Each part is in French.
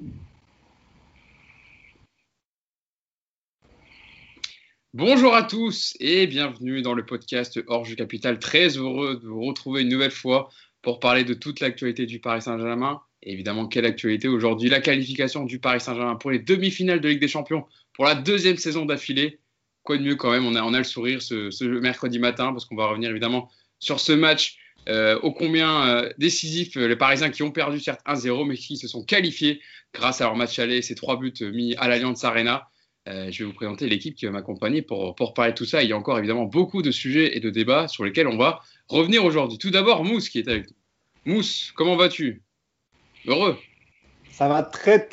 Bonjour à tous et bienvenue dans le podcast Hors-Jeu Capital. Très heureux de vous retrouver une nouvelle fois pour parler de toute l'actualité du Paris Saint-Germain. Et évidemment, quelle actualité aujourd'hui? La qualification du Paris Saint-Germain pour les demi-finales de Ligue des Champions pour la deuxième saison d'affilée. Quoi de mieux quand même, on a le sourire ce mercredi matin parce qu'on va revenir évidemment sur ce match ô combien décisif. Les Parisiens qui ont perdu certes 1-0 mais qui se sont qualifiés grâce à leur match aller, ces 3 buts mis à l'Allianz Arena. Je vais vous présenter l'équipe qui va m'accompagner pour parler de tout ça. Il y a encore évidemment beaucoup de sujets et de débats sur lesquels on va revenir aujourd'hui. Tout d'abord, Mousse qui est avec nous. Mousse, comment vas-tu? Heureux? Ça va très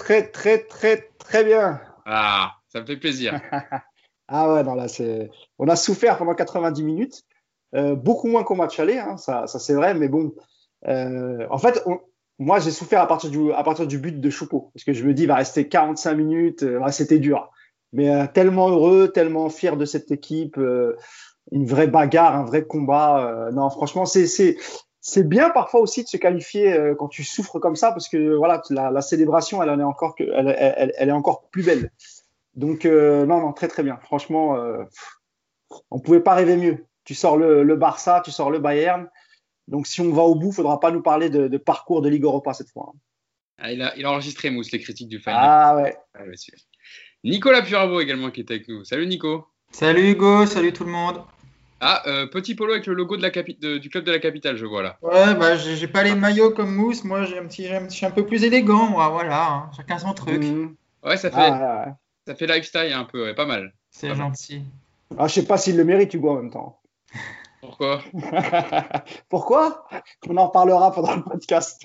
bien. Ah, ça me fait plaisir. Ah ouais, non, là, on a souffert pendant 90 minutes, beaucoup moins qu'au match aller, hein, ça c'est vrai, mais bon, en fait, moi j'ai souffert à partir du but de Choupeau, parce que je me dis, il va rester 45 minutes, c'était dur. Mais tellement heureux, tellement fier de cette équipe, une vraie bagarre, un vrai combat. Non, franchement, c'est bien parfois aussi de se qualifier quand tu souffres comme ça, parce que voilà, la célébration, elle est encore plus belle. Donc, non, très bien. Franchement, on ne pouvait pas rêver mieux. Tu sors le Barça, tu sors le Bayern. Donc, si on va au bout, il ne faudra pas nous parler de parcours de Ligue Europa cette fois. Ah, il a enregistré, Mousse, les critiques du final. Ah ouais. Ah, ouais, Nicolas Puravo également qui est avec nous. Salut Nico. Salut Hugo, salut tout le monde. Ah, petit polo avec le logo du club de la capitale, je vois là. Ouais, bah j'ai pas les maillots comme Mousse, moi je suis un peu plus élégant, moi, voilà, hein. Chacun son truc. Ouais, ça fait lifestyle un peu, ouais, pas mal. C'est pas gentil. Mal. Ah, je sais pas s'il le mérite, Hugo, en même temps. Pourquoi? Pourquoi? On en reparlera pendant le podcast.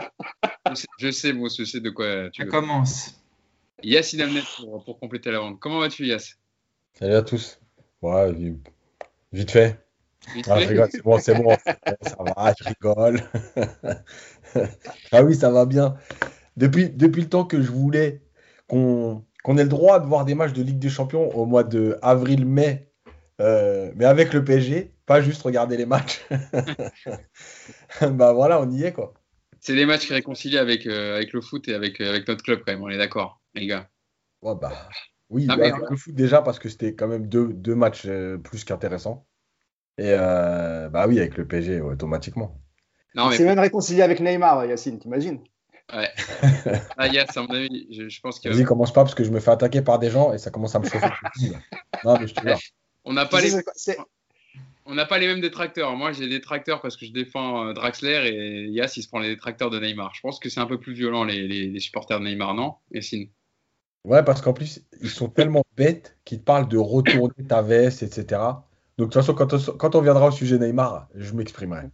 Je sais, Mousse, je sais de quoi tu veux. Ça commence. Yacine Amnet pour compléter la vente. Comment vas-tu, Yass? Salut à tous. Ouais, vite fait. Vite Ah, fait je rigole, c'est bon, ça va, je rigole. Ah oui, ça va bien. Depuis le temps que je voulais qu'on ait le droit de voir des matchs de Ligue des Champions au mois de avril-mai, mais avec le PSG, pas juste regarder les matchs. Bah voilà, on y est quoi. C'est des matchs qui réconcilient avec le foot et avec notre club quand même, on est d'accord, les gars. Ouais, bah, oui, Ah, mais, avec le foot déjà, parce que c'était quand même deux matchs plus qu'intéressants. Et bah oui, avec le PSG, automatiquement. non, mais c'est même réconcilié avec Neymar, Yacine, t'imagines? Ouais. Ah, Yass, à mon avis, je pense que. Vas-y, commence pas parce que je me fais attaquer par des gens et ça commence à me chauffer. Non, mais je te jure. On n'a pas les mêmes détracteurs. Moi, j'ai des détracteurs parce que je défends Draxler et Yass, il se prend les détracteurs de Neymar. Je pense que c'est un peu plus violent, les supporters de Neymar, non, Yacine? Ouais, parce qu'en plus, ils sont tellement bêtes qu'ils te parlent de retourner ta veste, etc. Donc, de toute façon, quand on viendra au sujet Neymar, je m'exprimerai.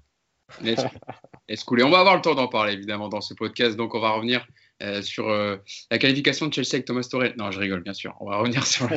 Est-ce cool. Et on va avoir le temps d'en parler, évidemment, dans ce podcast. Donc, on va revenir sur la qualification de Chelsea avec Thomas Tuchel. Non, je rigole, bien sûr. On va revenir sur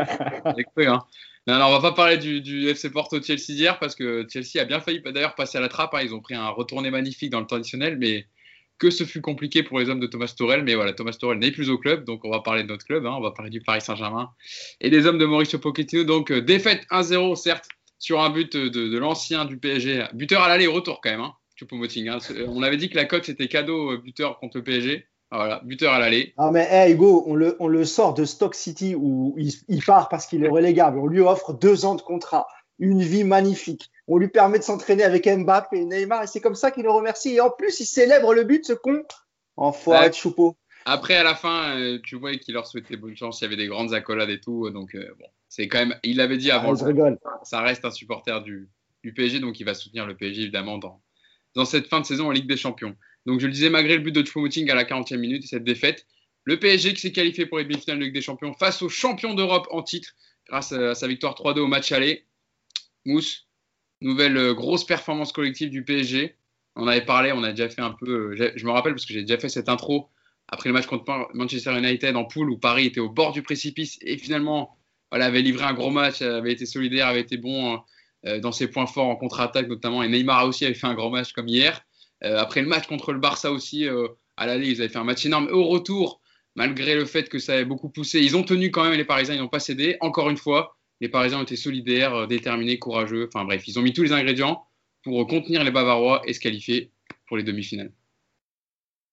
hein. Non, on va pas parler du FC Porto Chelsea d'hier parce que Chelsea a bien failli d'ailleurs passer à la trappe. Hein. Ils ont pris un retourné magnifique dans le temps additionnel, mais que ce fut compliqué pour les hommes de Thomas Tuchel. Mais voilà, Thomas Tuchel n'est plus au club, donc on va parler de notre club. Hein. On va parler du Paris Saint-Germain et des hommes de Mauricio Pochettino. Donc, défaite 1-0, certes, sur un but de l'ancien du PSG. Buteur à l'aller et au retour, quand même. Hein. Choupo-Moting. Hein. On avait dit que la cote c'était cadeau buteur contre le PSG. Ah, voilà, buteur à l'aller. Ah mais hey, Hugo, on le sort de Stoke City où il part parce qu'il est relégable. On lui offre 2 ans de contrat, une vie magnifique. On lui permet de s'entraîner avec Mbappé et Neymar et c'est comme ça qu'il nous remercie. Et en plus, il célèbre le but, ce con. Enfoiré de Choupo. Après, à la fin, tu vois qu'il leur souhaitait bonne chance. Il y avait des grandes accolades et tout. Donc, bon, c'est quand même. Il l'avait dit avant. Je rigole. Ça reste un supporter du PSG, donc il va soutenir le PSG évidemment dans cette fin de saison en Ligue des Champions. Donc, je le disais, malgré le but de Choupo-Moting à la 40e minute et cette défaite, le PSG qui s'est qualifié pour les demi-finales de Ligue des Champions face aux champions d'Europe en titre grâce à sa victoire 3-2 au match aller. Mousse, nouvelle grosse performance collective du PSG. On avait parlé, on a déjà fait un peu. Je me rappelle parce que j'ai déjà fait cette intro après le match contre Manchester United en poule où Paris était au bord du précipice et finalement voilà, avait livré un gros match, avait été solidaire, avait été bon dans ses points forts en contre-attaque notamment. Et Neymar aussi avait fait un grand match comme hier. Après le match contre le Barça aussi, à l'aller, ils avaient fait un match énorme. Au retour, malgré le fait que ça avait beaucoup poussé, ils ont tenu quand même, les Parisiens, ils n'ont pas cédé. Encore une fois, les Parisiens ont été solidaires, déterminés, courageux. Enfin bref, ils ont mis tous les ingrédients pour contenir les Bavarois et se qualifier pour les demi-finales.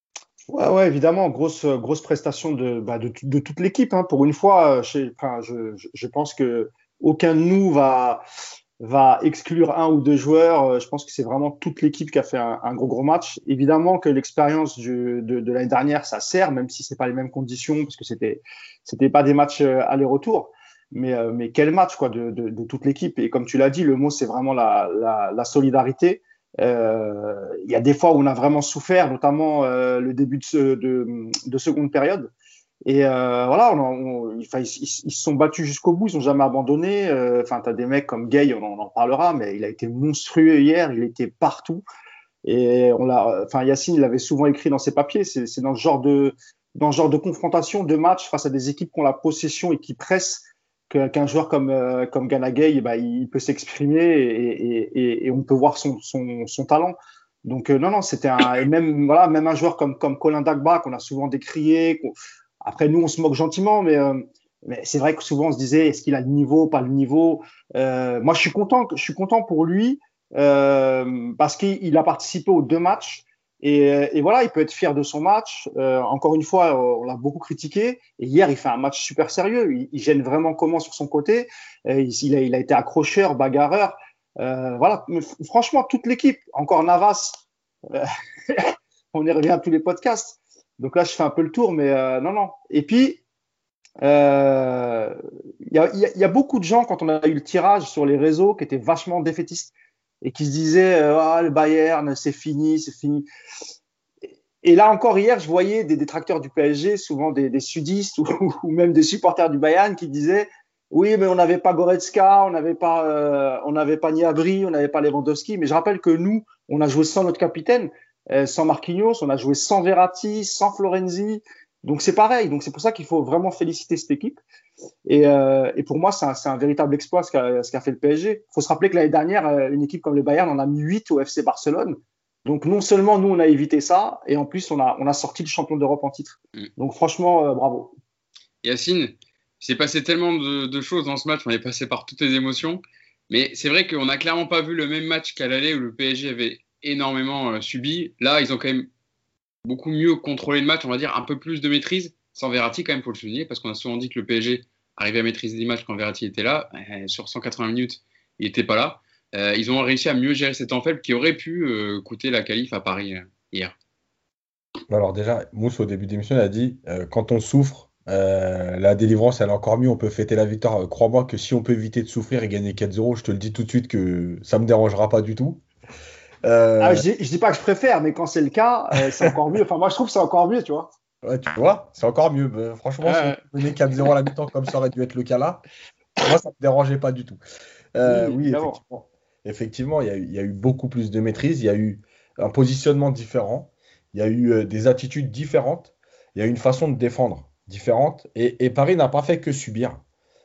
Ouais, évidemment, grosse prestation de toute l'équipe, hein. Pour une fois, je pense que aucun de nous va exclure un ou deux joueurs. Je pense que c'est vraiment toute l'équipe qui a fait un gros match. Évidemment que l'expérience de l'année dernière, ça sert, même si c'est pas les mêmes conditions, parce que c'était pas des matchs aller-retour. Mais quel match quoi de toute l'équipe. Et comme tu l'as dit, le mot c'est vraiment la solidarité. Il y a des fois où on a vraiment souffert, notamment le début de seconde période. Et voilà, ils se sont battus jusqu'au bout, ils n'ont jamais abandonné. Enfin, tu as des mecs comme Gay, on en parlera, mais il a été monstrueux hier, il était partout. Et Yacine, il l'avait souvent écrit dans ses papiers, c'est dans ce genre de confrontation, de match face à des équipes qui ont la possession et qui pressent qu'un joueur comme Gana Gueye, bah, il peut s'exprimer et on peut voir son talent. Donc non, et même un joueur comme Colin Dagba qu'on a souvent décrié. Après nous on se moque gentiment, mais c'est vrai que souvent on se disait est-ce qu'il a le niveau, pas le niveau. Moi je suis content pour lui parce qu'il a participé aux 2 matchs. Et voilà, il peut être fier de son match. Encore une fois, on l'a beaucoup critiqué. Et hier, il fait un match super sérieux. Il gêne vraiment comment sur son côté. Il a été accrocheur, bagarreur. Voilà. Mais franchement, toute l'équipe. Encore Navas. euh, on y revient à tous les podcasts. Donc là, je fais un peu le tour, mais non. Et puis, il y a beaucoup de gens, quand on a eu le tirage sur les réseaux, qui étaient vachement défaitistes et qui se disaient ah, le Bayern, c'est fini, c'est fini. Et là encore, hier, je voyais des détracteurs du PSG, souvent des sudistes ou même des supporters du Bayern qui disaient oui, mais on n'avait pas Goretzka, on n'avait pas Gnabry, on n'avait pas Lewandowski. Mais je rappelle que nous, on a joué sans notre capitaine, sans Marquinhos, on a joué sans Verratti, sans Florenzi. Donc c'est pareil. Donc c'est pour ça qu'il faut vraiment féliciter cette équipe. Et pour moi, c'est un véritable exploit ce qu'a fait le PSG. Il faut se rappeler que l'année dernière, une équipe comme le Bayern en a mis 8 au FC Barcelone. Donc non seulement nous, on a évité ça, et en plus, on a sorti le champion d'Europe en titre. Donc franchement, bravo. Yacine, il s'est passé tellement de choses dans ce match, on est passé par toutes les émotions, mais c'est vrai qu'on n'a clairement pas vu le même match qu'à l'aller où le PSG avait énormément subi. Là, ils ont quand même beaucoup mieux contrôlé le match, on va dire un peu plus de maîtrise, sans Verratti quand même, faut le souligner, parce qu'on a souvent dit que le PSG arrivait à maîtriser les matchs quand Verratti était là. Sur 180 minutes, il n'était pas là. Ils ont réussi à mieux gérer cet temps faible qui aurait pu coûter la qualif à Paris hier. Alors déjà, Mousse, au début d'émission, il a dit, quand on souffre, la délivrance, elle est encore mieux, on peut fêter la victoire. Crois-moi que si on peut éviter de souffrir et gagner 4-0, je te le dis tout de suite que ça me dérangera pas du tout. Ah, je dis pas que je préfère, mais quand c'est le cas, c'est encore mieux. Enfin, moi, je trouve que c'est encore mieux, tu vois. Ouais, tu vois, c'est encore mieux. Franchement, si on menait 4-0 à la mi-temps, comme ça aurait dû être le cas là, moi, ça ne me dérangeait pas du tout. Oui, évidemment. effectivement, il y a eu beaucoup plus de maîtrise, il y a eu un positionnement différent, il y a eu des attitudes différentes, il y a eu une façon de défendre différente, et Paris n'a pas fait que subir.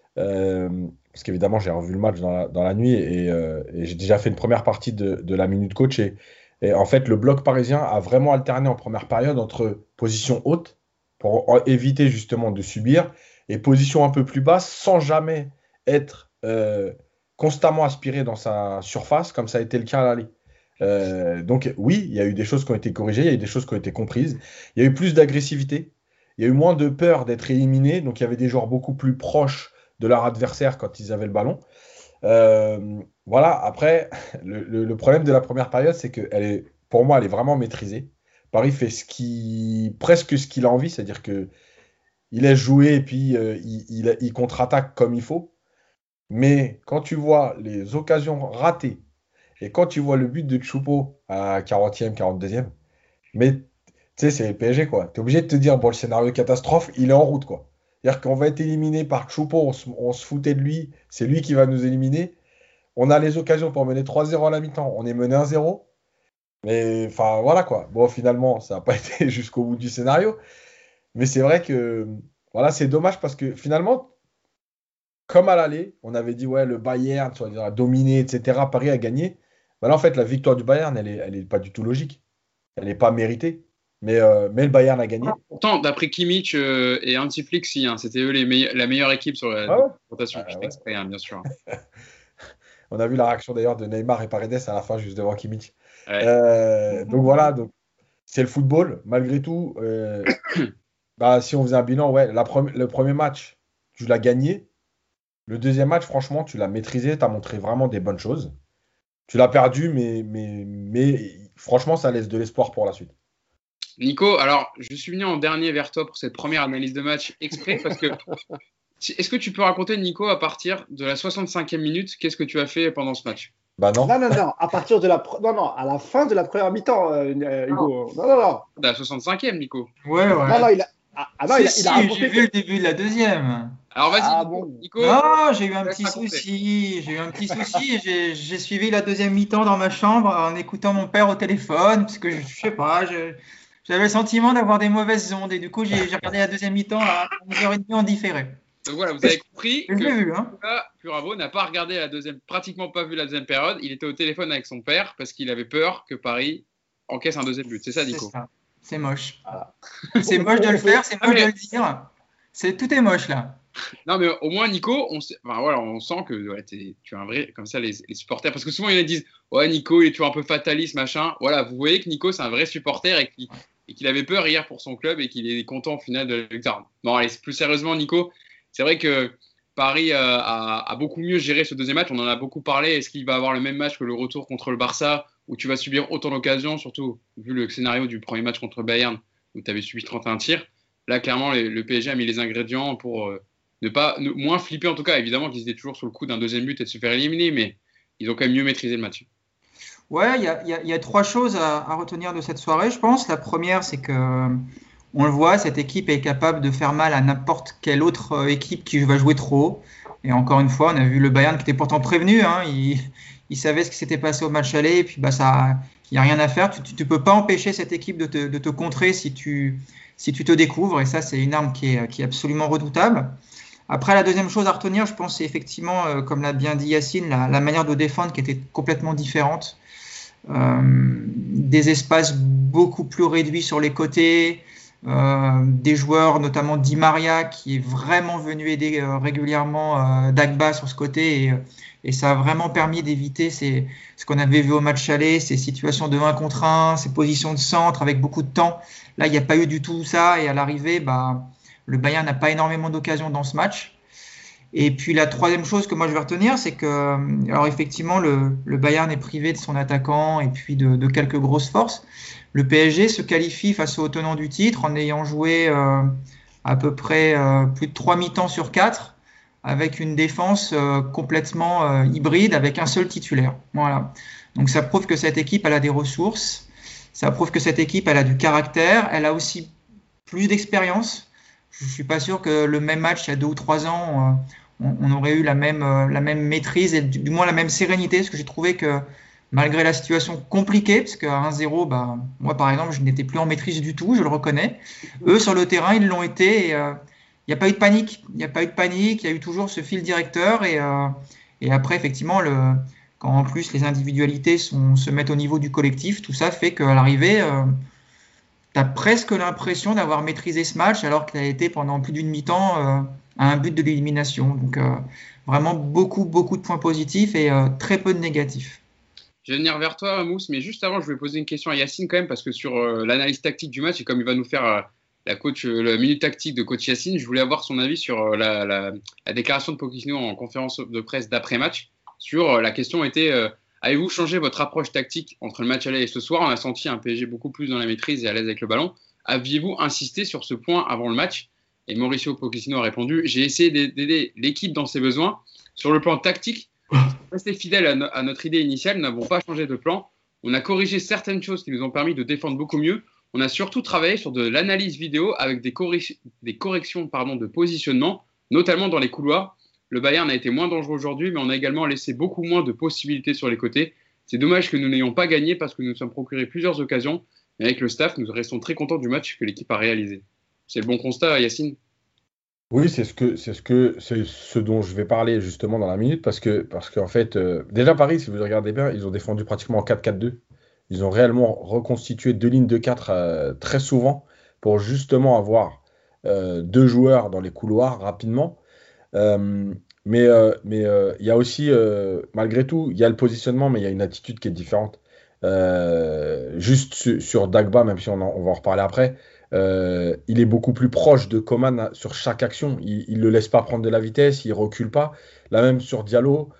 Parce qu'évidemment, j'ai revu le match dans la nuit et j'ai déjà fait une première partie de la Minute Coach. Et en fait, le bloc parisien a vraiment alterné en première période entre position haute pour éviter justement de subir et position un peu plus basse sans jamais être constamment aspiré dans sa surface comme ça a été le cas à l'aller. Donc oui, il y a eu des choses qui ont été corrigées, il y a eu des choses qui ont été comprises, il y a eu plus d'agressivité, il y a eu moins de peur d'être éliminé, donc il y avait des joueurs beaucoup plus proches de leur adversaire quand ils avaient le ballon. Voilà, après, problème de la première période, c'est que pour moi, elle est vraiment maîtrisée. Paris fait presque ce qu'il a envie, c'est-à-dire que il laisse jouer et puis il contre-attaque comme il faut. Mais quand tu vois les occasions ratées et quand tu vois le but de Choupo à 40e, 42e, mais tu sais, c'est le PSG, quoi. Tu es obligé de te dire, bon, le scénario catastrophe, il est en route, quoi. C'est-à-dire qu'on va être éliminé par Choupo, on se foutait de lui, c'est lui qui va nous éliminer. On a les occasions pour mener 3-0 à la mi-temps, on est mené 1-0. Mais enfin, voilà, quoi. Bon, finalement, ça n'a pas été jusqu'au bout du scénario. Mais c'est vrai que, voilà, c'est dommage parce que finalement, comme à l'aller, on avait dit, ouais, le Bayern, tu vois, a dominé, etc. Paris a gagné. Bah là, en fait, la victoire du Bayern, elle est pas du tout logique. Elle n'est pas méritée. Mais le Bayern a gagné. Pourtant, d'après Kimmich et Hansi Flick, si, hein, c'était eux la meilleure équipe sur la rotation. Je fais exprès, hein, bien sûr. On a vu la réaction d'ailleurs de Neymar et Paredes à la fin, juste devant Kimmich. Ouais. Donc voilà, donc, c'est le football. Malgré tout, si on faisait un bilan, ouais, le premier match, tu l'as gagné. Le deuxième match, franchement, tu l'as maîtrisé. Tu as montré vraiment des bonnes choses. Tu l'as perdu, mais franchement, ça laisse de l'espoir pour la suite. Nico, alors je suis venu en dernier vers toi pour cette première analyse de match exprès parce que est-ce que tu peux raconter, Nico, à partir de la 65e minute, qu'est-ce que tu as fait pendant ce match? Bah non. Non, à partir de à la fin de la première mi-temps, Hugo. Non. De la 65e, Nico. Ouais. Non, il a raconté j'ai vu le début de la deuxième. Alors vas-y, Ah, Nico. bon. Nico, Non, j'ai eu un laisse petit raconter. souci. Et j'ai suivi la deuxième mi-temps dans ma chambre en écoutant mon père au téléphone, parce que je sais pas, j'avais le sentiment d'avoir des mauvaises ondes. Et du coup, j'ai regardé la deuxième mi-temps à 11h30 en différé. Donc voilà, vous avez compris Je l'ai que vu, hein. Nicolas Puravo n'a pas regardé pratiquement pas vu la deuxième période. Il était au téléphone avec son père parce qu'il avait peur que Paris encaisse un deuxième but. C'est ça, Nico? C'est ça. C'est moche. Voilà. C'est moche de le faire, c'est moche mais- de le dire. Tout est moche là. Non, mais au moins, Nico, on sent que ouais, tu es un vrai, comme ça, les supporters. Parce que souvent, ils disent, ouais, Nico, il est toujours un peu fataliste, machin. Voilà, vous voyez que Nico, c'est un vrai supporter et qu'il avait peur hier pour son club et qu'il est content au final de la victoire. Non, allez, plus sérieusement, Nico, c'est vrai que Paris a beaucoup mieux géré ce deuxième match. On en a beaucoup parlé. Est-ce qu'il va avoir le même match que le retour contre le Barça où tu vas subir autant d'occasions, surtout vu le scénario du premier match contre Bayern où tu avais subi 31 tirs? Là, clairement, le PSG a mis les ingrédients pour moins flipper, en tout cas. Évidemment qu'ils étaient toujours sur le coup d'un deuxième but et de se faire éliminer, mais ils ont quand même mieux maîtrisé le match. Ouais, il y a trois choses à retenir de cette soirée, je pense. La première, c'est que on le voit, cette équipe est capable de faire mal à n'importe quelle autre équipe qui va jouer trop haut. Et encore une fois, on a vu le Bayern qui était pourtant prévenu. Hein, il savait ce qui s'était passé au match aller. Et puis, il n'y a rien à faire. Tu ne peux pas empêcher cette équipe de te contrer si tu te découvres. Et ça, c'est une arme qui est absolument redoutable. Après, la deuxième chose à retenir, je pense, c'est effectivement, comme l'a bien dit Yacine, la manière de défendre qui était complètement différente. Des espaces beaucoup plus réduits sur les côtés, des joueurs, notamment Di Maria, qui est vraiment venu aider régulièrement Dagba sur ce côté, et ça a vraiment permis d'éviter ce qu'on avait vu au match aller, ces situations de 1 contre 1, ces positions de centre avec beaucoup de temps. Là, il n'y a pas eu du tout ça, et à l'arrivée, le Bayern n'a pas énormément d'occasions dans ce match. Et puis la troisième chose que moi je vais retenir, c'est que, alors effectivement, le Bayern est privé de son attaquant et puis de quelques grosses forces. Le PSG se qualifie face au tenant du titre en ayant joué à peu près plus de 3 mi-temps sur 4 avec une défense complètement hybride avec un seul titulaire. Voilà. Donc ça prouve que cette équipe elle a des ressources, ça prouve que cette équipe elle a du caractère, elle a aussi plus d'expérience. Je ne suis pas sûr que le même match il y a 2 ou 3 ans, on aurait eu la même maîtrise et du moins la même sérénité, parce que j'ai trouvé que malgré la situation compliquée, parce qu'à 1-0, moi par exemple, je n'étais plus en maîtrise du tout, je le reconnais. Eux, sur le terrain, ils l'ont été. Il n'y a pas eu de panique. Il n'y a pas eu de panique. Il y a eu toujours ce fil directeur. Et après, effectivement, quand en plus les individualités se mettent au niveau du collectif, tout ça fait qu'à l'arrivée, tu as presque l'impression d'avoir maîtrisé ce match alors que tu as été pendant plus d'une mi-temps à un but de l'élimination. Donc vraiment beaucoup de points positifs et très peu de négatifs. Je vais venir vers toi, Mousse, mais juste avant, je vais poser une question à Yacine quand même, parce que sur l'analyse tactique du match, et comme il va nous faire la minute tactique de coach Yacine, je voulais avoir son avis sur la déclaration de Pochettino en conférence de presse d'après-match. Sur la question était, avez-vous changé votre approche tactique entre le match aller et ce soir? On a senti un PSG beaucoup plus dans la maîtrise et à l'aise avec le ballon. Aviez-vous insisté sur ce point avant le match? Et Mauricio Pochettino a répondu, j'ai essayé d'aider l'équipe dans ses besoins. Sur le plan tactique, rester fidèle à notre idée initiale, nous n'avons pas changé de plan. On a corrigé certaines choses qui nous ont permis de défendre beaucoup mieux. On a surtout travaillé sur de l'analyse vidéo avec des corrections de positionnement, notamment dans les couloirs. Le Bayern a été moins dangereux aujourd'hui, mais on a également laissé beaucoup moins de possibilités sur les côtés. C'est dommage que nous n'ayons pas gagné parce que nous nous sommes procuré plusieurs occasions. Mais avec le staff, nous restons très contents du match que l'équipe a réalisé. C'est le bon constat, Yacine? Oui, c'est ce dont je vais parler justement dans la minute parce qu'en fait, déjà Paris, si vous regardez bien, ils ont défendu pratiquement en 4-4-2. Ils ont réellement reconstitué 2 lignes de 4 très souvent pour justement avoir 2 joueurs dans les couloirs rapidement. Mais il y a aussi, malgré tout, il y a le positionnement, mais il y a une attitude qui est différente. Juste sur Dagba, même si on va en reparler après, il est beaucoup plus proche de Coman sur chaque action. Il ne le laisse pas prendre de la vitesse, il recule pas. Là même sur Diallo,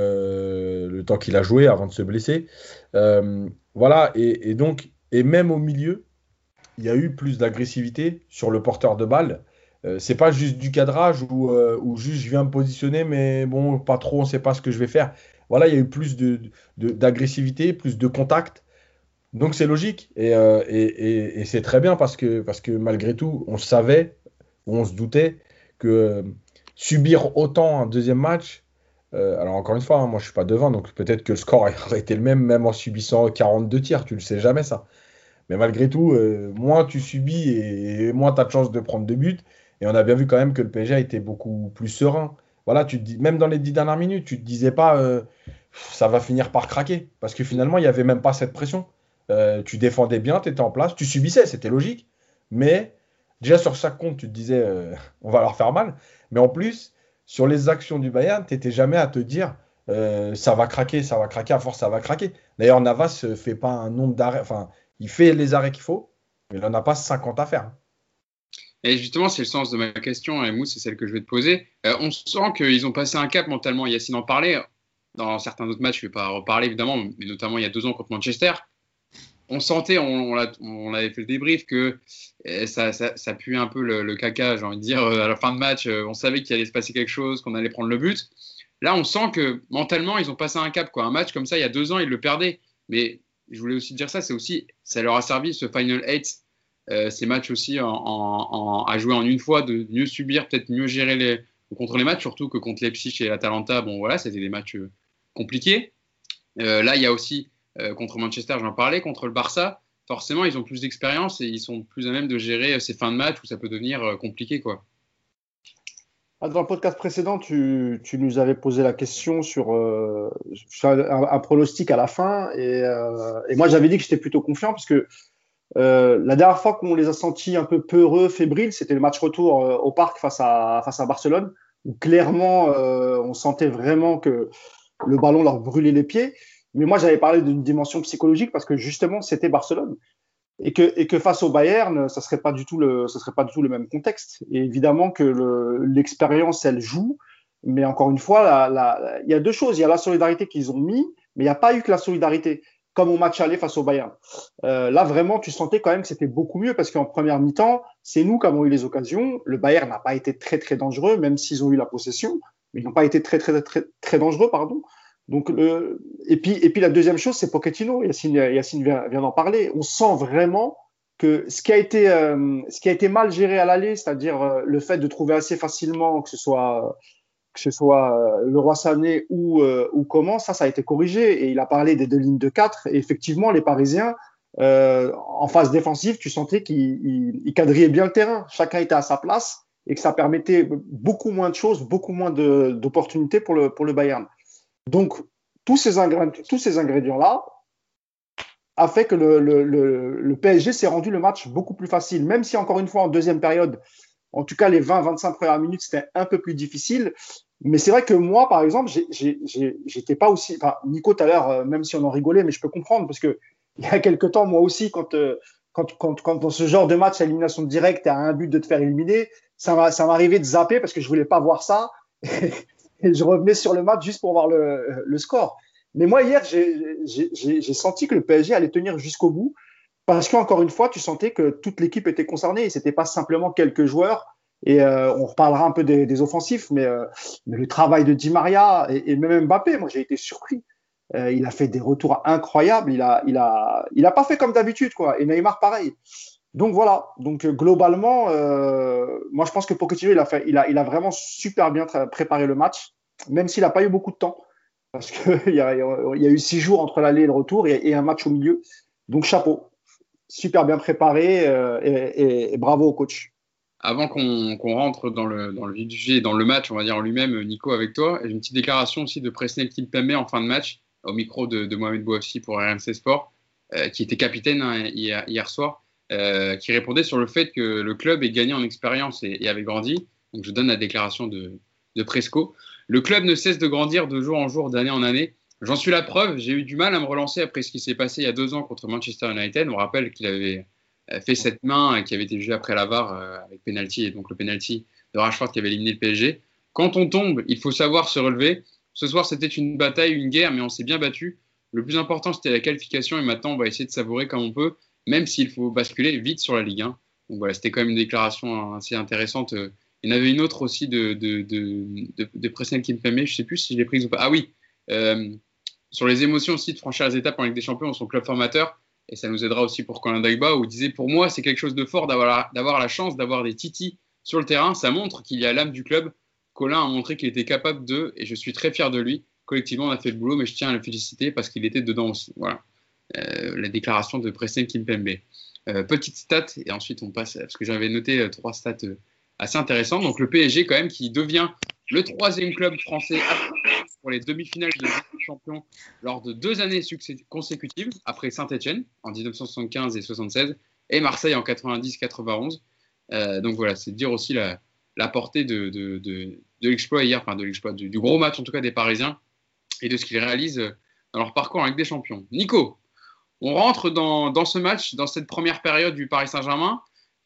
le temps qu'il a joué avant de se blesser. Voilà, et donc, et même au milieu, il y a eu plus d'agressivité sur le porteur de balle. C'est pas juste du cadrage où juste je viens me positionner, mais bon, pas trop, on sait pas ce que je vais faire. Voilà, il y a eu plus d'agressivité, plus de contact. Donc c'est logique et c'est très bien parce que malgré tout, on savait, ou on se doutait que subir autant un deuxième match, alors encore une fois, hein, moi je suis pas devin, donc peut-être que le score aurait été le même, même en subissant 42 tirs, tu le sais jamais ça. Mais malgré tout, moins tu subis et moins tu as de chances de prendre 2 buts. Et on a bien vu quand même que le PSG a été beaucoup plus serein. Voilà, tu te dis, même dans les 10 dernières minutes, tu te disais pas ça va finir par craquer. Parce que finalement, il n'y avait même pas cette pression. Tu défendais bien, tu étais en place, tu subissais, c'était logique. Mais déjà sur chaque compte, tu te disais on va leur faire mal. Mais en plus, sur les actions du Bayern, tu n'étais jamais à te dire ça va craquer, à force, ça va craquer. D'ailleurs, Navas ne fait pas un nombre d'arrêts. Enfin, il fait les arrêts qu'il faut, mais il n'en a pas 50 à faire. Et justement, c'est le sens de ma question, et Mousse, c'est celle que je vais te poser. On sent qu'ils ont passé un cap mentalement. Yacine en parlait. Dans certains autres matchs, je ne vais pas reparler évidemment, mais notamment il y a 2 ans contre Manchester. On sentait, on avait fait le débrief, que ça puait un peu le caca, j'ai envie de dire. À la fin de match, on savait qu'il allait se passer quelque chose, qu'on allait prendre le but. Là, on sent que mentalement, ils ont passé un cap, quoi. Un match comme ça, il y a 2 ans, ils le perdaient. Mais je voulais aussi dire ça, ça leur a servi, ce Final 8, ces matchs aussi à jouer en une fois, de mieux subir, peut-être mieux gérer contre les matchs, surtout que contre Leipzig et l'Atalanta, bon voilà, c'était des matchs compliqués. Là, il y a aussi, contre Manchester, j'en parlais, contre le Barça, forcément, ils ont plus d'expérience et ils sont plus à même de gérer ces fins de match où ça peut devenir compliqué, quoi. Dans le podcast précédent, tu nous avais posé la question sur un pronostic à la fin et moi j'avais dit que j'étais plutôt confiant parce que la dernière fois qu'on les a sentis un peu peureux, fébriles, c'était le match retour au Parc face à Barcelone où clairement on sentait vraiment que le ballon leur brûlait les pieds. Mais moi j'avais parlé d'une dimension psychologique parce que justement c'était Barcelone. Et que face au Bayern, ça serait pas du tout le même contexte. Et évidemment que l'expérience, elle joue. Mais encore une fois, il y a 2 choses. Il y a la solidarité qu'ils ont mis, mais il n'y a pas eu que la solidarité, comme au match aller face au Bayern. Là, vraiment, tu sentais quand même que c'était beaucoup mieux parce qu'en première mi-temps, c'est nous qui avons eu les occasions. Le Bayern n'a pas été très, très dangereux, même s'ils ont eu la possession. Mais ils n'ont pas été très, très, très, très dangereux, pardon. Donc, et puis la deuxième chose, c'est Pochettino. Yacine vient d'en parler. On sent vraiment que ce qui a été mal géré à l'aller, c'est-à-dire le fait de trouver assez facilement que ce soit Leroy Sané ou Coman, ça a été corrigé. Et il a parlé des 2 lignes de 4. Et effectivement, les Parisiens, en phase défensive, tu sentais qu'ils quadrillaient bien le terrain. Chacun était à sa place et que ça permettait beaucoup moins de choses, beaucoup moins d'opportunités pour le Bayern. Donc, tous ces ingrédients-là a fait que le PSG s'est rendu le match beaucoup plus facile, même si, encore une fois, en deuxième période, en tout cas, les 20-25 premières minutes, c'était un peu plus difficile. Mais c'est vrai que moi, par exemple, j'étais pas aussi. Enfin, Nico, tout à l'heure, même si on en rigolait, mais je peux comprendre, parce que il y a quelques temps, moi aussi, quand dans ce genre de match à élimination directe, tu as un but de te faire éliminer, ça m'arrivait de zapper parce que je voulais pas voir ça. Et je revenais sur le match juste pour voir le score. Mais moi, hier, j'ai senti que le PSG allait tenir jusqu'au bout parce qu'encore une fois, tu sentais que toute l'équipe était concernée et ce n'était pas simplement quelques joueurs. Et on reparlera un peu des offensifs, mais le travail de Di Maria et même Mbappé, moi, j'ai été surpris. Il a fait des retours incroyables. Il a pas fait comme d'habitude, quoi. Et Neymar, pareil. Donc voilà. Donc globalement, moi je pense que Pochettino il a vraiment super bien préparé le match, même s'il n'a pas eu beaucoup de temps, parce qu'il y a eu 6 jours entre l'aller et le retour et un match au milieu. Donc chapeau, super bien préparé et bravo au coach. Avant qu'on rentre dans le vif du sujet, dans le match, on va dire en lui-même, Nico, avec toi, j'ai une petite déclaration aussi de Presnel Kimpembe en fin de match, au micro de Mohamed Bouafsi pour RMC Sport, qui était capitaine hier soir. Qui répondait sur le fait que le club ait gagné en expérience et avait grandi. Donc je donne la déclaration de Presco. Le club ne cesse de grandir de jour en jour, d'année en année. J'en suis la preuve. J'ai eu du mal à me relancer après ce qui s'est passé il y a 2 ans contre Manchester United. On rappelle qu'il avait fait cette main qui avait été jugée après la VAR avec penalty, et donc le penalty de Rashford qui avait éliminé le PSG. Quand on tombe, il faut savoir se relever. Ce soir, c'était une bataille, une guerre, mais on s'est bien battu. Le plus important, c'était la qualification, et maintenant, on va essayer de savourer comme on peut, même s'il faut basculer vite sur la Ligue 1. Donc voilà, c'était quand même une déclaration assez intéressante. Il y en avait une autre aussi de Presnel Kimpembe, je ne sais plus si je l'ai prise ou pas. Ah oui, sur les émotions aussi de franchir les étapes en Ligue des Champions dans son club formateur, et ça nous aidera aussi pour Colin Dagba, où il disait, pour moi, c'est quelque chose de fort d'avoir la chance d'avoir des titis sur le terrain. Ça montre qu'il y a l'âme du club. Colin a montré qu'il était capable de, et je suis très fier de lui. Collectivement, on a fait le boulot, mais je tiens à le féliciter parce qu'il était dedans aussi. Voilà, la déclaration de Presnel Kimpembe. Petite stat, et ensuite on passe, parce que j'avais noté 3 stats assez intéressantes. Donc le PSG, quand même, qui devient le 3e club français pour les demi-finales de Ligue des Champions lors de 2 années consécutives, après Saint-Etienne en 1975 et 76, et Marseille en 90-91. Donc voilà, c'est dire aussi la portée de l'exploit hier, enfin de l'exploit du gros match en tout cas des Parisiens, et de ce qu'ils réalisent dans leur parcours en Ligue des Champions. Nico, on rentre dans ce match, dans cette première période du Paris Saint-Germain.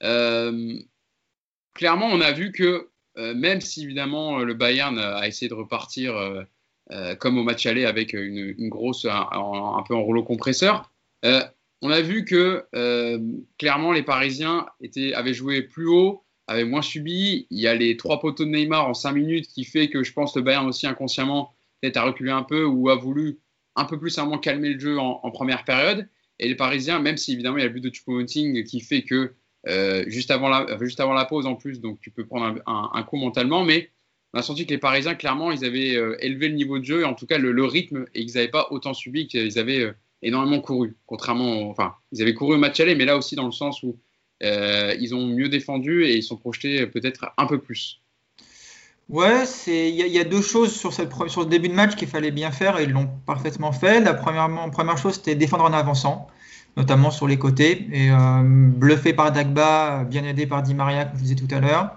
Clairement, on a vu que même si évidemment le Bayern a essayé de repartir comme au match aller avec une grosse, un peu en rouleau compresseur, on a vu que clairement les Parisiens avaient joué plus haut, avaient moins subi. Il y a les 3 poteaux de Neymar en 5 minutes qui fait que je pense le Bayern aussi inconsciemment peut-être a reculé un peu ou a voulu un peu plus calmer le jeu en première période. Et les Parisiens, même si évidemment il y a le but de Choupo-Moting qui fait que juste avant la pause en plus, donc tu peux prendre un coup mentalement, mais on a senti que les Parisiens, clairement, ils avaient élevé le niveau de jeu, et en tout cas le rythme, et ils n'avaient pas autant subi, qu'ils avaient énormément couru, ils avaient couru au match aller, mais là aussi dans le sens où ils ont mieux défendu et ils sont projetés peut-être un peu plus. Ouais, il y a 2 choses sur ce début de match qu'il fallait bien faire et ils l'ont parfaitement fait. La première chose, c'était défendre en avançant, notamment sur les côtés, et bluffé par Dagba, bien aidé par Di Maria, comme je disais tout à l'heure.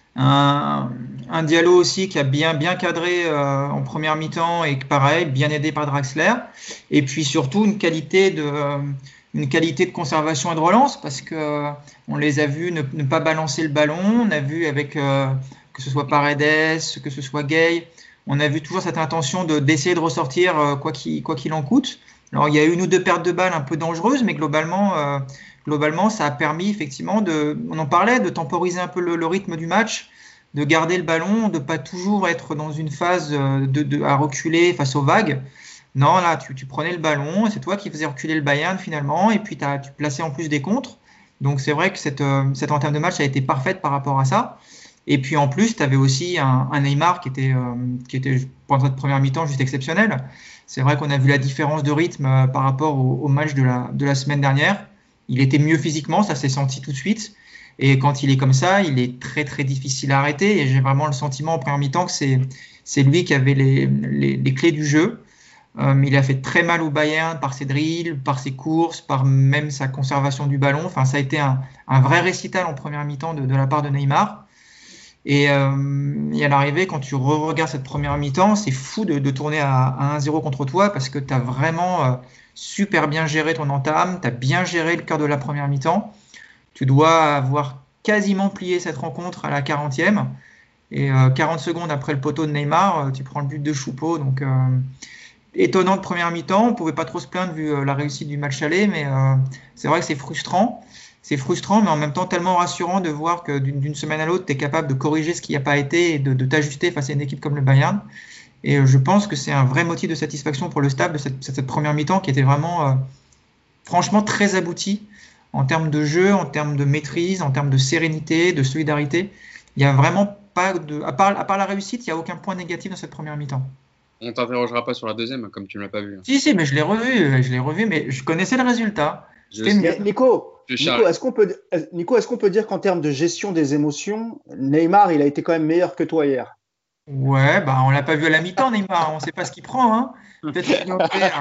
Un Diallo aussi qui a bien cadré en première mi-temps et pareil, bien aidé par Draxler. Et puis surtout une qualité de conservation et de relance parce que on les a vus ne pas balancer le ballon. On a vu avec que ce soit Paredes, que ce soit Gay, on a vu toujours cette intention d'essayer de ressortir quoi qu'il en coûte. Alors il y a 1 ou 2 pertes de balles un peu dangereuses, mais globalement ça a permis effectivement on en parlait, de temporiser un peu le rythme du match, de garder le ballon, de pas toujours être dans une phase à reculer face aux vagues. Non, là tu prenais le ballon et c'est toi qui faisais reculer le Bayern finalement, et puis tu plaçais en plus des contres. Donc c'est vrai que cette entame de match a été parfaite par rapport à ça. Et puis en plus, tu avais aussi un Neymar qui était pendant cette première mi-temps juste exceptionnel. C'est vrai qu'on a vu la différence de rythme par rapport au match de la semaine dernière. Il était mieux physiquement, ça s'est senti tout de suite. Et quand il est comme ça, il est très très difficile à arrêter. Et j'ai vraiment le sentiment en première mi-temps que c'est lui qui avait les clés du jeu. Il a fait très mal au Bayern par ses drills, par ses courses, par même sa conservation du ballon. Enfin, ça a été un vrai récital en première mi-temps de la part de Neymar. Et à l'arrivée, quand tu regardes cette première mi-temps, c'est fou de tourner à 1-0 contre toi parce que tu as vraiment super bien géré ton entame, tu as bien géré le cœur de la première mi-temps. Tu dois avoir quasiment plié cette rencontre à la 40e. Et 40 secondes après le poteau de Neymar, tu prends le but de Choupo. Donc, étonnante première mi-temps. On ne pouvait pas trop se plaindre vu la réussite du match aller, mais c'est vrai que c'est frustrant. C'est frustrant, mais en même temps tellement rassurant de voir que d'une semaine à l'autre, tu es capable de corriger ce qui n'a pas été et de t'ajuster face à une équipe comme le Bayern. Et je pense que c'est un vrai motif de satisfaction pour le staff de cette première mi-temps qui était vraiment, franchement, très aboutie en termes de jeu, en termes de maîtrise, en termes de sérénité, de solidarité. Il n'y a vraiment pas à part la réussite, il n'y a aucun point négatif dans cette première mi-temps. On ne t'interrogera pas sur la deuxième, comme tu ne l'as pas vu. Si, mais je l'ai revu, mais je connaissais le résultat. Nico, est-ce qu'on peut dire qu'en termes de gestion des émotions, Neymar, il a été quand même meilleur que toi hier? Ouais, bah on l'a pas vu à la mi-temps, Neymar. On ne sait pas ce qu'il prend. Hein. Peut-être qu'il a fait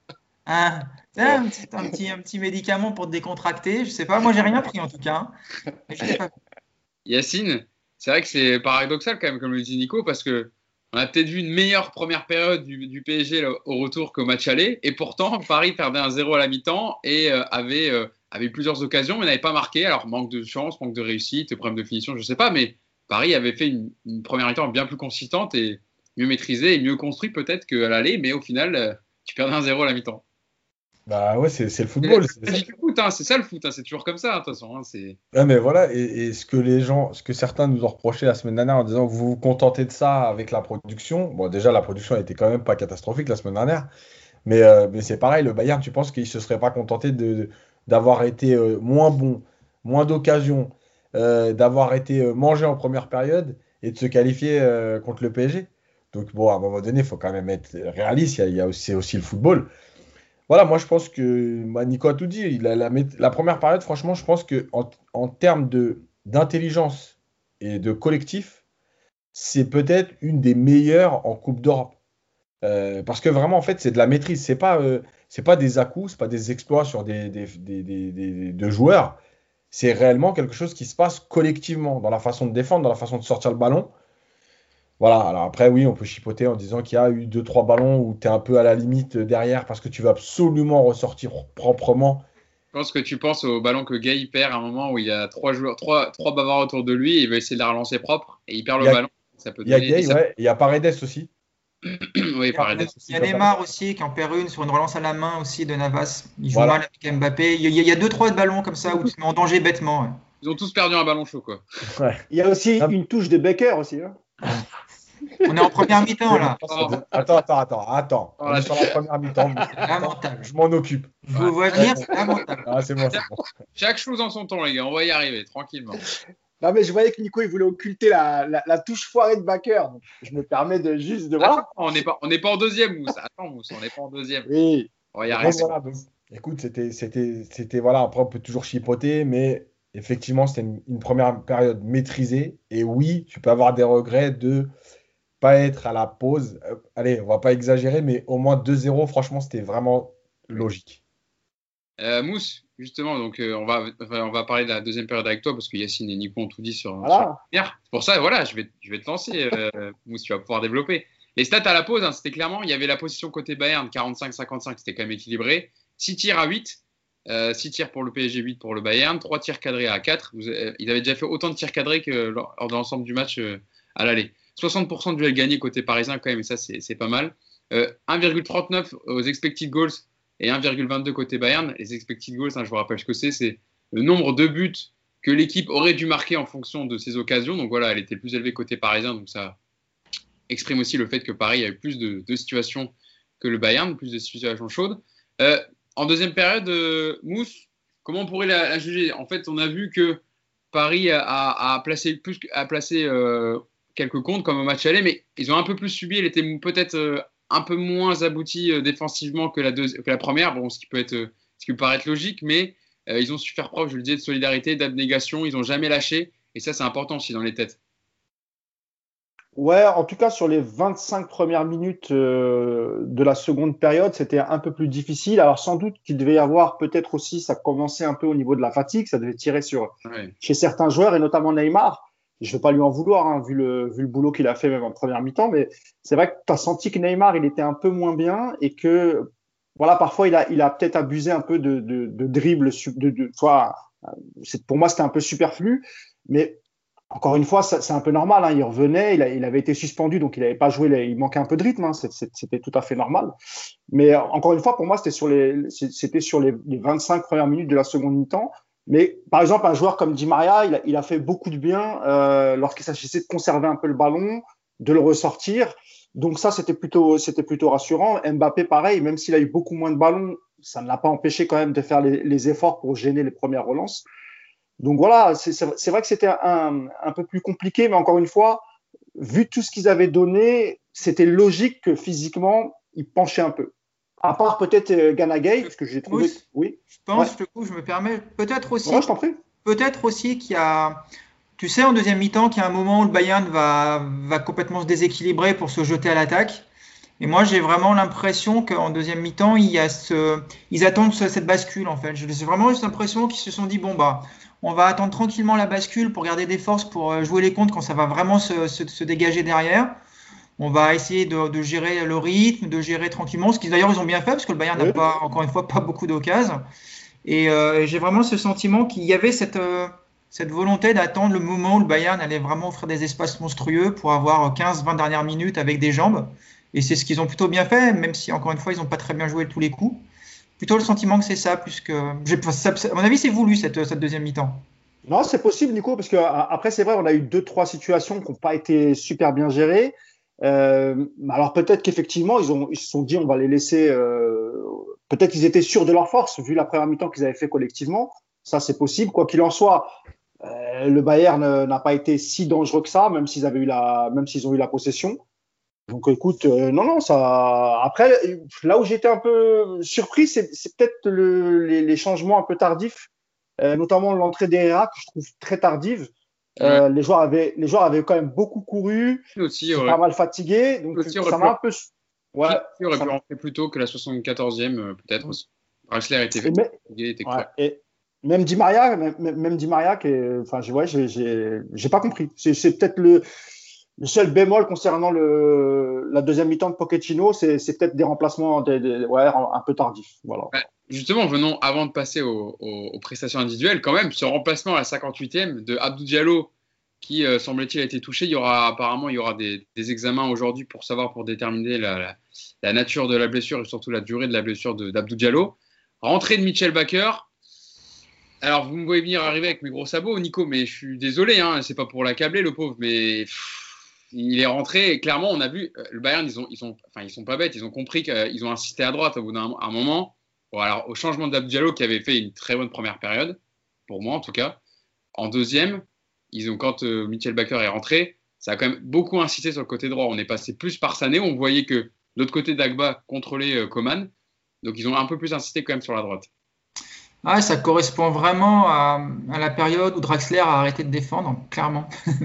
un petit médicament pour te décontracter. Je sais pas. Moi, j'ai rien pris en tout cas. Yacine, c'est vrai que c'est paradoxal quand même, comme le dit Nico, parce que On a peut-être vu une meilleure première période du PSG là, au retour qu'au match aller. Et pourtant, Paris perdait 1-0 à la mi-temps et avait plusieurs occasions, mais n'avait pas marqué. Alors, manque de chance, manque de réussite, problème de finition, je ne sais pas. Mais Paris avait fait une première mi-temps bien plus consistante et mieux maîtrisée et mieux construite peut-être qu'à l'aller. Mais au final, tu perdais 1-0 à la mi-temps. Bah ouais, c'est le football. C'est ça le foot, c'est toujours comme ça, de toute façon. Ouais, mais voilà, et ce que certains nous ont reproché la semaine dernière en disant que vous vous contentez de ça avec la production. Bon, déjà, la production était quand même pas catastrophique la semaine dernière, mais c'est pareil, le Bayern, tu penses qu'il se serait pas contenté d'avoir été moins bon, moins d'occasions, d'avoir été mangé en première période et de se qualifier contre le PSG. Donc bon, à un moment donné, il faut quand même être réaliste, c'est aussi le football. Voilà, moi je pense que Nico a tout dit. La première période, franchement, je pense que en termes d'intelligence et de collectif, c'est peut-être une des meilleures en Coupe d'Europe. Parce que vraiment, en fait, c'est de la maîtrise. C'est pas des à-coups, c'est pas des exploits sur de joueurs. C'est réellement quelque chose qui se passe collectivement dans la façon de défendre, dans la façon de sortir le ballon. Voilà, alors après, oui, on peut chipoter en disant qu'il y a eu 2-3 ballons où tu es un peu à la limite derrière parce que tu veux absolument ressortir proprement. Je pense que tu penses au ballon que Gay perd à un moment où il y a trois bavards autour de lui et il va essayer de la relancer propre et il perd le ballon. Il y a Gay, ouais, il y a Paredes aussi. Oui, Paredes aussi. Il y a Neymar aussi qui en perd une sur une relance à la main aussi de Navas. Il joue mal avec Mbappé. Il y a 2-3 ballons comme ça où tu te mets en danger bêtement. Ouais. Ils ont tous perdu un ballon chaud, quoi. Ouais. Il y a aussi une touche de Becker aussi. Hein. On est en première mi-temps là. Attends. On est sur la première mi-temps. Lamentable. Je m'en occupe. Je vous vois venir, c'est lamentable. Ah, c'est bon. Chaque chose en son temps, les gars. On va y arriver tranquillement. Non, mais je voyais que Nico, il voulait occulter la touche foirée de Bakker. Donc je me permets de juste de voir. On n'est pas en deuxième, Mousse. Attends, Mousse, on n'est pas en deuxième. Oui. On va y arriver. Voilà, donc, écoute, c'était voilà. Après, on peut toujours chipoter, mais effectivement, c'était une première période maîtrisée. Et oui, tu peux avoir des regrets de pas être à la pause. Allez, on va pas exagérer, mais au moins 2-0, franchement, c'était vraiment logique. Mousse, justement, donc on va parler de la deuxième période avec toi parce que Yacine et Nico ont tout dit sur voilà. C'est pour ça, voilà, je vais te lancer, Mousse, tu vas pouvoir développer. Les stats à la pause, hein, c'était clairement, il y avait la position côté Bayern, 45-55, c'était quand même équilibré. 6 tirs à 8, 6 tirs pour le PSG, 8 pour le Bayern, 3 tirs cadrés à 4. Ils avaient déjà fait autant de tirs cadrés que lors de l'ensemble du match à l'aller. 60% de duels gagnés côté parisien quand même, et ça c'est pas mal. 1,39 aux expected goals et 1,22 côté Bayern. Les expected goals, hein, je vous rappelle ce que c'est le nombre de buts que l'équipe aurait dû marquer en fonction de ses occasions. Donc voilà, elle était plus élevée côté parisien, donc ça exprime aussi le fait que Paris a eu plus de situations que le Bayern, plus de situations chaudes. En deuxième période, Mousse, comment on pourrait la juger? En fait, on a vu que Paris a placé quelques comptes comme au match aller, mais ils ont un peu plus subi. Elle était peut-être un peu moins aboutie défensivement que la première, bon, ce qui peut paraître logique, mais ils ont su faire preuve, je le disais, de solidarité, d'abnégation. Ils n'ont jamais lâché, et ça, c'est important aussi dans les têtes. Ouais, en tout cas, sur les 25 premières minutes de la seconde période, c'était un peu plus difficile. Alors, sans doute qu'il devait y avoir peut-être aussi, ça commençait un peu au niveau de la fatigue, ça devait tirer chez certains joueurs, et notamment Neymar. Je ne vais pas lui en vouloir, hein, vu le boulot qu'il a fait même en première mi-temps, mais c'est vrai que tu as senti que Neymar, il était un peu moins bien et que, voilà, parfois, il a peut-être abusé un peu de dribble. Pour moi, c'était un peu superflu, mais encore une fois, c'est un peu normal. Hein, il revenait, il avait été suspendu, donc il n'avait pas joué, il manquait un peu de rythme. Hein, c'était tout à fait normal. Mais encore une fois, pour moi, c'était sur les 25 premières minutes de la seconde mi-temps. Mais par exemple, un joueur comme Di Maria, il a fait beaucoup de bien lorsqu'il s'agissait de conserver un peu le ballon, de le ressortir. Donc ça, c'était plutôt rassurant. Mbappé, pareil, même s'il a eu beaucoup moins de ballons, ça ne l'a pas empêché quand même de faire les efforts pour gêner les premières relances. Donc voilà, c'est vrai que c'était un peu plus compliqué, mais encore une fois, vu tout ce qu'ils avaient donné, c'était logique que physiquement, ils penchaient un peu. À part peut-être Gana Gueye, parce que j'ai trouvé. Oui. Je pense, du coup, je me permets, peut-être aussi. Ouais, je t'en prie. Peut-être aussi qu'il y a, tu sais, en deuxième mi-temps, qu'il y a un moment où le Bayern va complètement se déséquilibrer pour se jeter à l'attaque. Et moi, j'ai vraiment l'impression qu'en deuxième mi-temps, ils attendent cette bascule, en fait. J'ai vraiment juste l'impression qu'ils se sont dit, bon, bah, on va attendre tranquillement la bascule pour garder des forces pour jouer les comptes quand ça va vraiment se dégager derrière. on va essayer de gérer le rythme, de gérer tranquillement, ce qu'ils d'ailleurs ils ont bien fait parce que le Bayern n'a pas, encore une fois, pas beaucoup d'occasions. Et j'ai vraiment ce sentiment qu'il y avait cette volonté d'attendre le moment où le Bayern allait vraiment offrir des espaces monstrueux pour avoir 15-20 dernières minutes avec des jambes. Et c'est ce qu'ils ont plutôt bien fait, même si encore une fois ils n'ont pas très bien joué tous les coups. Plutôt le sentiment que c'est ça, plus que. À mon avis, c'est voulu cette deuxième mi-temps. Non, c'est possible, Nico, parce que après, c'est vrai, on a eu 2-3 situations qui n'ont pas été super bien gérées. Alors peut-être qu'effectivement, ils se sont dit, on va les laisser. Peut-être qu'ils étaient sûrs de leur force, vu la première mi-temps qu'ils avaient fait collectivement. Ça, c'est possible. Quoi qu'il en soit, le Bayern n'a pas été si dangereux que ça, même s'ils ont eu la possession. Donc écoute, non, ça. Après, là où j'étais un peu surpris, c'est peut-être les changements un peu tardifs, notamment l'entrée d'Herrera que je trouve très tardive. Les joueurs avaient quand même beaucoup couru, aussi, pas mal fatigués, donc ça m'a un peu. Ouais, il aurait pu rentrer plus tôt que la 74e, peut-être aussi. Draxler était fatigué, était creux. Et même Di Maria, enfin, j'ai pas compris. C'est peut-être le seul bémol concernant la deuxième mi-temps de Pochettino, c'est peut-être des remplacements un peu tardifs. Voilà. Justement, venons avant de passer aux prestations individuelles, quand même, ce remplacement à la 58e de Abdou Diallo, qui semble-t-il a été touché. Il y aura des examens aujourd'hui pour déterminer la nature de la blessure et surtout la durée de la blessure d'Abdou Diallo. Rentrée de Mitchell Bakker. Alors, vous me voyez venir arriver avec mes gros sabots, Nico, mais je suis désolé, hein, c'est pas pour l'accabler, le pauvre, mais il est rentré et clairement, on a vu, le Bayern, ils sont pas bêtes, ils ont compris qu'ils ont insisté à droite au bout d'un moment. Bon, alors, au changement d'Abdou Diallo, qui avait fait une très bonne première période, pour moi en tout cas, en deuxième, quand Mitchell Bakker est rentré, ça a quand même beaucoup insisté sur le côté droit. On est passé plus par Sané, on voyait que de l'autre côté d'Agba contrôlait Coman, donc ils ont un peu plus insisté quand même sur la droite. Ah, ça correspond vraiment à la période où Draxler a arrêté de défendre, clairement.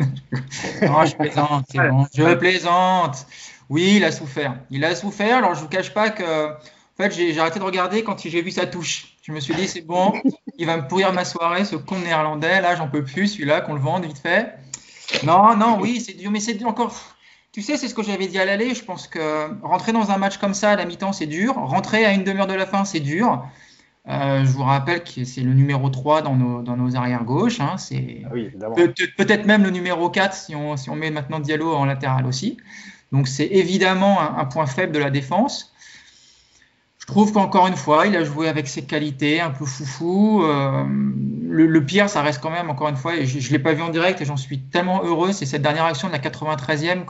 Non, je plaisante, c'est bon. Je plaisante. Oui, il a souffert. Alors, je ne vous cache pas que, en fait, j'ai arrêté de regarder quand j'ai vu sa touche. Je me suis dit, c'est bon, il va me pourrir ma soirée, ce con néerlandais. Là, j'en peux plus, celui-là, qu'on le vende vite fait. Non, oui, c'est dur, mais c'est dur encore. Tu sais, c'est ce que j'avais dit à l'aller. Je pense que rentrer dans un match comme ça à la mi-temps, c'est dur. Rentrer à une demi-heure de la fin, c'est dur. Je vous rappelle que c'est le numéro 3 dans nos arrières-gauches. Hein, oui, peut-être même le numéro 4 si on met maintenant Diallo en latéral aussi. Donc c'est évidemment un point faible de la défense. Je trouve qu'encore une fois, il a joué avec ses qualités, un peu foufou. Le pire, ça reste quand même, encore une fois, et je ne l'ai pas vu en direct et j'en suis tellement heureux, c'est cette dernière action de la 93e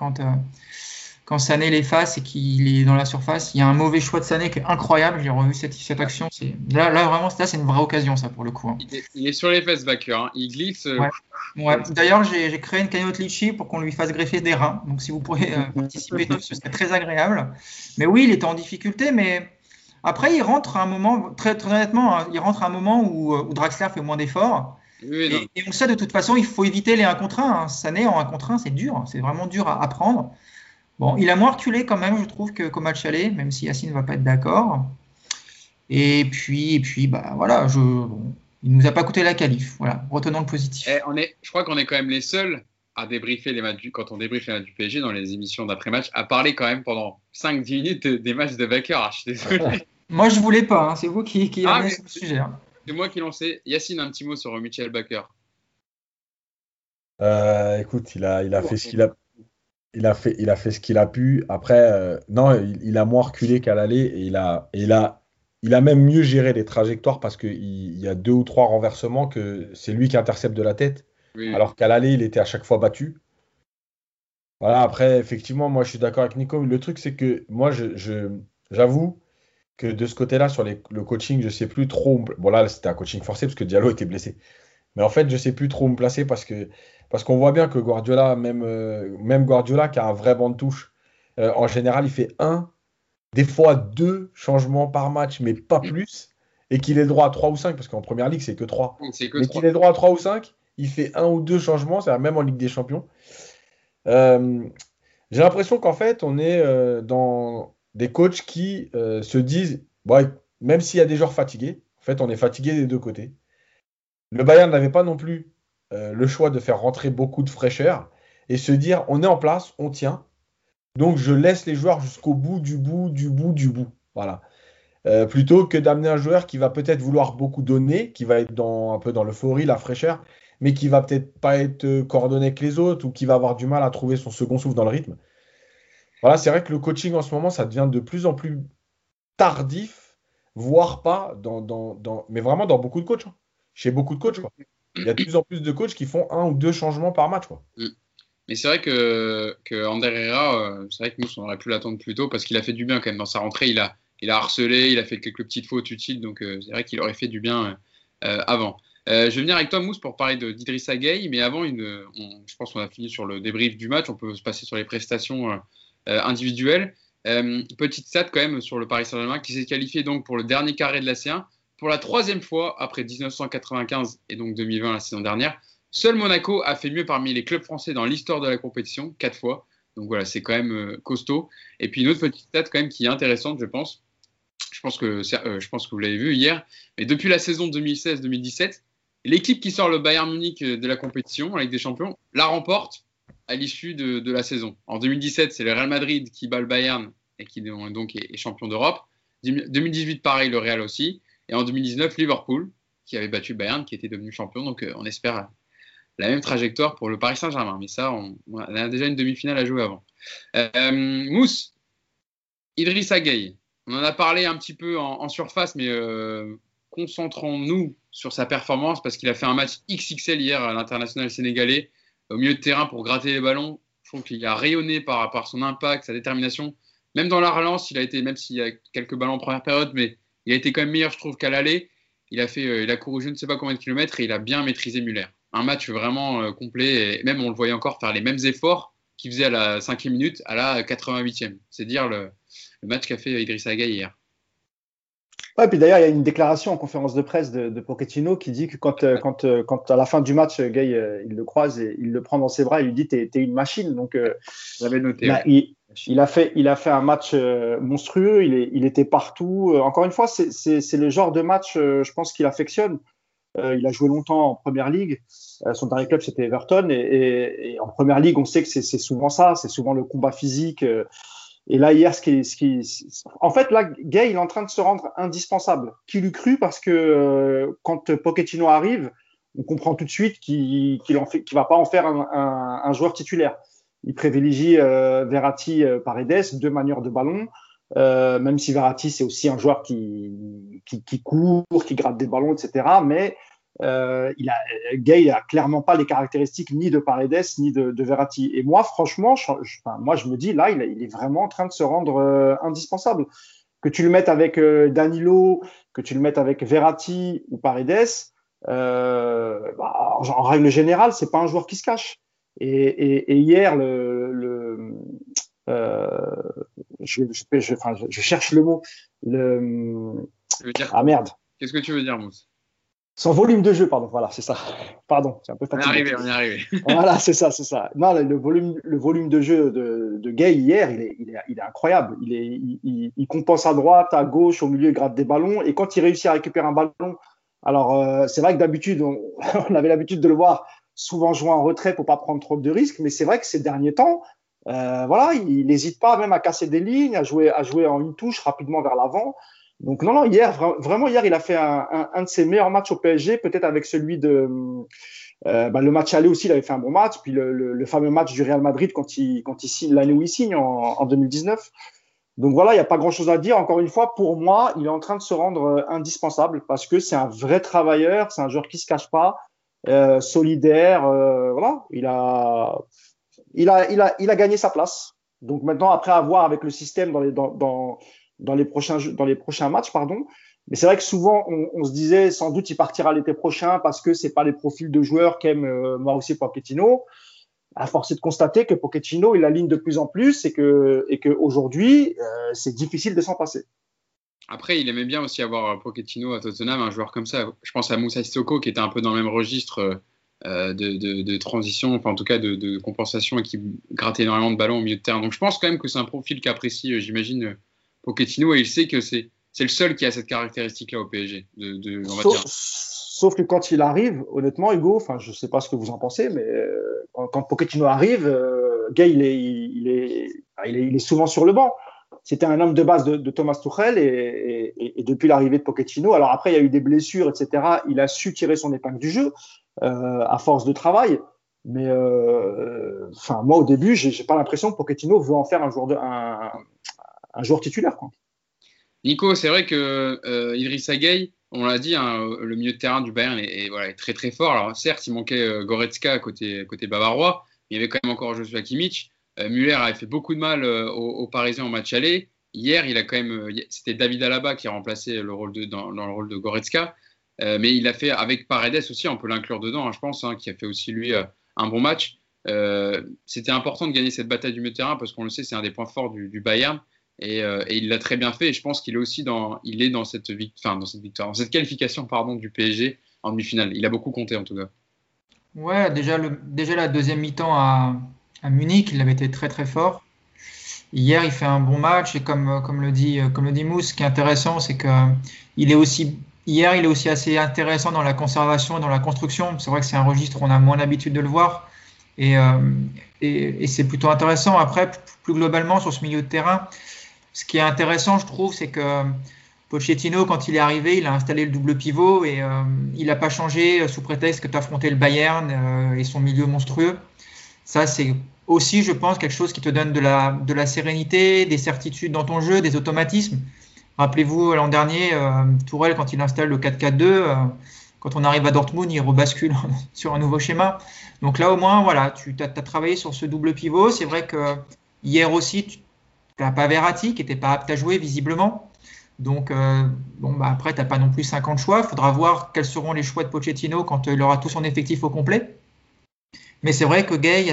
quand Sané l'efface et qu'il est dans la surface. Il y a un mauvais choix de Sané qui est incroyable. J'ai revu cette action. Là, vraiment, c'est une vraie occasion, ça, pour le coup. Hein. Il est sur les fesses, Bakker. Hein. Il glisse. Ouais. D'ailleurs, j'ai créé une cagnotte Litchi pour qu'on lui fasse greffer des reins. Donc, si vous pourriez participer, ce serait très agréable. Mais oui, il était en difficulté, mais après, il rentre à un moment, très, très honnêtement, il rentre à un moment où Draxler fait moins d'efforts. Oui, et on sait de toute façon, il faut éviter les 1 contre 1. Hein. Sané en 1 contre 1, c'est dur. C'est vraiment dur à prendre. Bon, il a moins reculé quand même, je trouve, qu'au match aller, même si Yacine ne va pas être d'accord. Et puis, bah voilà, il ne nous a pas coûté la qualif. Voilà, retenons le positif. Je crois qu'on est quand même les seuls à débriefer les matchs quand on débriefe les matchs du PSG dans les émissions d'après-match, à parler quand même pendant 5-10 minutes des matchs de Bakker. Je suis désolé. Moi, je ne voulais pas, hein, c'est vous qui amenez ce sujet. Hein. C'est moi qui lancé. Yacine, un petit mot sur Mitchell Bakker. Écoute, il a fait ce qu'il a. Il a fait ce qu'il a pu. Après, non, il a moins reculé qu'à l'aller et il a même mieux géré les trajectoires parce qu'il y a 2 ou 3 renversements que c'est lui qui intercepte de la tête. Oui. Alors qu'à l'aller, il était à chaque fois battu. Voilà, après, effectivement, moi je suis d'accord avec Nico. Le truc, c'est que moi, j'avoue que de ce côté-là, sur le coaching, je ne sais plus trop. Bon, là, c'était un coaching forcé parce que Diallo était blessé. Mais en fait, je ne sais plus trop où me placer parce qu'on voit bien que Guardiola, même Guardiola qui a un vrai banc de touche, en général, il fait 1, des fois 2 changements par match, mais pas plus, et qu'il ait le droit à 3 ou 5, parce qu'en première ligue, c'est que 3. Mais qu'il ait le droit à 3 ou 5, il fait 1 ou 2 changements, c'est même en Ligue des Champions. J'ai l'impression qu'en fait, on est dans des coachs qui se disent, bon, même s'il y a des joueurs fatigués, en fait, on est fatigué des 2 côtés. Le Bayern n'avait pas non plus le choix de faire rentrer beaucoup de fraîcheur et se dire on est en place, on tient. Donc, je laisse les joueurs jusqu'au bout du bout du bout du bout. Voilà. Plutôt que d'amener un joueur qui va peut-être vouloir beaucoup donner, qui va être un peu dans l'euphorie, la fraîcheur, mais qui va peut-être pas être coordonné avec les autres ou qui va avoir du mal à trouver son second souffle dans le rythme. Voilà, c'est vrai que le coaching en ce moment, ça devient de plus en plus tardif, voire pas, mais vraiment dans beaucoup de coachs. Hein. Chez beaucoup de coachs, quoi. Il y a de plus en plus de coachs qui font 1 ou 2 changements par match, quoi. Mais c'est vrai que Ander Herrera, c'est vrai que nous, on aurait pu l'attendre plus tôt parce qu'il a fait du bien quand même. Dans sa rentrée, il a harcelé, il a fait quelques petites fautes utiles, donc c'est vrai qu'il aurait fait du bien avant. Je vais venir avec toi, Mousse, pour parler d'Idrissa Gueye, mais avant, je pense qu'on a fini sur le débrief du match, on peut se passer sur les prestations individuelles. Petite stat quand même sur le Paris Saint-Germain qui s'est qualifié donc pour le dernier carré de la C1 pour la 3e fois après 1995 et donc 2020 la saison dernière. Seul Monaco a fait mieux parmi les clubs français dans l'histoire de la compétition, 4 fois. Donc voilà, c'est quand même costaud. Et puis une autre petite stat quand même qui est intéressante, je pense. Je pense que vous l'avez vu hier. Mais depuis la saison 2016-2017, l'équipe qui sort le Bayern Munich de la compétition, avec des champions, la remporte à l'issue de la saison. En 2017, c'est le Real Madrid qui bat le Bayern et qui donc est champion d'Europe. 2018, pareil, le Real aussi. Et en 2019, Liverpool, qui avait battu le Bayern, qui était devenu champion. Donc on espère la même trajectoire pour le Paris Saint-Germain. Mais ça, on a déjà une demi-finale à jouer avant. Mousse, Idrissa Gueye. On en a parlé un petit peu en surface, mais concentrons-nous sur sa performance parce qu'il a fait un match XXL hier à l'international sénégalais au milieu de terrain pour gratter les ballons. Je trouve qu'il a rayonné par son impact, sa détermination. Même dans la relance, même s'il y a quelques ballons en première période, mais il a été quand même meilleur, je trouve, qu'à l'aller. Il a couru je ne sais pas combien de kilomètres et il a bien maîtrisé Muller. Un match vraiment complet et même on le voyait encore faire les mêmes efforts qu'il faisait à la 5e minute, à la 88e. C'est dire le match qu'a fait Idrissa Gueye hier. Ouais, puis d'ailleurs, il y a une déclaration en conférence de presse de Pochettino qui dit que quand à la fin du match, Gueye, il le croise et il le prend dans ses bras, il lui dit t'es une machine. Donc, j'avais noté. Il a fait un match monstrueux. Il était partout. Encore une fois, c'est le genre de match, je pense qu'il affectionne. Il a joué longtemps en Première Ligue. Son dernier club, c'était Everton. Et en Première Ligue, on sait que c'est souvent ça. C'est souvent le combat physique. Et là, hier, en fait, là, Gueye, il est en train de se rendre indispensable. Qui l'eût cru parce que quand Pochettino arrive, on comprend tout de suite qu'il va pas en faire un joueur titulaire. Il privilégie Verratti, Paredes, 2 manières de ballon. Même si Verratti, c'est aussi un joueur qui court, qui gratte des ballons, etc. Mais Gueye a clairement pas les caractéristiques ni de Paredes ni de Verratti. Et moi, franchement, je me dis là, il est vraiment en train de se rendre indispensable. Que tu le mettes avec Danilo, que tu le mettes avec Verratti ou Paredes, en règle générale, c'est pas un joueur qui se cache. Et hier, je cherche le mot. Ah merde. Qu'est-ce que tu veux dire, Mousse? Son volume de jeu, pardon. Voilà, c'est ça. Pardon, c'est un peu fatigué. On est arrivé. Voilà, c'est ça. Non, le volume de jeu de Gueye hier, il est incroyable. Il compense à droite, à gauche, au milieu, il gratte des ballons. Et quand il réussit à récupérer un ballon, alors c'est vrai que d'habitude, on avait l'habitude de le voir souvent jouer en retrait pour pas prendre trop de risques. Mais c'est vrai que ces derniers temps, voilà, il n'hésite pas même à casser des lignes, à jouer en une touche rapidement vers l'avant. Donc non, vraiment hier, il a fait un de ses meilleurs matchs au PSG, peut-être avec celui le match aller aussi, il avait fait un bon match, puis le fameux match du Real Madrid quand il signe l'année où il signe en 2019. Donc voilà, il n'y a pas grand-chose à dire. Encore une fois, pour moi, il est en train de se rendre indispensable parce que c'est un vrai travailleur, c'est un joueur qui se cache pas, solidaire. Voilà, il a gagné sa place. Donc maintenant, après avoir avec le système dans les prochains matchs, pardon. Mais c'est vrai que souvent, on se disait sans doute il partira l'été prochain parce que c'est pas les profils de joueurs qu'aime Mauricio Pochettino. À force de constater que Pochettino, il aligne de plus en plus et que aujourd'hui, c'est difficile de s'en passer. Après, il aimait bien aussi avoir Pochettino à Tottenham, un joueur comme ça. Je pense à Moussa Sissoko qui était un peu dans le même registre de transition, enfin en tout cas de compensation et qui grattait énormément de ballons au milieu de terrain. Donc je pense quand même que c'est un profil qu'apprécie, j'imagine, Pochettino, et il sait que c'est le seul qui a cette caractéristique-là au PSG. Sauf que quand il arrive, honnêtement, Hugo, enfin, je sais pas ce que vous en pensez, mais quand Pochettino arrive, Gueye, il est souvent sur le banc. C'était un homme de base de Thomas Tuchel et depuis l'arrivée de Pochettino. Alors après, il y a eu des blessures, etc. Il a su tirer son épingle du jeu à force de travail. Mais moi, au début, j'ai pas l'impression que Pochettino veut en faire un joueur titulaire, quoi. Nico, c'est vrai que Idrissa Gueye, on l'a dit, hein, le milieu de terrain du Bayern est très très fort. Alors certes, il manquait Goretzka côté bavarois, mais il y avait quand même encore Joshua Kimmich. Müller avait fait beaucoup de mal aux Parisiens en match aller. Hier, il a quand même, c'était David Alaba qui a remplacé dans le rôle de Goretzka, mais il a fait avec Paredes aussi, on peut l'inclure dedans, hein, je pense, hein, qui a fait aussi lui un bon match. C'était important de gagner cette bataille du milieu de terrain parce qu'on le sait, c'est un des points forts du Bayern. Et il l'a très bien fait. Et je pense qu'il est aussi dans cette qualification du PSG en demi-finale. Il a beaucoup compté en tout cas. Ouais, déjà la deuxième mi-temps à Munich, il avait été très très fort. Hier, il fait un bon match et comme le dit Mousse, ce qui est intéressant, c'est que il est aussi assez intéressant dans la conservation et dans la construction. C'est vrai que c'est un registre où on a moins l'habitude de le voir et c'est plutôt intéressant. Après, plus globalement sur ce milieu de terrain, ce qui est intéressant, je trouve, c'est que Pochettino, quand il est arrivé, il a installé le double pivot et il n'a pas changé sous prétexte que tu affrontais le Bayern et son milieu monstrueux. Ça, c'est aussi, je pense, quelque chose qui te donne de la sérénité, des certitudes dans ton jeu, des automatismes. Rappelez-vous, l'an dernier, Tourelle, quand il installe le 4-4-2, quand on arrive à Dortmund, il rebascule sur un nouveau schéma. Donc là, au moins, voilà, tu as travaillé sur ce double pivot. C'est vrai que hier aussi, tu n'as pas Verratti qui n'était pas apte à jouer visiblement. Donc, après, tu n'as pas non plus 50 choix. Il faudra voir quels seront les choix de Pochettino quand il aura tout son effectif au complet. Mais c'est vrai que Gueye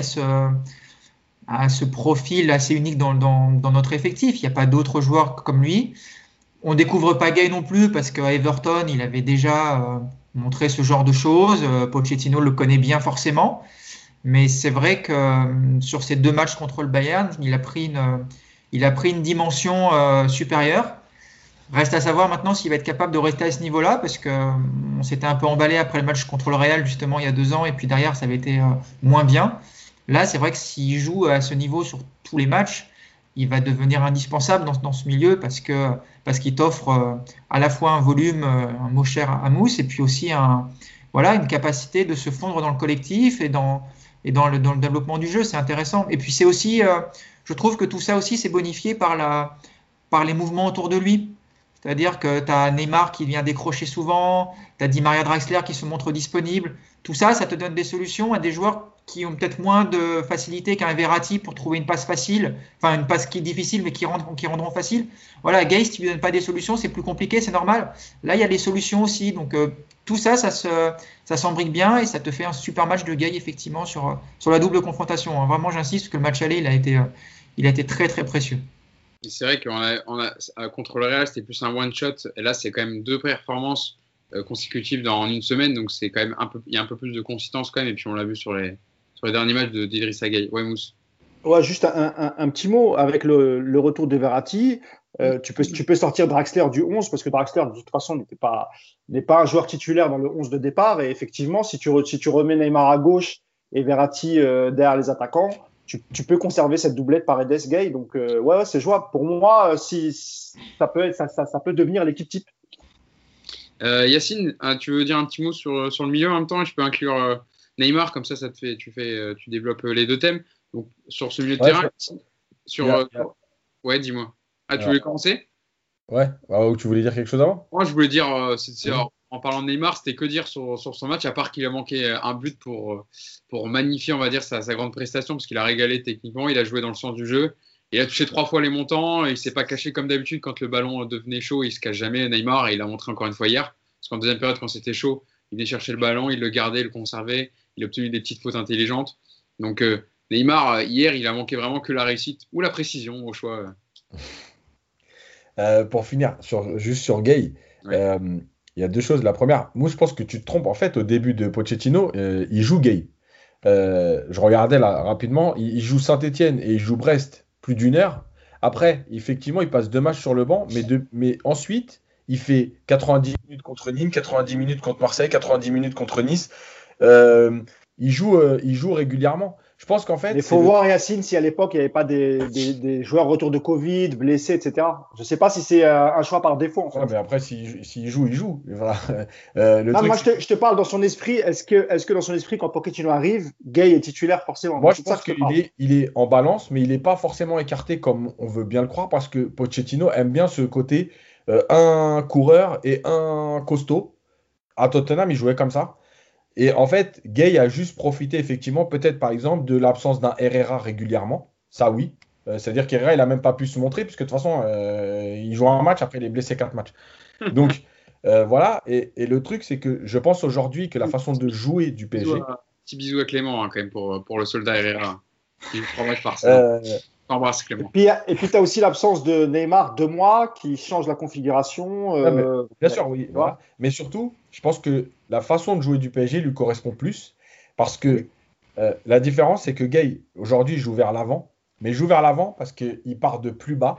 a ce profil assez unique dans notre effectif. Il n'y a pas d'autres joueurs comme lui. On ne découvre pas Gueye non plus parce qu'à Everton, il avait déjà montré ce genre de choses. Pochettino le connaît bien forcément. Mais c'est vrai que sur ces 2 matchs contre le Bayern, il a pris une dimension supérieure. Reste à savoir maintenant s'il va être capable de rester à ce niveau-là parce qu'on s'était un peu emballé après le match contre le Real justement il y a 2 ans et puis derrière ça avait été moins bien. Là, c'est vrai que s'il joue à ce niveau sur tous les matchs, il va devenir indispensable dans ce milieu parce qu'il t'offre à la fois un volume, un mot cher à Mousse et puis aussi une capacité de se fondre dans le collectif et dans le développement du jeu. C'est intéressant. Et puis c'est aussi, je trouve que tout ça aussi c'est bonifié par les mouvements autour de lui. C'est-à-dire que tu as Neymar qui vient décrocher souvent, tu as Di Maria Draxler qui se montre disponible. Tout ça, ça te donne des solutions à des joueurs qui ont peut-être moins de facilité qu'un Verratti pour trouver une passe facile, enfin une passe qui est difficile mais qui rendront facile. Voilà, Gueye, si tu lui donnes pas des solutions, c'est plus compliqué, c'est normal. Là, il y a les solutions aussi. Donc tout ça, ça s'embrique bien et ça te fait un super match de Gueye effectivement sur la double confrontation. Vraiment, j'insiste que le match aller, il a été très très précieux. C'est vrai contre le Real, c'était plus un one-shot. Et là, c'est quand même 2 performances consécutives en une semaine. Donc, c'est quand même il y a un peu plus de consistance quand même. Et puis, on l'a vu sur les derniers matchs d'Idrissa Gueye. Ouais, Mousse. Ouais, juste un petit mot. Avec le retour de Verratti, tu peux sortir Draxler du 11 parce que Draxler, de toute façon, n'est pas un joueur titulaire dans le 11 de départ. Et effectivement, si tu remets Neymar à gauche et Verratti derrière les attaquants, tu peux conserver cette doublette Paredes-Gueye. Donc, ouais, c'est jouable. Pour moi, ça peut devenir l'équipe type. Yacine, tu veux dire un petit mot sur le milieu en même temps? Je peux inclure Neymar, comme ça tu développes les 2 thèmes. Donc, sur ce milieu de terrain, ouais, dis-moi. Tu voulais commencer? Ouais, tu voulais dire quelque chose avant? Moi, je voulais dire, en parlant de Neymar, c'était que dire sur son match, à part qu'il a manqué un but pour magnifier, on va dire, sa grande prestation, parce qu'il a régalé techniquement, il a joué dans le sens du jeu, il a touché 3 fois les montants, et il s'est pas caché comme d'habitude quand le ballon devenait chaud, il se cache jamais, Neymar, et il l'a montré encore une fois hier, parce qu'en deuxième période, quand c'était chaud, il venait chercher le ballon, il le gardait, il le conservait, il a obtenu des petites fautes intelligentes. Donc Neymar, hier, il a manqué vraiment que la réussite, ou la précision au choix. Pour finir, juste sur Gueye, ouais. Il y a 2 choses. La première, moi je pense que tu te trompes. En fait, au début de Pochettino, il joue Gueye. Je regardais là rapidement, il joue Saint-Etienne et il joue Brest plus d'1 heure. Après, effectivement, il passe 2 matchs sur le banc, mais ensuite, il fait 90 minutes contre Nîmes, 90 minutes contre Marseille, 90 minutes contre Nice. Il joue régulièrement. Je pense qu'en fait. Mais il faut voir, Yacine, si à l'époque, il n'y avait pas des joueurs retour de Covid, blessés, etc. Je ne sais pas si c'est un choix par défaut, en fait. Ouais, mais après, s'il joue, il joue. Voilà. Moi, je te parle dans son esprit. Est-ce que dans son esprit, quand Pochettino arrive, Gay est titulaire forcément? Moi, je pense qu'il est en balance, mais il n'est pas forcément écarté comme on veut bien le croire, parce que Pochettino aime bien ce côté un coureur et un costaud. À Tottenham, il jouait comme ça. Et en fait, Gay a juste profité, effectivement, peut-être par exemple, de l'absence d'un Herrera régulièrement. Ça, oui. C'est-à-dire qu'Herrera, il n'a même pas pu se montrer, puisque de toute façon, il joue un match, après il est blessé 4 matchs. Donc, voilà. Et le truc, c'est que je pense aujourd'hui que la façon de jouer du PSG. Petit bisou à Clément, hein, quand même, pour le soldat Herrera. Il joue 3 matchs par saison. T'embrasses, Clément. Et puis tu as aussi l'absence de Neymar 2 mois qui change la configuration. Bien sûr, oui. Voilà. Mais surtout, je pense que la façon de jouer du PSG lui correspond plus. Parce que la différence, c'est que Gay, aujourd'hui, joue vers l'avant. Mais il joue vers l'avant parce qu'il part de plus bas.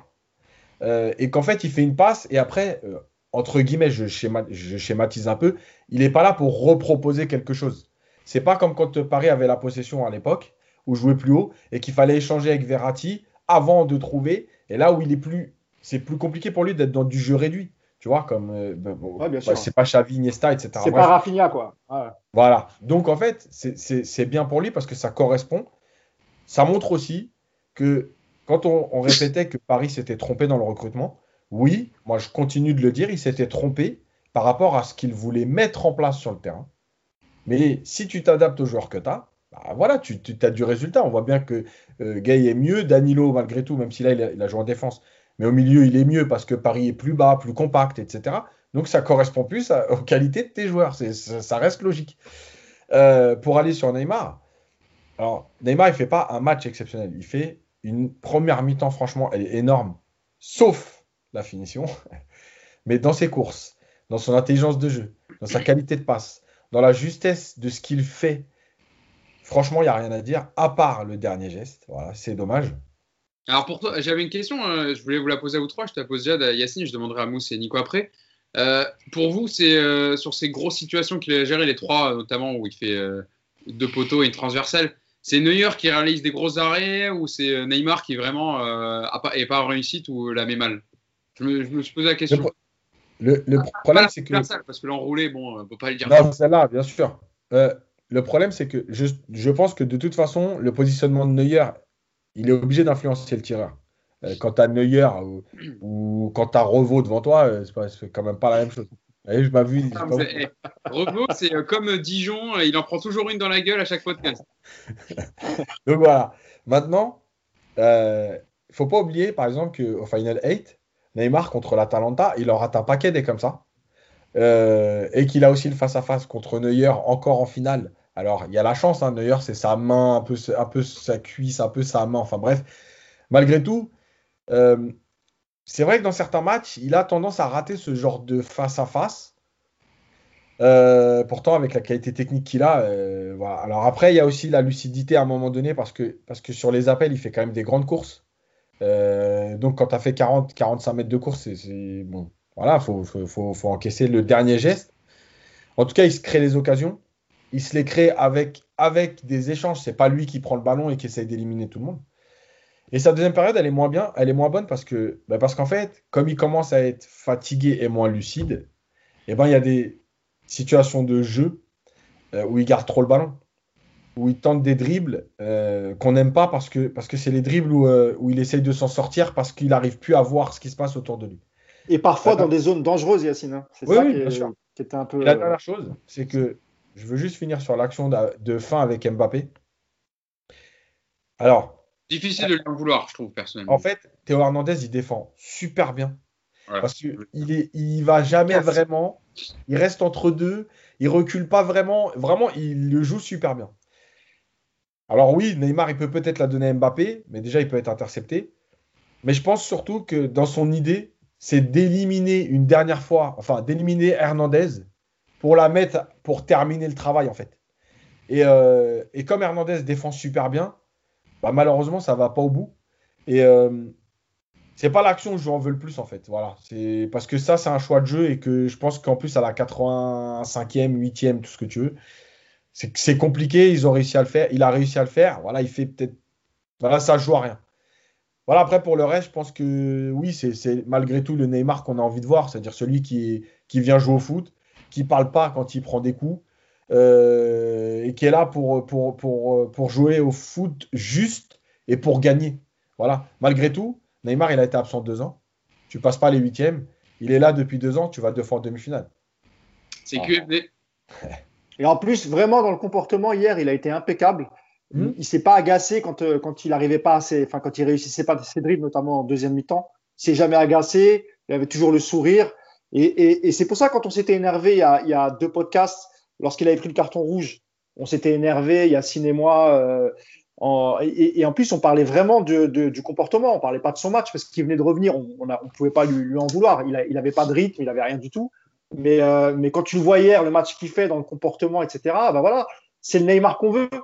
Et qu'en fait, il fait une passe. Et après, entre guillemets, je schématise un peu, il n'est pas là pour reproposer quelque chose. C'est pas comme quand Paris avait la possession à l'époque, où jouait plus haut, et qu'il fallait échanger avec Verratti avant de trouver. Et là où c'est plus compliqué pour lui d'être dans du jeu réduit. Tu vois, comme c'est pas Xavi, Iniesta, etc. C'est pas Rafinha, quoi. Ouais. Voilà. Donc en fait, c'est bien pour lui parce que ça correspond. Ça montre aussi que quand on répétait que Paris s'était trompé dans le recrutement, oui, moi je continue de le dire, il s'était trompé par rapport à ce qu'il voulait mettre en place sur le terrain. Mais si tu t'adaptes aux joueurs que tu as, bah voilà, tu as du résultat. On voit bien que Gay est mieux, Danilo malgré tout, même si là il a joué en défense. Mais au milieu, il est mieux parce que Paris est plus bas, plus compact, etc. Donc ça correspond plus aux qualités de tes joueurs. Ça reste logique. Pour aller sur Neymar, alors Neymar, il ne fait pas un match exceptionnel. Il fait une première mi-temps, franchement, elle est énorme, sauf la finition. Mais dans ses courses, dans son intelligence de jeu, dans sa qualité de passe, dans la justesse de ce qu'il fait, franchement, il n'y a rien à dire, à part le dernier geste. Voilà, c'est dommage. Alors pour toi, j'avais une question, je voulais vous la poser à vous trois, je te la pose déjà à Yacine, je demanderai à Mousse et Nico après. Pour vous, c'est sur ces grosses situations qu'il a gérées, les trois notamment, où il fait 2 poteaux et une transversale, c'est Neuer qui réalise des gros arrêts ou c'est Neymar qui vraiment n'est pas en réussite ou la met mal? Je me suis posé la question. Le problème, c'est que... Parce que l'enroulé, bon, on ne peut pas le dire. Non, celle-là, bien sûr. Le problème, c'est que je pense que de toute façon, le positionnement de Neuer, il est obligé d'influencer le tireur. Quand tu as Neuer ou quand tu as Revaux devant toi, c'est quand même pas la même chose. Vous voyez, Revaux, c'est comme Dijon, il en prend toujours une dans la gueule à chaque podcast. Donc voilà. Maintenant, il ne faut pas oublier, par exemple, qu'au Final 8, Neymar contre l'Atalanta, il en rate un paquet des comme ça. Et qu'il a aussi le face-à-face contre Neuer encore en finale. Alors, il y a la chance, hein, Neuer, c'est sa main, un peu sa cuisse, un peu sa main. Enfin bref, malgré tout, c'est vrai que dans certains matchs, il a tendance à rater ce genre de face-à-face. Pourtant, avec la qualité technique qu'il a, voilà. Alors après, il y a aussi la lucidité à un moment donné parce que sur les appels, il fait quand même des grandes courses. Donc, quand tu as fait 40-45 mètres de course, c'est bon. Voilà, faut encaisser le dernier geste. En tout cas, il se crée les occasions. Il se les crée avec des échanges. C'est pas lui qui prend le ballon et qui essaye d'éliminer tout le monde. Et sa deuxième période, elle est moins bien, elle est moins bonne parce qu'en fait, comme il commence à être fatigué et moins lucide, il y a des situations de jeu où il garde trop le ballon, où il tente des dribbles qu'on n'aime pas parce que c'est les dribbles où il essaye de s'en sortir parce qu'il n'arrive plus à voir ce qui se passe autour de lui. Et parfois dans des zones dangereuses, Yacine. Hein. C'est ça qui était un peu. Et la dernière chose, c'est que je veux juste finir sur l'action de fin avec Mbappé. Alors. Difficile de lui en vouloir, je trouve, personnellement. En fait, Théo Hernandez, il défend super bien. Voilà. Parce qu'il va jamais vraiment. Il reste entre deux. Il recule pas vraiment. Vraiment, il le joue super bien. Alors oui, Neymar, il peut peut-être la donner à Mbappé, mais déjà, il peut être intercepté. Mais je pense surtout que dans son idée, c'est d'éliminer une dernière fois, enfin, d'éliminer Hernandez pour terminer le travail, en fait. Et comme Hernandez défend super bien, bah, malheureusement, ça va pas au bout. Et c'est pas l'action où je en veux le plus, en fait. Voilà. C'est parce que ça, c'est un choix de jeu et que je pense qu'en plus, à la 85e, 8e, tout ce que tu veux, c'est compliqué, ils ont réussi à le faire. Il a réussi à le faire. Voilà, il fait peut-être. Voilà, ça joue à rien. Voilà, après, pour le reste, je pense que oui, c'est malgré tout le Neymar qu'on a envie de voir. C'est-à-dire celui qui vient jouer au foot, qui parle pas quand il prend des coups, et qui est là pour jouer au foot juste et pour gagner. Voilà. Malgré tout, Neymar, il a été absent 2 ans. Tu passes pas les huitièmes. Il est là depuis 2 ans. Tu vas 2 fois en demi-finale. C'est QFD. Et en plus, vraiment, dans le comportement, hier, il a été impeccable. Il ne s'est pas agacé quand il n'arrivait pas quand il réussissait pas ses dribbles, notamment en deuxième mi-temps. Il s'est jamais agacé. Il avait toujours le sourire. Et c'est pour ça, quand on s'était énervé il y a 2 podcasts, lorsqu'il avait pris le carton rouge, on s'était énervé, Yacine et moi. Et en plus, on parlait vraiment du comportement. On parlait pas de son match parce qu'il venait de revenir. On pouvait pas lui en vouloir. Il avait pas de rythme, il avait rien du tout. Mais quand tu le vois hier, le match qu'il fait dans le comportement, etc., ben voilà, c'est le Neymar qu'on veut.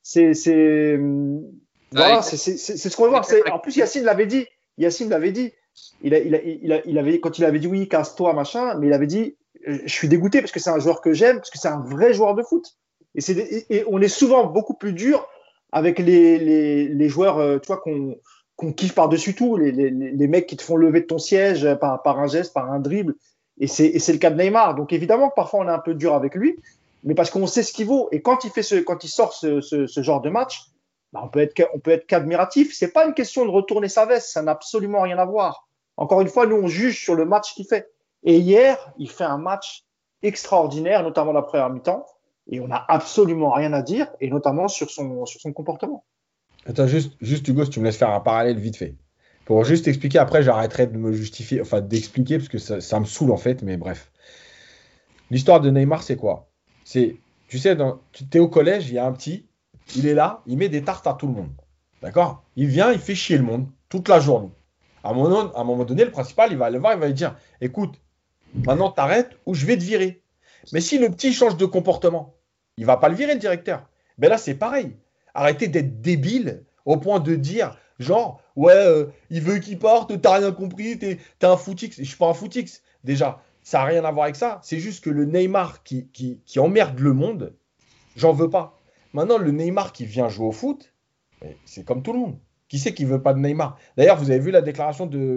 Voilà, c'est ce qu'on veut voir. En plus, Yacine l'avait dit. Quand il avait dit oui, casse-toi, machin, mais il avait dit je suis dégoûté parce que c'est un joueur que j'aime, parce que c'est un vrai joueur de foot. Et on est souvent beaucoup plus dur avec les joueurs, tu vois, qu'on kiffe par-dessus tout, les mecs qui te font lever de ton siège par un geste, par un dribble. Et c'est le cas de Neymar. Donc évidemment que parfois on est un peu dur avec lui, mais parce qu'on sait ce qu'il vaut. Et quand il sort ce genre de match, bah on peut être qu'admiratif. C'est pas une question de retourner sa veste, ça n'a absolument rien à voir. Encore une fois, nous on juge sur le match qu'il fait. Et hier, il fait un match extraordinaire, notamment la première mi-temps, et on n'a absolument rien à dire, et notamment sur son comportement. Attends, juste Hugo, si tu me laisses faire un parallèle vite fait. Pour juste expliquer, après j'arrêterai de me justifier, enfin d'expliquer, parce que ça me saoule en fait, mais bref. L'histoire de Neymar, c'est quoi? Tu sais, tu es au collège, il y a un petit, il est là, il met des tartes à tout le monde. D'accord? Il vient, il fait chier le monde toute la journée. À un moment donné, le principal, il va aller voir, il va lui dire, écoute, maintenant t'arrêtes ou je vais te virer. Mais si le petit change de comportement, il va pas le virer, le directeur. Ben là, c'est pareil. Arrêtez d'être débile au point de dire, genre, ouais, il veut qu'il parte, t'as rien compris, t'es un footix. Je suis pas un footix. Déjà, ça n'a rien à voir avec ça. C'est juste que le Neymar qui emmerde le monde, j'en veux pas. Maintenant, le Neymar qui vient jouer au foot, c'est comme tout le monde. Qui c'est qui veut pas de Neymar? D'ailleurs, vous avez vu la déclaration de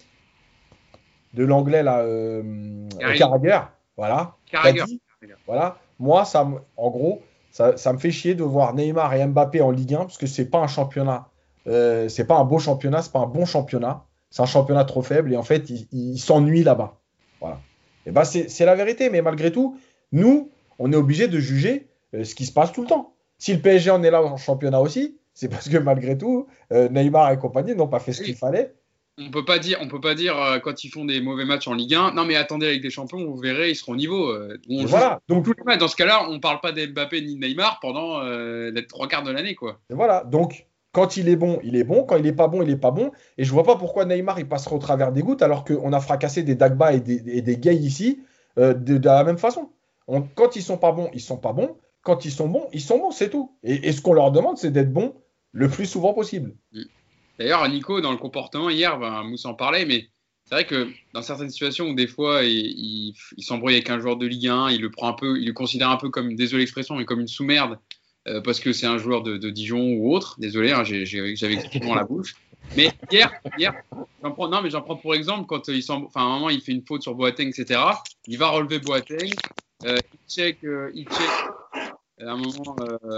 l'anglais, là, Carragher. Voilà. Carragher. Voilà. Moi, en gros, ça me fait chier de voir Neymar et Mbappé en Ligue 1 parce que c'est pas un championnat. C'est pas un beau championnat, c'est pas un bon championnat. C'est un championnat trop faible et en fait, il s'ennuie là-bas. Voilà. Et ben, c'est la vérité. Mais malgré tout, nous, on est obligé de juger ce qui se passe tout le temps. Si le PSG en est là en championnat aussi, c'est parce que malgré tout, Neymar et compagnie n'ont pas fait ce qu'il fallait. On peut pas dire quand ils font des mauvais matchs en Ligue 1, non mais attendez avec des champions, vous verrez, ils seront au niveau. Voilà. Donc tous les matchs, dans ce cas-là, on parle pas d'Mbappé ni de Neymar pendant les 3/4 de l'année, quoi. Et voilà. Donc quand il est bon, il est bon. Quand il est pas bon, il est pas bon. Et je vois pas pourquoi Neymar il passerait au travers des gouttes alors qu'on a fracassé des Dagba et des Gay ici de la même façon. Quand ils sont pas bons, ils sont pas bons. Quand ils sont bons, c'est tout. Et ce qu'on leur demande, c'est d'être bons le plus souvent possible. D'ailleurs, Nico, dans le comportement hier, Mousse en parlait, mais c'est vrai que dans certaines situations où des fois il s'embrouille avec un joueur de Ligue 1, il le considère un peu comme, désolé l'expression, mais comme une sous-merde parce que c'est un joueur de Dijon ou autre. Désolé, hein, j'avais extrêmement la bouche. Mais hier, j'en prends pour exemple quand à un moment il fait une faute sur Boateng, etc. Il va relever Boateng, il check. À un moment,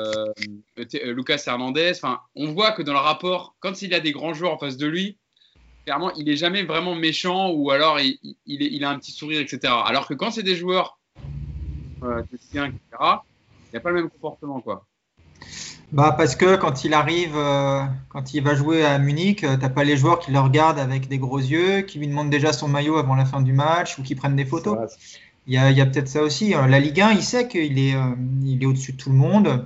Lucas Hernandez. Enfin, on voit que dans le rapport, quand il a des grands joueurs en face de lui, clairement, il n'est jamais vraiment méchant ou alors il a un petit sourire, etc. Alors que quand c'est des joueurs etc., il n'a pas le même comportement, quoi. Bah parce que quand il arrive, quand il va jouer à Munich, t'as pas les joueurs qui le regardent avec des gros yeux, qui lui demandent déjà son maillot avant la fin du match ou qui prennent des photos. Il y a peut-être ça aussi. La Ligue 1, il sait qu'il est au-dessus de tout le monde.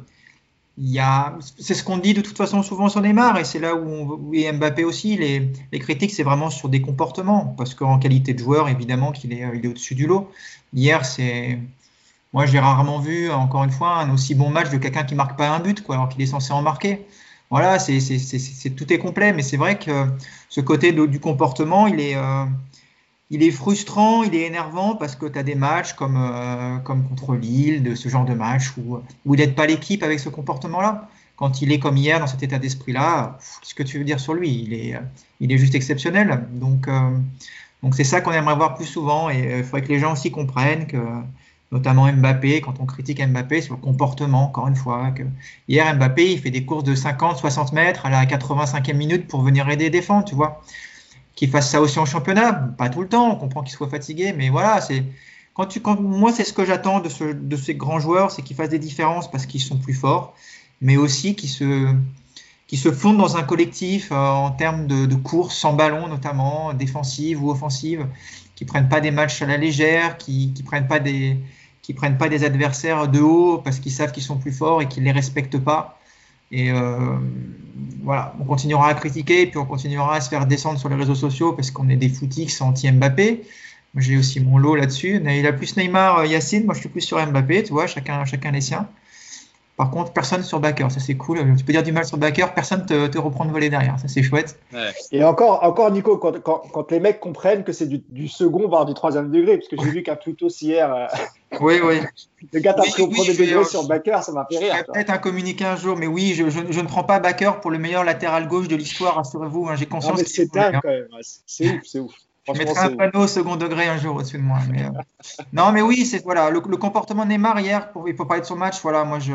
C'est ce qu'on dit de toute façon souvent sur Neymar, et c'est là où et Mbappé aussi. Les critiques, c'est vraiment sur des comportements, parce qu'en qualité de joueur, évidemment, qu'il est au-dessus du lot. Hier, moi, j'ai rarement vu, encore une fois, un aussi bon match de quelqu'un qui marque pas un but, quoi, alors qu'il est censé en marquer. Voilà, tout est complet, mais c'est vrai que ce côté du comportement, il est il est frustrant, il est énervant parce que tu as des matchs comme contre Lille, de ce genre de match où il n'aide pas l'équipe avec ce comportement-là. Quand il est comme hier dans cet état d'esprit-là, ce que tu veux dire sur lui, il est juste exceptionnel. Donc c'est ça qu'on aimerait voir plus souvent et il faudrait que les gens aussi comprennent que, notamment Mbappé, quand on critique Mbappé sur le comportement, encore une fois, que hier Mbappé il fait des courses de 50-60 mètres à la 85e minute pour venir aider et défendre, tu vois. Qu'il fasse ça aussi en championnat, pas tout le temps, on comprend qu'il soit fatigué, mais voilà, moi c'est ce que j'attends de ces grands joueurs, c'est qu'ils fassent des différences parce qu'ils sont plus forts, mais aussi qu'ils se fondent dans un collectif en termes de course sans ballon notamment, défensive ou offensive, qui prennent pas des matchs à la légère, qui prennent pas des adversaires de haut parce qu'ils savent qu'ils sont plus forts et qu'ils les respectent pas. Et voilà, on continuera à critiquer, puis on continuera à se faire descendre sur les réseaux sociaux parce qu'on est des footix anti-Mbappé. Moi, j'ai aussi mon lot là-dessus. Il a plus Neymar, Yacine, moi je suis plus sur Mbappé, tu vois, chacun les siens. Par contre, personne sur Bakker, ça c'est cool. Tu peux dire du mal sur Bakker, personne te reprend de voler derrière, ça c'est chouette. Ouais. Et encore Nico, quand les mecs comprennent que c'est du second, voire du troisième degré, parce que j'ai vu qu'un tweetos hier, oui. le gars t'a pris au premier degré sur Bakker, ça m'a fait rire. Je vais peut-être un communiqué un jour, mais oui, je ne prends pas Bakker pour le meilleur latéral gauche de l'histoire, rassurez-vous, hein, j'ai conscience. Non, mais c'est dingue quand même, c'est ouf. Je mettrai un panneau au second degré un jour au-dessus de moi. Mais, non, mais oui, c'est voilà, le comportement de Neymar hier, il faut parler de son match, voilà, moi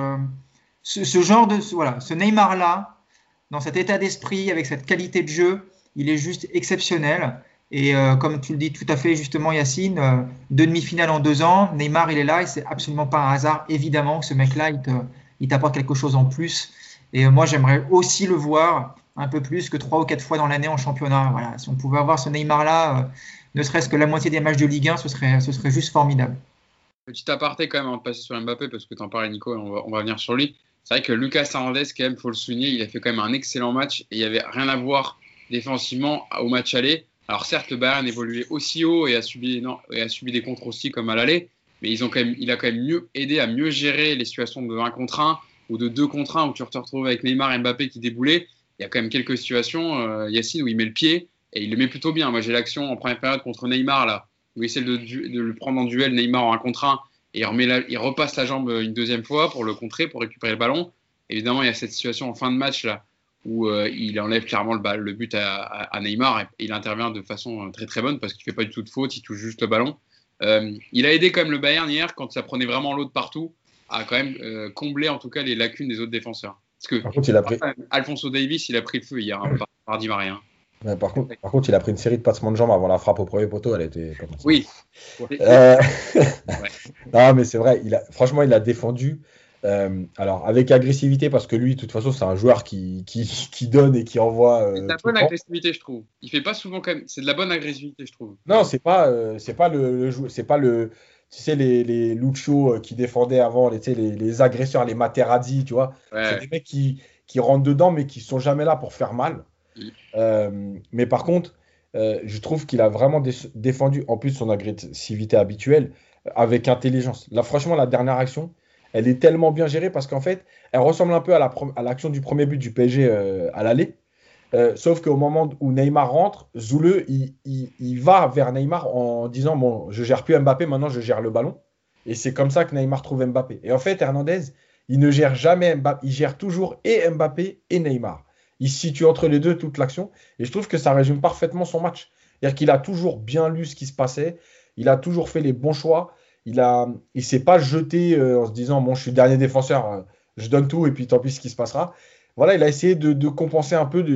ce Neymar-là, dans cet état d'esprit, avec cette qualité de jeu, il est juste exceptionnel. Et comme tu le dis tout à fait justement, Yacine, 2 demi-finales en 2 ans, Neymar, il est là et c'est absolument pas un hasard. Évidemment que ce mec-là, il t'apporte quelque chose en plus. Et moi, j'aimerais aussi le voir un peu plus que 3 ou 4 fois dans l'année en championnat. Voilà. Si on pouvait avoir ce Neymar-là, ne serait-ce que la moitié des matchs de Ligue 1, ce serait juste formidable. Petit aparté quand même avant de passer sur Mbappé, parce que tu en parlais Nico, et on va venir sur lui. C'est vrai que Lucas Hernandez, quand même, il faut le souligner, il a fait quand même un excellent match et il n'y avait rien à voir défensivement au match aller. Alors certes, le Bayern évoluait aussi haut et a subi des contres aussi comme à l'aller, mais il a quand même mieux aidé à mieux gérer les situations de 1 contre 1 ou de 2 contre 1 où tu te retrouves avec Neymar et Mbappé qui déboulaient. Il y a quand même quelques situations, Yacine, où il met le pied et il le met plutôt bien. Moi, j'ai l'action en première période contre Neymar, là, où il essaie de le prendre en duel, Neymar en 1 contre 1, et il repasse la jambe une deuxième fois pour le contrer, pour récupérer le ballon. Évidemment, il y a cette situation en fin de match là où il enlève clairement le but à Neymar et il intervient de façon très très bonne parce qu'il ne fait pas du tout de faute, il touche juste le ballon. Il a aidé quand même le Bayern hier quand ça prenait vraiment l'eau de partout à quand même combler en tout cas les lacunes des autres défenseurs. Parce que par contre, Alphonso Davies, il a pris le feu hier par Di Maria. Ouais, par contre, il a pris une série de passements de jambes avant la frappe au premier poteau. Elle était comme ça. Oui. Non, mais c'est vrai. Franchement, il a défendu. Alors, avec agressivité, parce que lui, de toute façon, c'est un joueur qui donne et qui envoie. C'est de la bonne agressivité, je trouve. Il fait pas souvent quand même. C'est de la bonne agressivité, je trouve. Non, c'est pas le tu sais, les Lucho qui défendaient avant, les agresseurs, les Materazzi, tu vois. Ouais. C'est des mecs qui rentrent dedans, mais qui sont jamais là pour faire mal. Mais par contre, je trouve qu'il a vraiment défendu, en plus de son agressivité habituelle, avec intelligence. Là, franchement, la dernière action, elle est tellement bien gérée parce qu'en fait, elle ressemble un peu à l'action du premier but du PSG à l'aller. Sauf qu'au moment où Neymar rentre, Zoule, il va vers Neymar en disant bon, je gère plus Mbappé, maintenant je gère le ballon. Et c'est comme ça que Neymar trouve Mbappé. Et en fait, Hernandez, il ne gère jamais Mbappé, il gère toujours et Mbappé et Neymar. Il se situe entre les deux toute l'action. Et je trouve que ça résume parfaitement son match. C'est-à-dire qu'il a toujours bien lu ce qui se passait. Il a toujours fait les bons choix. Il ne s'est pas jeté en se disant bon, je suis le dernier défenseur, je donne tout et puis tant pis ce qui se passera. Voilà, il a essayé de compenser un peu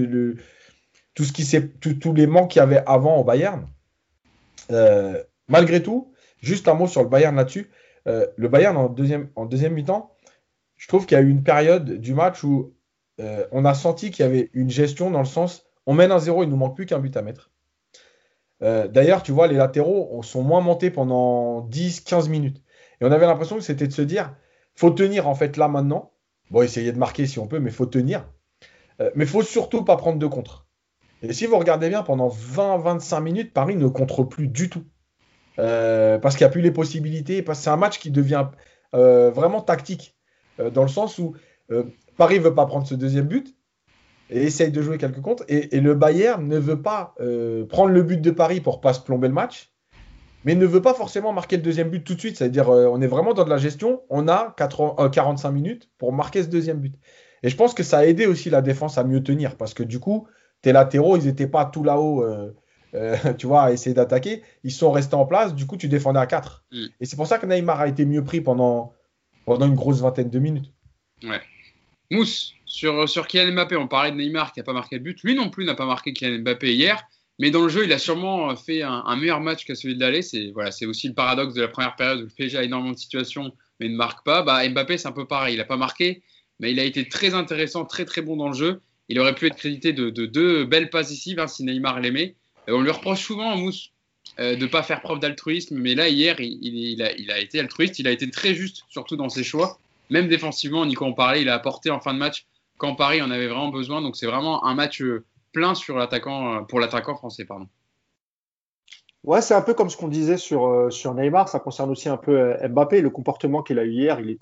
tous les manques qu'il y avait avant au Bayern. Malgré tout, juste un mot sur le Bayern là-dessus. Le Bayern en deuxième mi-temps, je trouve qu'il y a eu une période du match où on a senti qu'il y avait une gestion dans le sens on mène 1-0, il ne nous manque plus qu'un but à mettre. D'ailleurs, tu vois, les latéraux sont moins montés pendant 10-15 minutes. Et on avait l'impression que c'était de se dire faut tenir en fait là maintenant. Bon, essayer de marquer si on peut, mais il faut tenir. Mais il faut surtout pas prendre de contre. Et si vous regardez bien, pendant 20-25 minutes, Paris ne contre plus du tout. Parce qu'il n'y a plus les possibilités. Parce que c'est un match qui devient vraiment tactique. Dans le sens où Paris ne veut pas prendre ce deuxième but. et essaye de jouer quelques contres. Et le Bayern ne veut pas prendre le but de Paris pour pas se plomber le match, mais ne veut pas forcément marquer le deuxième but tout de suite. C'est-à-dire, on est vraiment dans de la gestion. On a 45 minutes pour marquer ce deuxième but. Et je pense que ça a aidé aussi la défense à mieux tenir, parce que du coup, tes latéraux, ils n'étaient pas tout là-haut, tu vois, à essayer d'attaquer. Ils sont restés en place. Du coup, tu défendais à 4. Et c'est pour ça que Neymar a été mieux pris pendant une grosse vingtaine de minutes. Ouais. Mousse, sur Kylian Mbappé, on parlait de Neymar qui n'a pas marqué de but. Lui non plus n'a pas marqué Kylian Mbappé hier. Mais dans le jeu, il a sûrement fait un meilleur match que celui de l'aller. C'est aussi le paradoxe de la première période où le PSG a énormément de situations mais ne marque pas. Mbappé, c'est un peu pareil. Il n'a pas marqué, mais il a été très intéressant, très très bon dans le jeu. Il aurait pu être crédité de deux belles passes ici si Neymar l'aimait. On lui reproche souvent, Mousse, de ne pas faire preuve d'altruisme. Mais là, hier, il a été altruiste. Il a été très juste, surtout dans ses choix. Même défensivement, Nico en parlait, il a apporté en fin de match quand Paris en avait vraiment besoin. Donc c'est vraiment un match plein pour l'attaquant français. Pardon. Ouais, c'est un peu comme ce qu'on disait sur Neymar. Ça concerne aussi un peu Mbappé. Le comportement qu'il a eu hier, il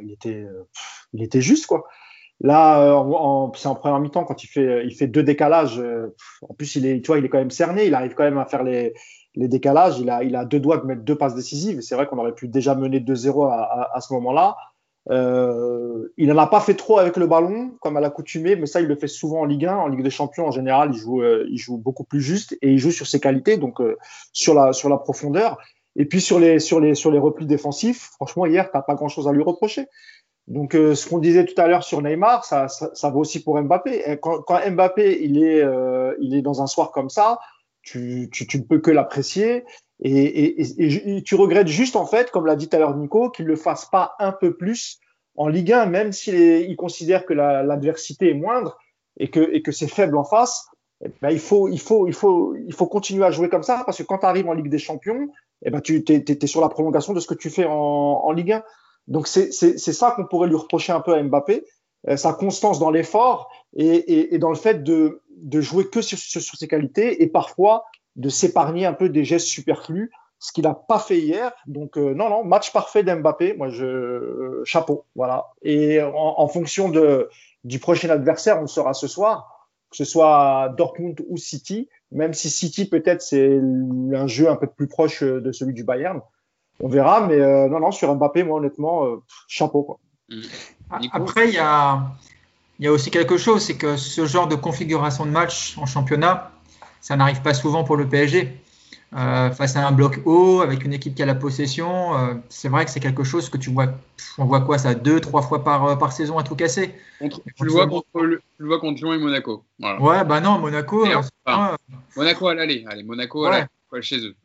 était juste, quoi. Là, c'est en première mi-temps quand il fait 2 décalages. En plus, il est quand même cerné. Il arrive quand même à faire les décalages. Il a 2 doigts de mettre 2 passes décisives. C'est vrai qu'on aurait pu déjà mener 2-0 à ce moment-là. Il n'en a pas fait trop avec le ballon, comme à l'accoutumée, mais ça, il le fait souvent en Ligue 1. En Ligue des Champions, en général, il joue beaucoup plus juste et il joue sur ses qualités, donc sur la profondeur. Et puis sur les replis défensifs, franchement, hier, t'as pas grand-chose à lui reprocher. Donc, ce qu'on disait tout à l'heure sur Neymar, ça vaut aussi pour Mbappé. Et quand Mbappé, il est dans un soir comme ça, tu ne peux que l'apprécier. Et tu regrettes juste, en fait, comme l'a dit tout à l'heure Nico, qu'il ne le fasse pas un peu plus en Ligue 1, même s'il considère que l'adversité est moindre et que c'est faible en face. Ben, il faut continuer à jouer comme ça, parce que quand tu arrives en Ligue des Champions, tu es sur la prolongation de ce que tu fais en Ligue 1. Donc c'est ça qu'on pourrait lui reprocher un peu à Mbappé, sa constance dans l'effort et dans le fait de jouer que sur ses qualités et parfois de s'épargner un peu des gestes superflus, ce qu'il n'a pas fait hier. Donc non, match parfait d'Mbappé, moi chapeau, voilà. Et en fonction du prochain adversaire, on le saura ce soir, que ce soit Dortmund ou City, même si City peut-être c'est un jeu un peu plus proche de celui du Bayern. On verra, mais non, sur Mbappé, moi, honnêtement, chapeau, quoi. Après, il y a aussi quelque chose, c'est que ce genre de configuration de match en championnat, ça n'arrive pas souvent pour le PSG. Face à un bloc haut, avec une équipe qui a la possession, c'est vrai que c'est quelque chose que tu vois, on voit quoi, ça 2-3 fois par saison à tout casser. Tu le vois contre Lyon et Monaco. Voilà. Ouais, non, Monaco. Monaco à l'aller. Allez, Monaco à l'aller. Chez eux,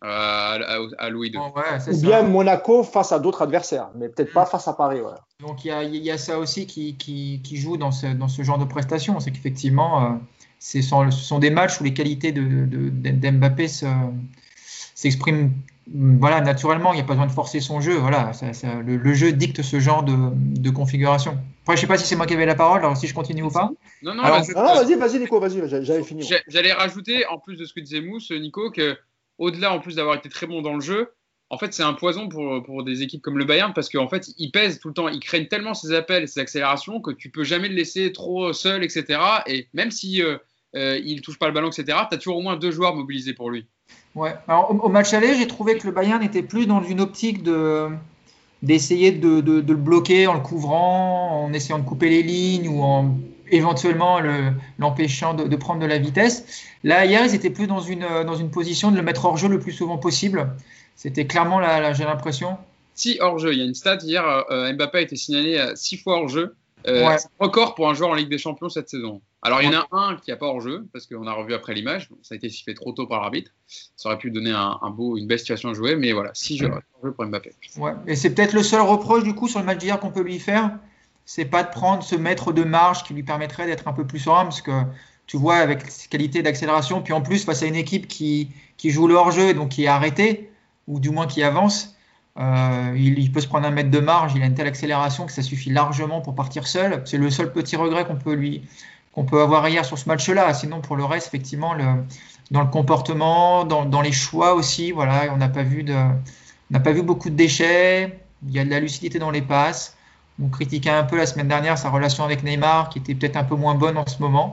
à Louis II. Ou bien Monaco face à d'autres adversaires, mais peut-être pas face à Paris. Ouais. Donc il y a ça aussi qui joue dans ce genre de prestations. C'est qu'effectivement, ce sont des matchs où les qualités d'Mbappé s'expriment naturellement. Il n'y a pas besoin de forcer son jeu. Voilà, le jeu dicte ce genre de configuration. Après, je ne sais pas si c'est moi qui avais la parole, alors si je continue ou pas. Non, vas-y Nico, j'avais fini. J'allais rajouter, en plus de ce que disait Mousse, Nico, que au-delà, en plus d'avoir été très bon dans le jeu, en fait, c'est un poison pour des équipes comme le Bayern, parce qu'en fait, ils pèsent tout le temps, ils craignent tellement ses appels et ses accélérations que tu peux jamais le laisser trop seul, etc. Et même si il touche pas le ballon, etc., tu as toujours au moins 2 joueurs mobilisés pour lui. Ouais. Alors, au match aller, j'ai trouvé que le Bayern était plus dans une optique d'essayer de le bloquer en le couvrant, en essayant de couper les lignes ou en éventuellement l'empêchant de prendre de la vitesse. Là, hier, ils étaient plus dans une position de le mettre hors jeu le plus souvent possible. C'était clairement, j'ai l'impression. 6 hors jeu. Il y a une stat hier, Mbappé a été signalé 6 fois hors jeu. C'est un record pour un joueur en Ligue des Champions cette saison. Alors, il y en a un qui n'a pas hors jeu, parce qu'on a revu après l'image. Ça a été sifflé trop tôt par l'arbitre. Ça aurait pu donner une belle situation à jouer, mais voilà, 6 hors jeu pour Mbappé. Ouais. Et c'est peut-être le seul reproche, du coup, sur le match d'hier qu'on peut lui faire. C'est pas de prendre ce mètre de marge qui lui permettrait d'être un peu plus serein, parce que tu vois, avec ses qualités d'accélération, puis en plus, face à une équipe qui joue le hors-jeu, donc qui est arrêtée, ou du moins qui avance, il peut se prendre un mètre de marge, il a une telle accélération que ça suffit largement pour partir seul. C'est le seul petit regret qu'on peut avoir hier sur ce match-là. Sinon, pour le reste, effectivement, dans le comportement, dans les choix aussi, voilà, on n'a pas vu beaucoup de déchets, il y a de la lucidité dans les passes. On critiquait un peu la semaine dernière sa relation avec Neymar, qui était peut-être un peu moins bonne en ce moment.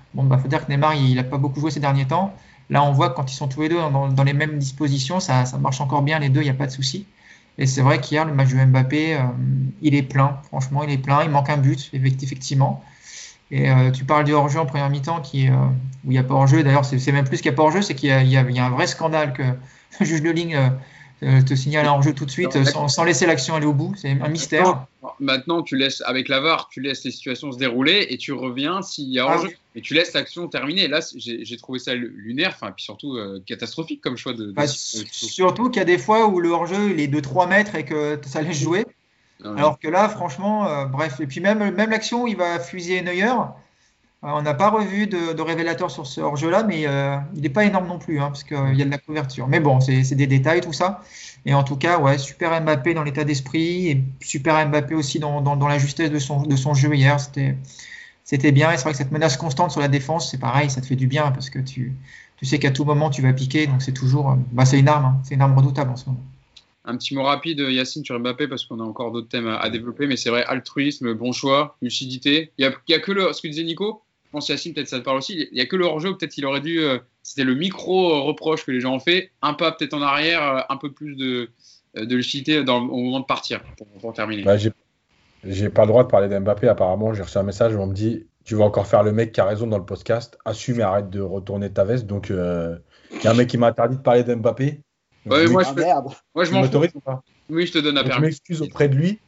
Bon, bah, faut dire que Neymar, il n'a pas beaucoup joué ces derniers temps. Là, on voit que quand ils sont tous les deux dans les mêmes dispositions, ça marche encore bien, les deux, il n'y a pas de souci. Et c'est vrai qu'hier, le match de Mbappé, il est plein. Franchement, il est plein. Il manque un but, effectivement. Et tu parles du hors-jeu en première mi-temps où il n'y a pas hors-jeu. D'ailleurs, c'est même plus qu'il n'y a pas hors-jeu, c'est qu'il y a un vrai scandale que le juge de ligne te signale un hors-jeu tout de suite sans laisser l'action aller au bout. C'est un mystère. Maintenant, tu laisses, avec la VAR, tu laisses les situations se dérouler et tu reviens s'il y a hors-jeu. Et tu laisses l'action terminer. Là, j'ai trouvé ça lunaire, et puis surtout catastrophique comme choix de surtout qu'il y a des fois où le hors-jeu il est de 3 mètres et que ça laisse jouer. Alors que là, franchement, bref. Et puis même l'action où il va fusiller Neuer, on n'a pas revu de révélateur sur ce hors-jeu-là, mais il n'est pas énorme non plus, parce qu'il y a de la couverture. Mais bon, c'est des détails, tout ça. Et en tout cas, ouais, super Mbappé dans l'état d'esprit et super Mbappé aussi dans la justesse de son jeu hier. C'était bien. Et c'est vrai que cette menace constante sur la défense, c'est pareil, ça te fait du bien parce que tu sais qu'à tout moment, tu vas piquer. Donc c'est toujours, c'est une arme. C'est une arme redoutable en ce moment. Un petit mot rapide, Yacine, sur Mbappé, parce qu'on a encore d'autres thèmes à développer, mais c'est vrai, altruisme, bon choix, lucidité. Il y a que ce que disait Nico, je pense Yacine, peut-être ça te parle aussi, il n'y a que le hors-jeu, peut-être il aurait dû, c'était le micro-reproche que les gens ont fait, un pas peut-être en arrière, un peu plus de lucidité au moment de partir, pour terminer. Bah, j'ai pas le droit de parler d'Mbappé, apparemment, j'ai reçu un message où on me dit, tu vas encore faire le mec qui a raison dans le podcast, assume et arrête de retourner ta veste, donc il y a un mec qui m'a interdit de parler d'Mbappé. Ouais, moi, je m'en fous. Ou pas? Oui, je te donne la permission. Je m'excuse auprès de lui.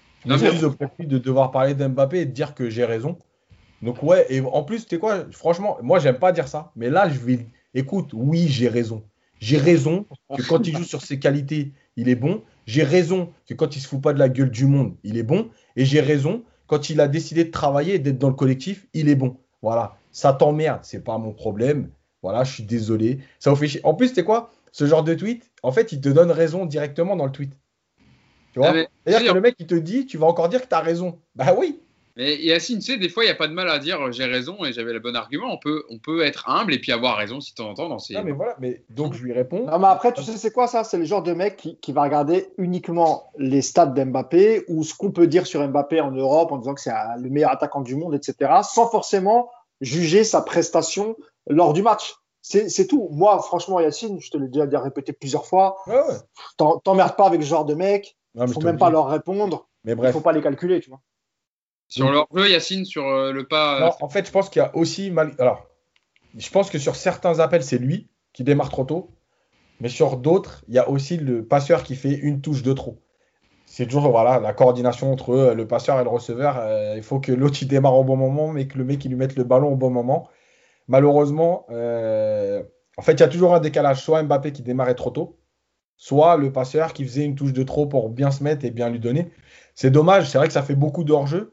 De devoir parler d'Mbappé et de dire que j'ai raison. Donc ouais, et en plus, tu sais quoi, franchement, moi, j'aime pas dire ça. Mais là, écoute, oui, j'ai raison. J'ai raison que quand il joue sur ses qualités, il est bon. J'ai raison que quand il se fout pas de la gueule du monde, il est bon. Et j'ai raison quand il a décidé de travailler et d'être dans le collectif, il est bon. Voilà, ça t'emmerde, c'est pas mon problème. Voilà, je suis désolé. Ça vous fait chier. En plus, tu sais quoi, ce genre de tweet, en fait, il te donne raison directement dans le tweet. Tu vois? C'est-à-dire que le mec, il te dit, tu vas encore dire que tu as raison. Bah oui. Mais Yacine, tu sais, des fois, il n'y a pas de mal à dire j'ai raison et j'avais le bon argument. On peut être humble et puis avoir raison si tu entends dans ces. Non, mais voilà, mais donc je lui réponds. Non, mais après, tu sais, c'est quoi ça? C'est le genre de mec qui va regarder uniquement les stats d'Mbappé ou ce qu'on peut dire sur Mbappé en Europe en disant que c'est le meilleur attaquant du monde, etc., sans forcément juger sa prestation lors du match. C'est tout. Moi, franchement, Yacine, je te l'ai déjà répété plusieurs fois, t'emmerdes pas avec ce genre de mec. Il ne faut même pas leur répondre. Mais bref. Il ne faut pas les calculer, tu vois. Sur leur jeu, Yacine, sur le pas. Non, en fait, je pense qu'il y a aussi Alors, je pense que sur certains appels, c'est lui qui démarre trop tôt. Mais sur d'autres, il y a aussi le passeur qui fait une touche de trop. C'est toujours la coordination entre le passeur et le receveur. Il faut que l'autre il démarre au bon moment, mais que le mec il lui mette le ballon au bon moment. Malheureusement, en fait, il y a toujours un décalage. Soit Mbappé qui démarrait trop tôt, soit le passeur qui faisait une touche de trop pour bien se mettre et bien lui donner. C'est dommage, c'est vrai que ça fait beaucoup de hors-jeu.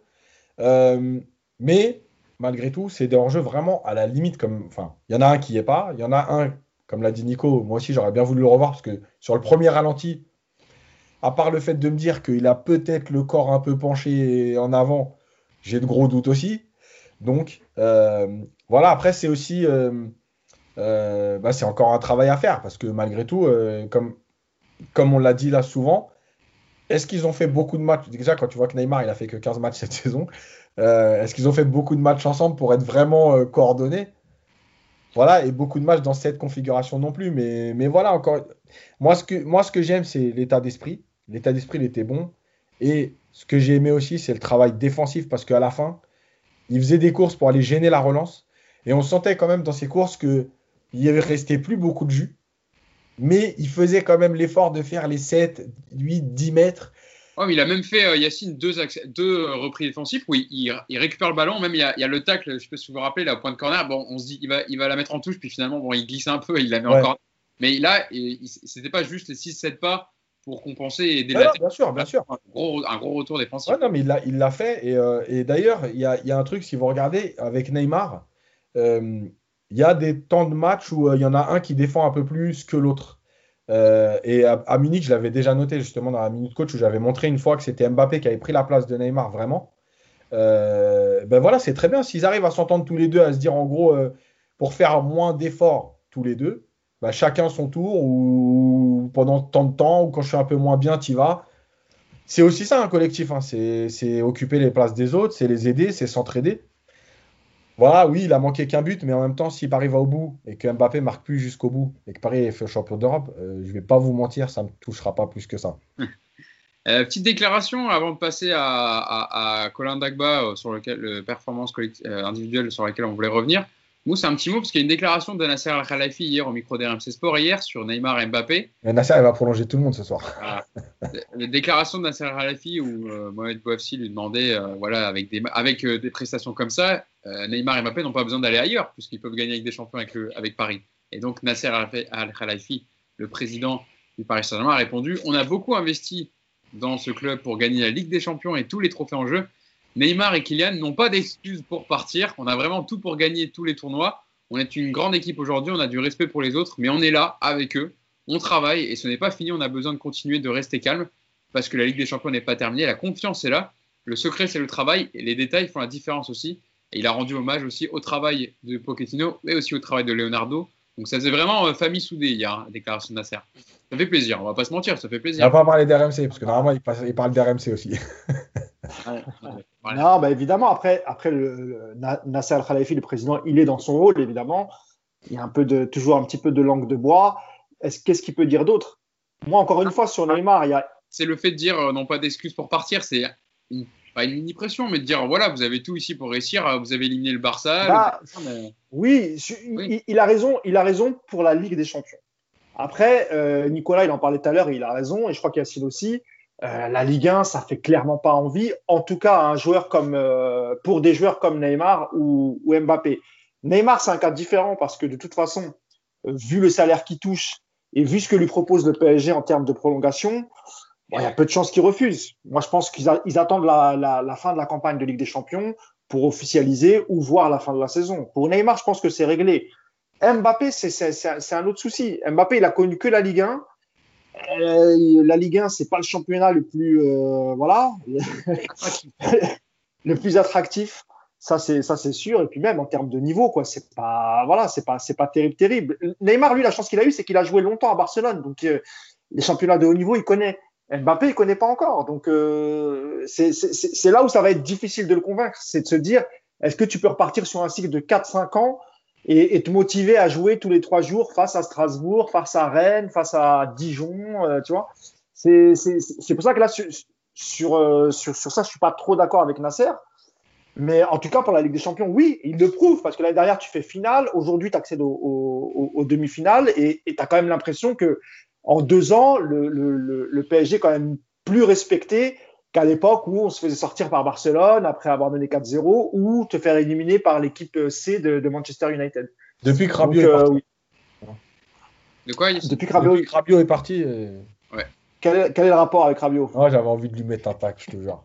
Mais malgré tout, c'est des hors-jeu vraiment à la limite. Il y en a un qui n'y est pas, il y en a un, comme l'a dit Nico, moi aussi j'aurais bien voulu le revoir parce que sur le premier ralenti, à part le fait de me dire qu'il a peut-être le corps un peu penché en avant, j'ai de gros doutes aussi. Donc voilà, après c'est aussi c'est encore un travail à faire parce que malgré tout, comme on l'a dit là souvent, est-ce qu'ils ont fait beaucoup de matchs? Déjà, quand tu vois que Neymar, il a fait que 15 matchs cette saison, est-ce qu'ils ont fait beaucoup de matchs ensemble pour être vraiment coordonnés? Voilà, et beaucoup de matchs dans cette configuration non plus. Mais voilà, encore. Moi, ce que j'aime, c'est l'état d'esprit. L'état d'esprit, il était bon. Et ce que j'ai aimé aussi, c'est le travail défensif parce qu'à la fin, il faisait des courses pour aller gêner la relance. Et on sentait quand même dans ces courses qu'il n'y avait resté plus beaucoup de jus. Mais il faisait quand même l'effort de faire les 7, 8, 10 mètres. Ouais, mais il a même fait, Yacine, deux reprises défensives où il récupère le ballon. Même il y a le tacle, je ne sais pas si vous vous rappelez, là, au point de corner. Bon, on se dit il va la mettre en touche, puis finalement, bon, il glisse un peu, il la met encore. Mais là, c'était pas juste les 6-7 pas pour compenser et aider la tête. Bien sûr. Un gros retour défensif. Ouais, non, mais il l'a fait. Et d'ailleurs, il y a un truc, si vous regardez, avec Neymar, il y a des temps de match où il y en a un qui défend un peu plus que l'autre. Et à Munich, je l'avais déjà noté justement dans la Minute Coach où j'avais montré une fois que c'était Mbappé qui avait pris la place de Neymar vraiment. Ben voilà, c'est très bien. S'ils arrivent à s'entendre tous les deux, à se dire en gros, pour faire moins d'efforts tous les deux, ben chacun son tour ou pendant tant de temps ou quand je suis un peu moins bien, t'y vas. C'est aussi ça un collectif, hein. C'est occuper les places des autres, c'est les aider, c'est s'entraider. Voilà, oui, il a manqué qu'un but, mais en même temps, si Paris va au bout et que Mbappé marque plus jusqu'au bout et que Paris est fait champion d'Europe, je vais pas vous mentir, ça me touchera pas plus que ça. Petite déclaration avant de passer à Colin Dagba sur lequel performance individuelle sur laquelle on voulait revenir. Mousse, un petit mot parce qu'il y a une déclaration de Nasser Al-Khelaifi hier au micro d'RMC Sport hier sur Neymar et Mbappé. Mais Nasser, il va prolonger tout le monde ce soir. La déclaration de Nasser Al-Khelaifi où Mohamed Bouafsi lui demandait, voilà, avec des prestations comme ça, Neymar et Mbappé n'ont pas besoin d'aller ailleurs puisqu'ils peuvent gagner avec des champions avec Paris. Et donc Nasser Al-Khelaifi, le président du Paris Saint-Germain, a répondu: on a beaucoup investi dans ce club pour gagner la Ligue des Champions et tous les trophées en jeu. Neymar et Kylian n'ont pas d'excuses pour partir. On a vraiment tout pour gagner tous les tournois. On est une grande équipe aujourd'hui, on a du respect pour les autres, mais on est là avec eux. On travaille et ce n'est pas fini. On a besoin de continuer de rester calme parce que la Ligue des Champions n'est pas terminée. La confiance est là. Le secret, c'est le travail et les détails font la différence aussi. Et il a rendu hommage aussi au travail de Pochettino, mais aussi au travail de Leonardo. Donc ça faisait vraiment famille soudée hier, la déclaration de Nasser. Ça fait plaisir, on va pas se mentir, ça fait plaisir. On va pas parler d'RMC, parce que normalement, il parle d'RMC aussi. Non, bah évidemment, après Nasser Al-Khelaifi, le président, il est dans son rôle, évidemment. Il y a toujours un petit peu de langue de bois. Qu'est-ce qu'il peut dire d'autre? Moi, encore une fois, sur Neymar, c'est le fait de dire non pas d'excuses pour partir, c'est pas une mini-pression, mais de dire voilà, vous avez tout ici pour réussir, vous avez éliminé le Barça. Oui, il a raison pour la Ligue des Champions. Après, Nicolas, il en parlait tout à l'heure et il a raison, et je crois qu'Yacine aussi. La Ligue 1, ça fait clairement pas envie. En tout cas, pour des joueurs comme Neymar ou Mbappé. Neymar, c'est un cas différent parce que de toute façon, vu le salaire qu'il touche et vu ce que lui propose le PSG en termes de prolongation, il y a peu de chances qu'il refuse. Moi, je pense qu'ils attendent la fin de la campagne de Ligue des Champions pour officialiser ou voir la fin de la saison. Pour Neymar, je pense que c'est réglé. Mbappé, c'est un autre souci. Mbappé, il a connu que la Ligue 1. La Ligue 1, c'est pas le championnat le plus le plus attractif. Ça c'est sûr. Et puis même en termes de niveau, quoi, c'est pas terrible. Neymar, lui, la chance qu'il a eue, c'est qu'il a joué longtemps à Barcelone. Donc les championnats de haut niveau, il connaît. Mbappé, il connaît pas encore. Donc c'est là où ça va être difficile de le convaincre. C'est de se dire, est-ce que tu peux repartir sur un cycle de 4-5 ans et te motiver à jouer tous les 3 jours face à Strasbourg, face à Rennes, face à Dijon, tu vois. C'est pour ça que là, sur ça, je suis pas trop d'accord avec Nasser. Mais en tout cas, pour la Ligue des Champions, oui, il le prouve, parce que l'année dernière, tu fais finale, aujourd'hui, tu accèdes aux demi-finales, et tu as quand même l'impression que en 2 ans, le PSG est quand même plus respecté qu'à l'époque où on se faisait sortir par Barcelone après avoir mené 4-0 ou te faire éliminer par l'équipe C de Manchester United. Depuis que Rabiot est parti. Oui. De quoi Depuis que Rabiot est parti. Ouais. Quel est le rapport avec Rabiot? J'avais envie de lui mettre un tac, je te jure.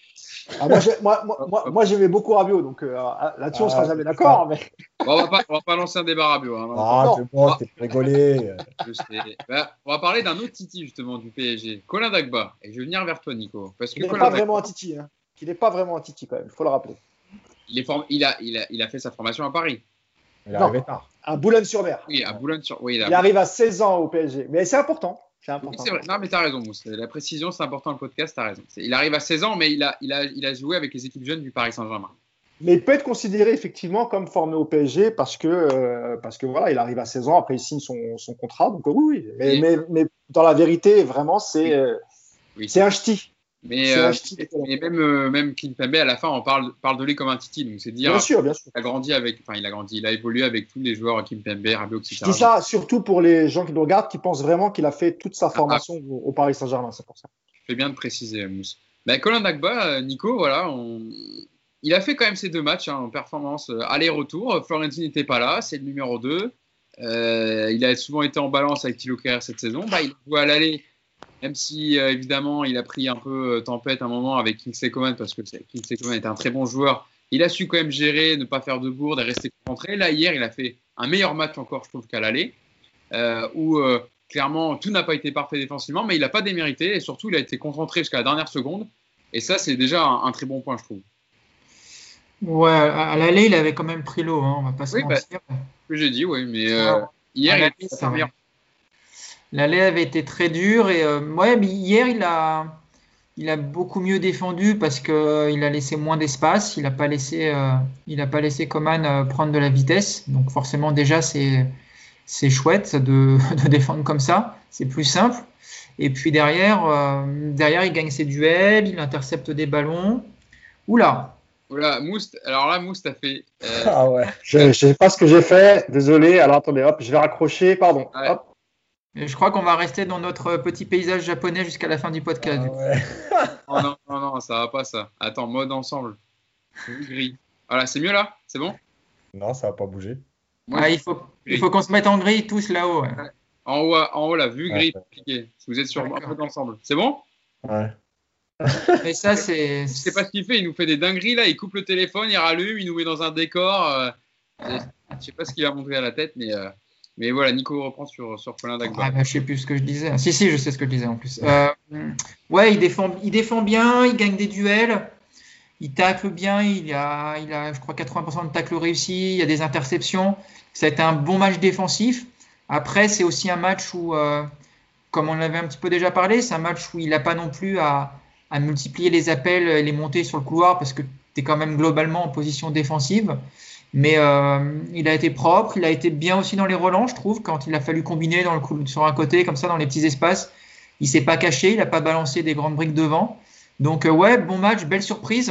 Moi, j'aimais beaucoup Rabiot, donc là-dessus, on ne sera jamais d'accord. Mais... on va pas lancer un débat Rabiot. C'est bon, c'était pour rigoler. Je sais. On va parler d'un autre Titi, justement, du PSG, Colin Dagba. Et je vais venir vers toi, Nico. Parce que il n'est pas vraiment un Titi. Hein. Il n'est pas vraiment un Titi, quand même, il faut le rappeler. Il a fait sa formation à Paris. Il est arrivé tard. À Boulogne-sur-Mer. Oui, à Boulogne-sur-Mer. Oui, il arrive à 16 ans au PSG. Mais c'est important. Oui, c'est vrai. Non, mais tu as raison, Mousse. La précision, c'est important le podcast, tu as raison. Il arrive à 16 ans, mais il a joué avec les équipes jeunes du Paris Saint-Germain. Mais il peut être considéré effectivement comme formé au PSG parce que voilà, il arrive à 16 ans, après il signe son contrat. Donc oui. Mais dans la vérité, vraiment, c'est un ch'ti. Mais même Kimpembe, à la fin, on parle de lui comme un Titi. Donc c'est dire. Bien sûr. Il a évolué avec tous les joueurs, Kimpembe, Rabiot, etc. Je dis ça surtout pour les gens qui nous regardent, qui pensent vraiment qu'il a fait toute sa formation au Paris Saint-Germain. C'est pour ça. Je fais bien de préciser, Mousse. Colin Dagba, Nico, voilà, il a fait quand même ces 2 matchs en performance aller-retour. Florentin n'était pas là, c'est le numéro 2. Il a souvent été en balance avec Thilo Kehrer cette saison. Il jouait à l'aller. Même si, évidemment, il a pris un peu tempête à un moment avec Kingsley Coman, parce que Kingsley Coman était un très bon joueur. Il a su quand même gérer, ne pas faire de bourde et rester concentré. Là, hier, il a fait un meilleur match encore, je trouve, qu'à l'aller, où clairement, tout n'a pas été parfait défensivement, mais il n'a pas démérité. Et surtout, il a été concentré jusqu'à la dernière seconde. Et ça, c'est déjà un très bon point, je trouve. Ouais, à l'aller, il avait quand même pris l'eau, on va pas se mentir. Ce que j'ai dit, oui, mais hier, il a fait sa meilleure. L'aller avait été très dur et mais hier il a beaucoup mieux défendu parce qu'il a laissé moins d'espace. Il n'a pas laissé Coman prendre de la vitesse. Donc forcément, déjà, c'est chouette de défendre comme ça. C'est plus simple. Et puis derrière, il gagne ses duels, il intercepte des ballons. Oula! Oula, Mousse, alors là, Mousse, t'as fait. Ah ouais. Je ne sais pas ce que j'ai fait. Désolé. Alors attendez, hop, je vais raccrocher. Pardon. Ouais. Hop. Et je crois qu'on va rester dans notre petit paysage japonais jusqu'à la fin du podcast. Ah ouais. Non, ça va pas ça. Attends, mode ensemble. Gris. Voilà, c'est mieux là? C'est bon? Non, ça va pas bouger. Moi, Il faut qu'on se mette en gris tous là-haut. Ouais. en haut, la vue gris, cliquez. Si vous êtes sur D'accord. mode ensemble. C'est bon? Ouais. Mais ça, c'est. Je sais pas ce qu'il fait, il nous fait des dingueries là, il coupe le téléphone, il rallume, il nous met dans un décor. Je sais pas ce qu'il a monté à la tête, mais voilà, Nico reprend sur Colin Dagba. Ah, je sais plus ce que je disais. Si, je sais ce que je disais en plus. Ouais, il défend bien, il gagne des duels, il tacle bien, il a je crois 80% de tacles réussis, il y a des interceptions. Ça a été un bon match défensif. Après, c'est aussi un match où, comme on l'avait un petit peu déjà parlé, c'est un match où il n'a pas non plus à multiplier les appels et les montées sur le couloir parce que tu es quand même globalement en position défensive. Mais il a été propre, il a été bien aussi dans les relents, je trouve, quand il a fallu combiner sur un côté, comme ça, dans les petits espaces. Il s'est pas caché, il n'a pas balancé des grandes briques devant. Donc ouais, bon match, belle surprise.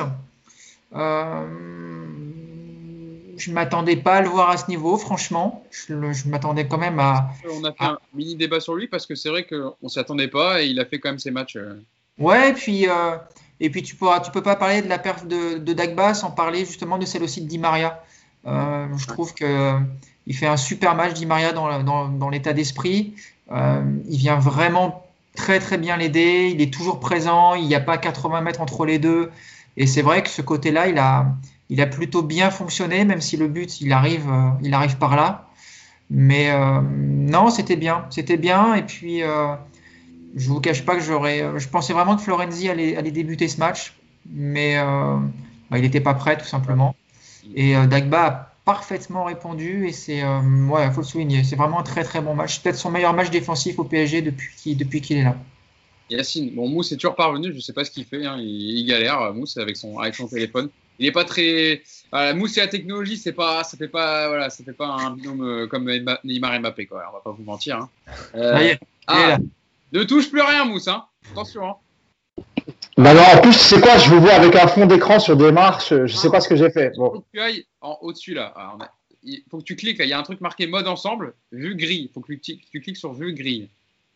Je m'attendais pas à le voir à ce niveau, franchement. Je m'attendais quand même à. On a fait un mini débat sur lui parce que c'est vrai qu'on s'y attendait pas et il a fait quand même ses matchs. Ouais, et puis tu peux pas parler de la perf de Dagba sans parler justement de celle aussi de Di Maria. Je trouve que il fait un super match, Di Maria, dans l'état d'esprit. Il vient vraiment très très bien l'aider. Il est toujours présent. Il n'y a pas 80 mètres entre les deux. Et c'est vrai que ce côté-là, il a plutôt bien fonctionné, même si le but il arrive par là. Mais non, c'était bien. Et puis je vous cache pas que je pensais vraiment que Florenzi allait débuter ce match, mais il n'était pas prêt tout simplement. Et Dagba a parfaitement répondu et ouais, faut le souligner. C'est vraiment un très très bon match. C'est peut-être son meilleur match défensif au PSG depuis qu'il est là. Yacine, bon, Mousse est toujours parvenu, je sais pas ce qu'il fait, hein, il galère, Mousse, avec son téléphone. Il est pas très. Mousse et la technologie, ça fait pas un binôme comme Neymar et Mbappé, quoi. On va pas vous mentir. Hein. Ça y est, il est là. Ne touche plus rien, Mousse, hein. Attention. Hein. Bah non, en plus, c'est quoi? Je vous vois avec un fond d'écran sur des marches. Je sais pas ce que j'ai fait. Bon. Il faut que tu ailles au-dessus là. Il faut que tu cliques là. Il y a un truc marqué mode ensemble, vue gris. Il faut que tu cliques sur vue gris.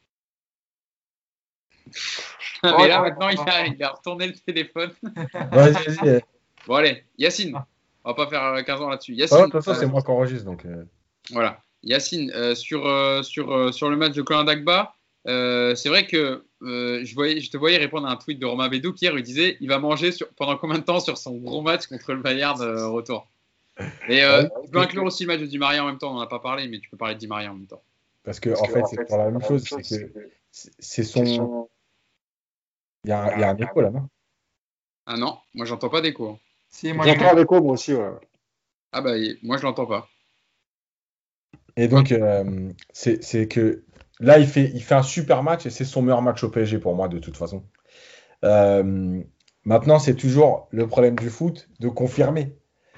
Mais là maintenant, il a retourné le téléphone. Vas-y. Bon allez, Yacine. On va pas faire 15 ans là-dessus. Yacine. De toute façon, c'est moi qui enregistre donc. Voilà. Yacine, sur le match de Colin Dagba, c'est vrai que je te voyais répondre à un tweet de Romain Bédou qui hier il disait il va manger pendant combien de temps sur son gros match contre le Bayern retour. Et tu peux inclure aussi le match de Di Maria en même temps, on n'en a pas parlé, mais tu peux parler de Di Maria en même temps. Parce que en fait, c'est pour la même chose, c'est que c'est son. Il y a un écho là, non? Ah non, moi j'entends pas d'écho. Si, moi, J'entends avec moi aussi, ouais. Ah bah moi je l'entends pas. Et donc, c'est que là, il fait un super match et c'est son meilleur match au PSG pour moi, de toute façon. Maintenant, c'est toujours le problème du foot de confirmer.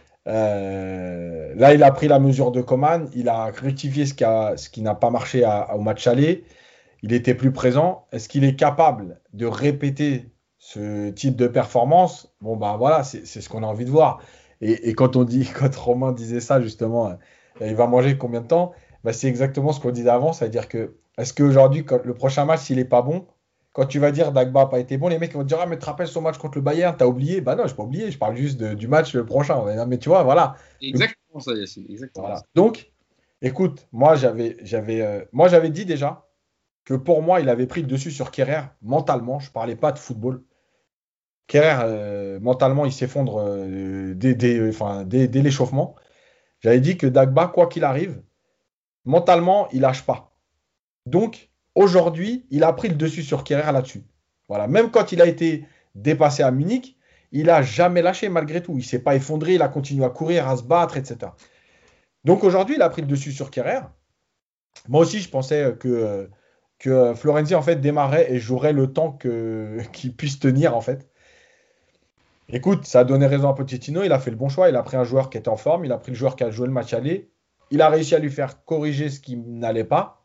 Là, il a pris la mesure de Coman, il a rectifié ce qui n'a pas marché au match aller. Il était plus présent. Est-ce qu'il est capable de répéter ce type de performance? Bon, ben voilà, c'est ce qu'on a envie de voir. Et quand Romain disait ça, justement, il va manger combien de temps? Ben, c'est exactement ce qu'on disait avant. C'est-à-dire que, est-ce qu'aujourd'hui, le prochain match, s'il n'est pas bon, quand tu vas dire Dagba n'a pas été bon, les mecs vont te dire ah, mais tu te rappelles son match contre le Bayern, t'as oublié? Bah non, je n'ai pas oublié, je parle juste du match prochain. Mais tu vois, voilà. Exactement ça, Yacine. Exactement voilà. ça. Donc, écoute, moi j'avais dit déjà que pour moi, il avait pris le dessus sur Kerrer mentalement. Je ne parlais pas de football. Kerrer, mentalement, il s'effondre dès l'échauffement. J'avais dit que Dagba, quoi qu'il arrive, mentalement, il lâche pas. Donc, aujourd'hui, il a pris le dessus sur Kerrer là-dessus. Voilà. Même quand il a été dépassé à Munich, il n'a jamais lâché malgré tout. Il ne s'est pas effondré, il a continué à courir, à se battre, etc. Donc, aujourd'hui, il a pris le dessus sur Kerrer. Moi aussi, je pensais que que Florenzi en fait démarrait et jouerait le temps qu'il puisse tenir en fait. Écoute, ça a donné raison à Pochettino, il a fait le bon choix, il a pris un joueur qui était en forme, il a pris le joueur qui a joué le match aller, il a réussi à lui faire corriger ce qui n'allait pas.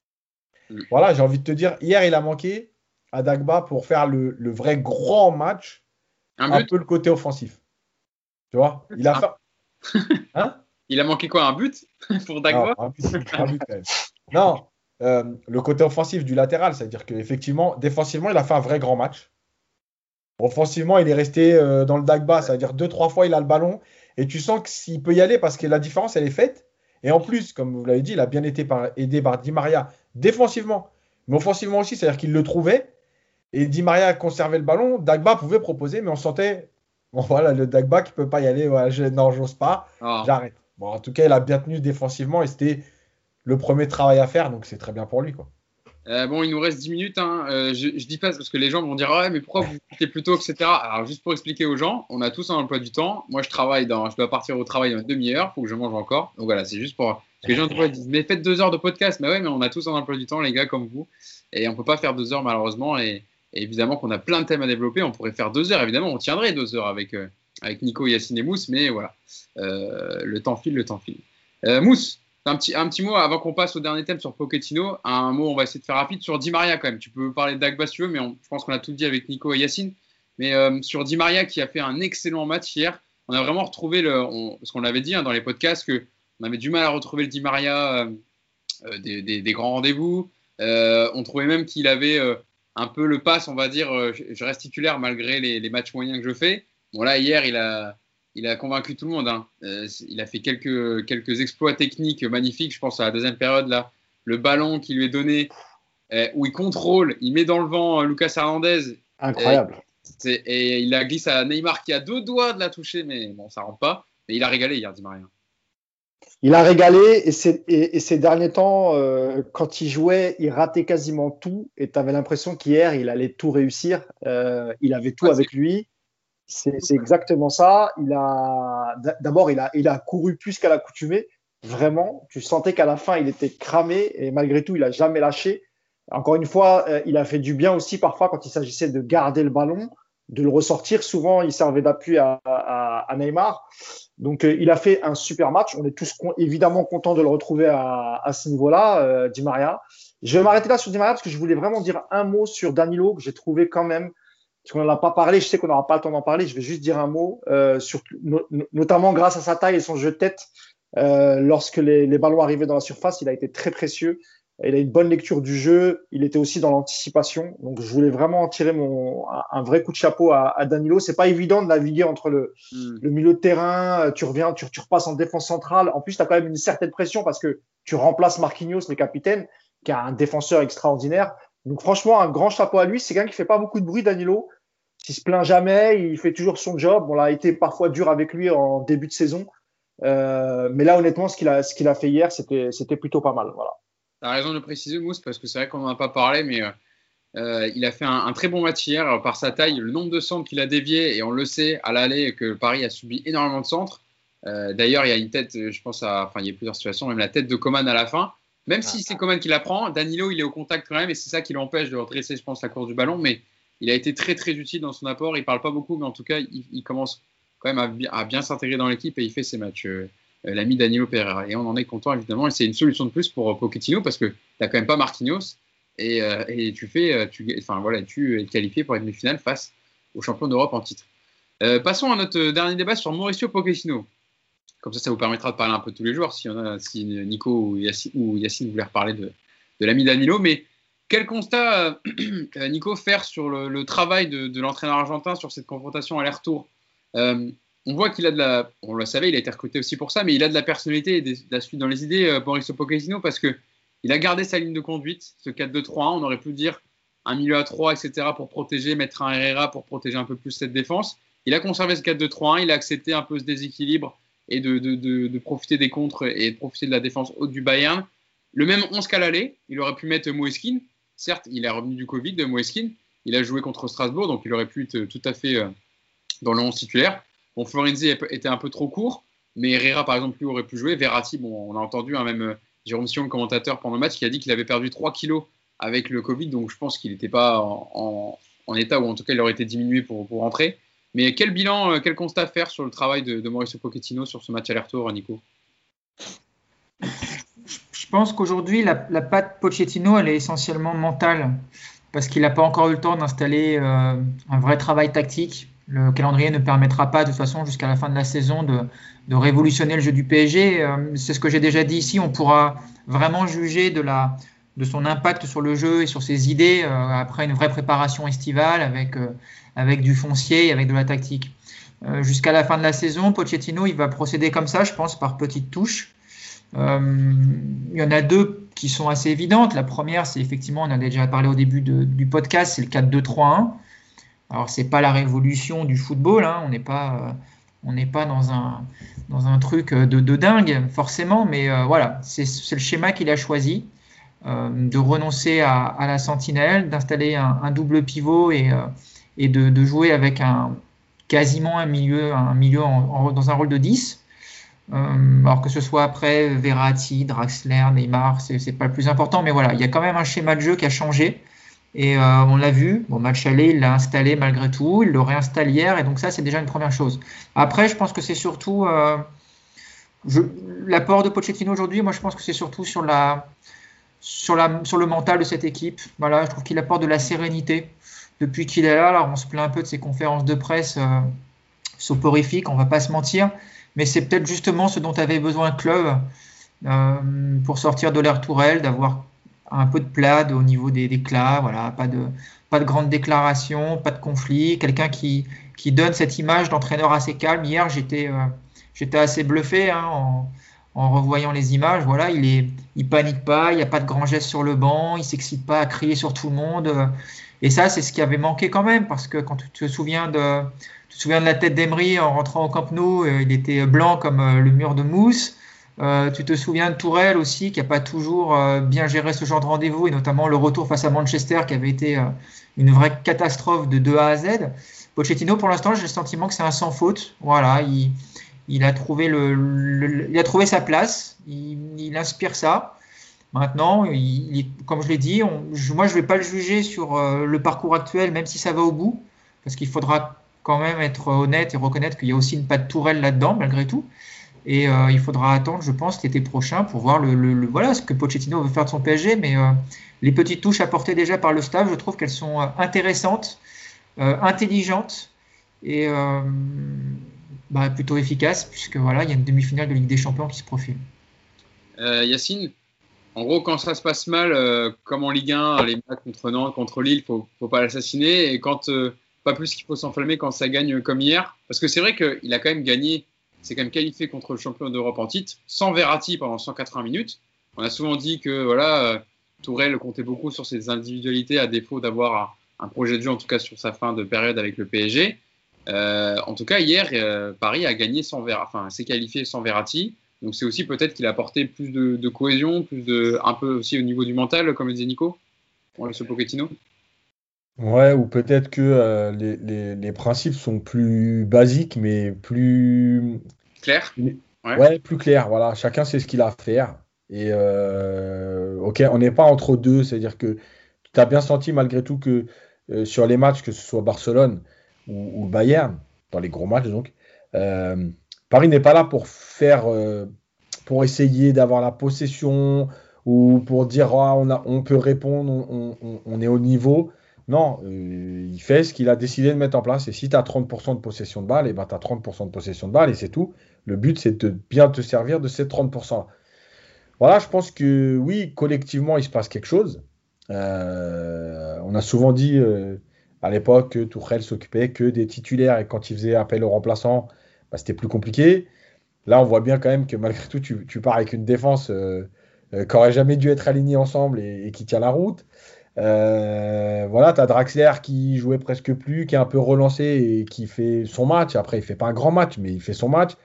Voilà, j'ai envie de te dire, hier il a manqué à Dagba pour faire le vrai grand match, un peu le côté offensif. Tu vois, il a fait... Hein, il a manqué quoi, un but pour Dagba? Non, un but quand même. Non, le côté offensif du latéral, c'est-à-dire qu'effectivement, défensivement, il a fait un vrai grand match. Offensivement, il est resté dans le Dagba, c'est-à-dire 2-3 fois, il a le ballon. Et tu sens qu'il peut y aller parce que la différence, elle est faite. Et en plus, comme vous l'avez dit, il a bien été aidé par Di Maria défensivement, mais offensivement aussi, c'est-à-dire qu'il le trouvait. Et Di Maria conservait le ballon. Dagba pouvait proposer, mais on sentait, bon voilà, le Dagba qui ne peut pas y aller. Voilà, non, j'ose pas, j'arrête. Bon, en tout cas, il a bien tenu défensivement et c'était le premier travail à faire, donc c'est très bien pour lui, quoi. Bon, il nous reste 10 minutes. Hein. Je dis pas parce que les gens vont dire ouais, mais pourquoi vous quittez plus tôt, etc. Alors, juste pour expliquer aux gens, on a tous un emploi du temps. Moi, je dois partir au travail dans une demi-heure, il faut que je mange encore. Donc voilà, c'est juste pour. Parce que les gens disent mais faites 2 heures de podcast. Mais ouais, mais on a tous un emploi du temps, les gars, comme vous. Et on peut pas faire 2 heures, malheureusement. Et évidemment qu'on a plein de thèmes à développer. On pourrait faire 2 heures, évidemment. On tiendrait 2 heures avec Nico, Yacine et Mousse. Mais voilà, le temps file. Mousse. Un petit mot avant qu'on passe au dernier thème sur Pochettino. Un mot, on va essayer de faire rapide sur Di Maria quand même. Tu peux parler de Dagba si tu veux, mais je pense qu'on a tout dit avec Nico et Yacine. Mais sur Di Maria qui a fait un excellent match hier, on a vraiment retrouvé ce qu'on l'avait dit dans les podcasts, qu'on avait du mal à retrouver le Di Maria des grands rendez-vous. On trouvait même qu'il avait un peu le pass, on va dire, je reste titulaire malgré les matchs moyens que je fais. Bon là, hier, il a convaincu tout le monde. Hein. Il a fait quelques exploits techniques magnifiques. Je pense à la deuxième période, là, le ballon qui lui est donné, où il contrôle, il met dans le vent Lucas Hernandez. Incroyable. Et il la glisse à Neymar qui a 2 doigts de la toucher, mais bon, ça rentre pas. Mais il a régalé hier, Di Maria. Il a régalé et ces derniers temps, quand il jouait, il ratait quasiment tout. Et tu avais l'impression qu'hier, il allait tout réussir. Il avait tout avec lui. C'est exactement ça. D'abord, il a couru plus qu'à l'accoutumée. Vraiment, tu sentais qu'à la fin, il était cramé et malgré tout, il a jamais lâché. Encore une fois, il a fait du bien aussi parfois quand il s'agissait de garder le ballon, de le ressortir. Souvent, il servait d'appui à Neymar. Donc, il a fait un super match. On est tous évidemment contents de le retrouver à ce niveau-là, Di Maria. Je vais m'arrêter là sur Di Maria parce que je voulais vraiment dire un mot sur Danilo que j'ai trouvé quand même. Parce qu'on n'en a pas parlé, je sais qu'on n'aura pas le temps d'en parler, je vais juste dire un mot, notamment grâce à sa taille et son jeu de tête. Lorsque les ballons arrivaient dans la surface, il a été très précieux. Il a une bonne lecture du jeu, il était aussi dans l'anticipation. Donc je voulais vraiment en tirer un vrai coup de chapeau à Danilo. C'est pas évident de naviguer entre le milieu de terrain, tu reviens, tu repasses en défense centrale. En plus, tu as quand même une certaine pression parce que tu remplaces Marquinhos, le capitaine, qui est un défenseur extraordinaire. Donc franchement, un grand chapeau à lui. C'est quelqu'un qui fait pas beaucoup de bruit, Danilo. Il se plaint jamais, il fait toujours son job. On a été parfois dur avec lui en début de saison, mais là honnêtement, ce qu'il a fait hier, c'était plutôt pas mal. Voilà. Tu as raison de le préciser, Mousse, parce que c'est vrai qu'on n'en a pas parlé, mais il a fait un très bon match hier par sa taille, le nombre de centres qu'il a déviés, et on le sait à l'aller que Paris a subi énormément de centres. D'ailleurs, il y a une tête, je pense il y a plusieurs situations, même la tête de Coman à la fin. Même si c'est Coman qui la prend, Danilo, il est au contact quand même, et c'est ça qui l'empêche de redresser, je pense, la course du ballon, mais il a été très très utile dans son apport. Il parle pas beaucoup, mais en tout cas, il commence quand même à bien s'intégrer dans l'équipe et il fait ses matchs. L'ami Danilo Pereira. Et on en est content évidemment. Et c'est une solution de plus pour Pochettino parce que tu n'as quand même pas Marquinhos et tu es qualifié pour une demi-finale face aux champions d'Europe en titre. Passons à notre dernier débat sur Mauricio Pochettino. Comme ça vous permettra de parler un peu de tous les joueurs si Nico ou Yacine voulaient reparler de l'ami Danilo. Mais quel constat, Nico, faire sur le travail de l'entraîneur argentin sur cette confrontation aller-retour? On voit qu'il a on le savait, il a été recruté aussi pour ça, mais il a de la personnalité et de la suite dans les idées, Mauricio Pochettino, parce qu'il a gardé sa ligne de conduite, ce 4-2-3-1. On aurait pu dire un milieu à 3, etc., pour protéger, mettre un Herrera pour protéger un peu plus cette défense. Il a conservé ce 4-2-3-1, il a accepté un peu ce déséquilibre et de profiter des contres et de profiter de la défense haute du Bayern. Le même 11 qu'à l'aller, il aurait pu mettre Moeskin. Certes, il est revenu du Covid de Moeskin. Il a joué contre Strasbourg, donc il aurait pu être tout à fait dans le 11 titulaire. Bon, Florenzi était un peu trop court, mais Herrera, par exemple, lui aurait pu jouer. Verratti, bon, on a entendu même Jérôme Sion, le commentateur pendant le match, qui a dit qu'il avait perdu 3 kilos avec le Covid, donc je pense qu'il n'était pas en état, ou en tout cas il aurait été diminué pour rentrer. Mais quel bilan, quel constat faire sur le travail de Mauricio Pochettino sur ce match aller-retour, Nico? Je pense qu'aujourd'hui, la patte Pochettino, elle est essentiellement mentale, parce qu'il n'a pas encore eu le temps d'installer un vrai travail tactique. Le calendrier ne permettra pas, de toute façon, jusqu'à la fin de la saison, de révolutionner le jeu du PSG. C'est ce que j'ai déjà dit ici. On pourra vraiment juger de son impact sur le jeu et sur ses idées après une vraie préparation estivale avec du foncier et avec de la tactique. Jusqu'à la fin de la saison, Pochettino, il va procéder comme ça, je pense, par petites touches. Il y en a deux qui sont assez évidentes. La première, c'est effectivement, on a déjà parlé au début du podcast, c'est le 4-2-3-1. Alors, c'est pas la révolution du football, hein. On n'est pas dans un truc de dingue, forcément, mais voilà, c'est le schéma qu'il a choisi, de renoncer à la sentinelle, d'installer un double pivot et de jouer avec quasiment un milieu dans un rôle de 10. Alors que ce soit après Verratti, Draxler, Neymar, c'est pas le plus important, mais voilà, il y a quand même un schéma de jeu qui a changé et on l'a vu. Bon, match aller, il l'a installé malgré tout, il le réinstalle hier et donc ça c'est déjà une première chose. Après, je pense que c'est surtout l'apport de Pochettino aujourd'hui. Moi, je pense que c'est surtout sur le mental de cette équipe. Voilà, je trouve qu'il apporte de la sérénité depuis qu'il est là. Alors, on se plaint un peu de ses conférences de presse soporifiques, on va pas se mentir. Mais c'est peut-être justement ce dont avait besoin le club pour sortir de l'ère Tourelle, d'avoir un peu de plade au niveau des déclats, voilà, pas de grandes déclarations, pas de conflit, quelqu'un qui donne cette image d'entraîneur assez calme. Hier, j'étais assez bluffé en revoyant les images. Voilà, il panique pas, il n'y a pas de grands gestes sur le banc, il s'excite pas à crier sur tout le monde. Et ça, c'est ce qui avait manqué quand même, parce que quand tu te souviens de la tête d'Emery en rentrant au Camp Nou, il était blanc comme le mur de mousse. Tu te souviens de Tourelle aussi, qui n'a pas toujours bien géré ce genre de rendez-vous, et notamment le retour face à Manchester, qui avait été une vraie catastrophe de A à Z. Pochettino, pour l'instant, j'ai le sentiment que c'est un sans faute. Voilà, il a trouvé il a trouvé sa place, il inspire ça. Maintenant, comme je l'ai dit, moi je ne vais pas le juger sur le parcours actuel, même si ça va au bout, parce qu'il faudra quand même être honnête et reconnaître qu'il y a aussi une patte Tourelle là-dedans, malgré tout. Et il faudra attendre, je pense, l'été prochain pour voir voilà, ce que Pochettino veut faire de son PSG. Mais les petites touches apportées déjà par le staff, je trouve qu'elles sont intéressantes, intelligentes et plutôt efficaces, puisque voilà, il y a une demi-finale de Ligue des Champions qui se profile. Yacine, en gros, quand ça se passe mal, comme en Ligue 1, les matchs contre Nantes, contre Lille, faut pas l'assassiner. Et quand pas plus qu'il faut s'enflammer quand ça gagne comme hier. Parce que c'est vrai qu'il a quand même gagné, c'est quand même qualifié contre le champion d'Europe en titre, sans Verratti pendant 180 minutes. On a souvent dit que voilà, Tourelle comptait beaucoup sur ses individualités à défaut d'avoir un projet de jeu, en tout cas sur sa fin de période avec le PSG. En tout cas, hier, Paris a gagné s'est qualifié sans Verratti. Donc c'est aussi peut-être qu'il a apporté plus de cohésion, un peu aussi au niveau du mental, comme le disait Nico, pour ce Pochettino. Ouais, ou peut-être que les principes sont plus basiques, mais plus Clair. Ouais, plus clairs. Voilà, chacun sait ce qu'il a à faire. Et ok, on n'est pas entre deux, c'est-à-dire que tu as bien senti malgré tout que sur les matchs, que ce soit Barcelone ou le Bayern, dans les gros matchs donc, Paris n'est pas là pour essayer d'avoir la possession ou pour dire on peut répondre, on est au niveau. Non, il fait ce qu'il a décidé de mettre en place. Et si tu as 30% de possession de balle, et ben tu as 30% de possession de balle et c'est tout. Le but, c'est de bien te servir de ces 30%. Voilà, je pense que oui, collectivement, il se passe quelque chose. On a souvent dit à l'époque que Tuchel s'occupait que des titulaires et quand il faisait appel aux remplaçants, c'était plus compliqué. Là, on voit bien quand même que malgré tout, tu pars avec une défense qui n'aurait jamais dû être alignée ensemble et qui tient la route. Voilà, tu as Draxler qui jouait presque plus, qui est un peu relancé et qui fait son match. Après, il fait pas un grand match, mais il fait son match.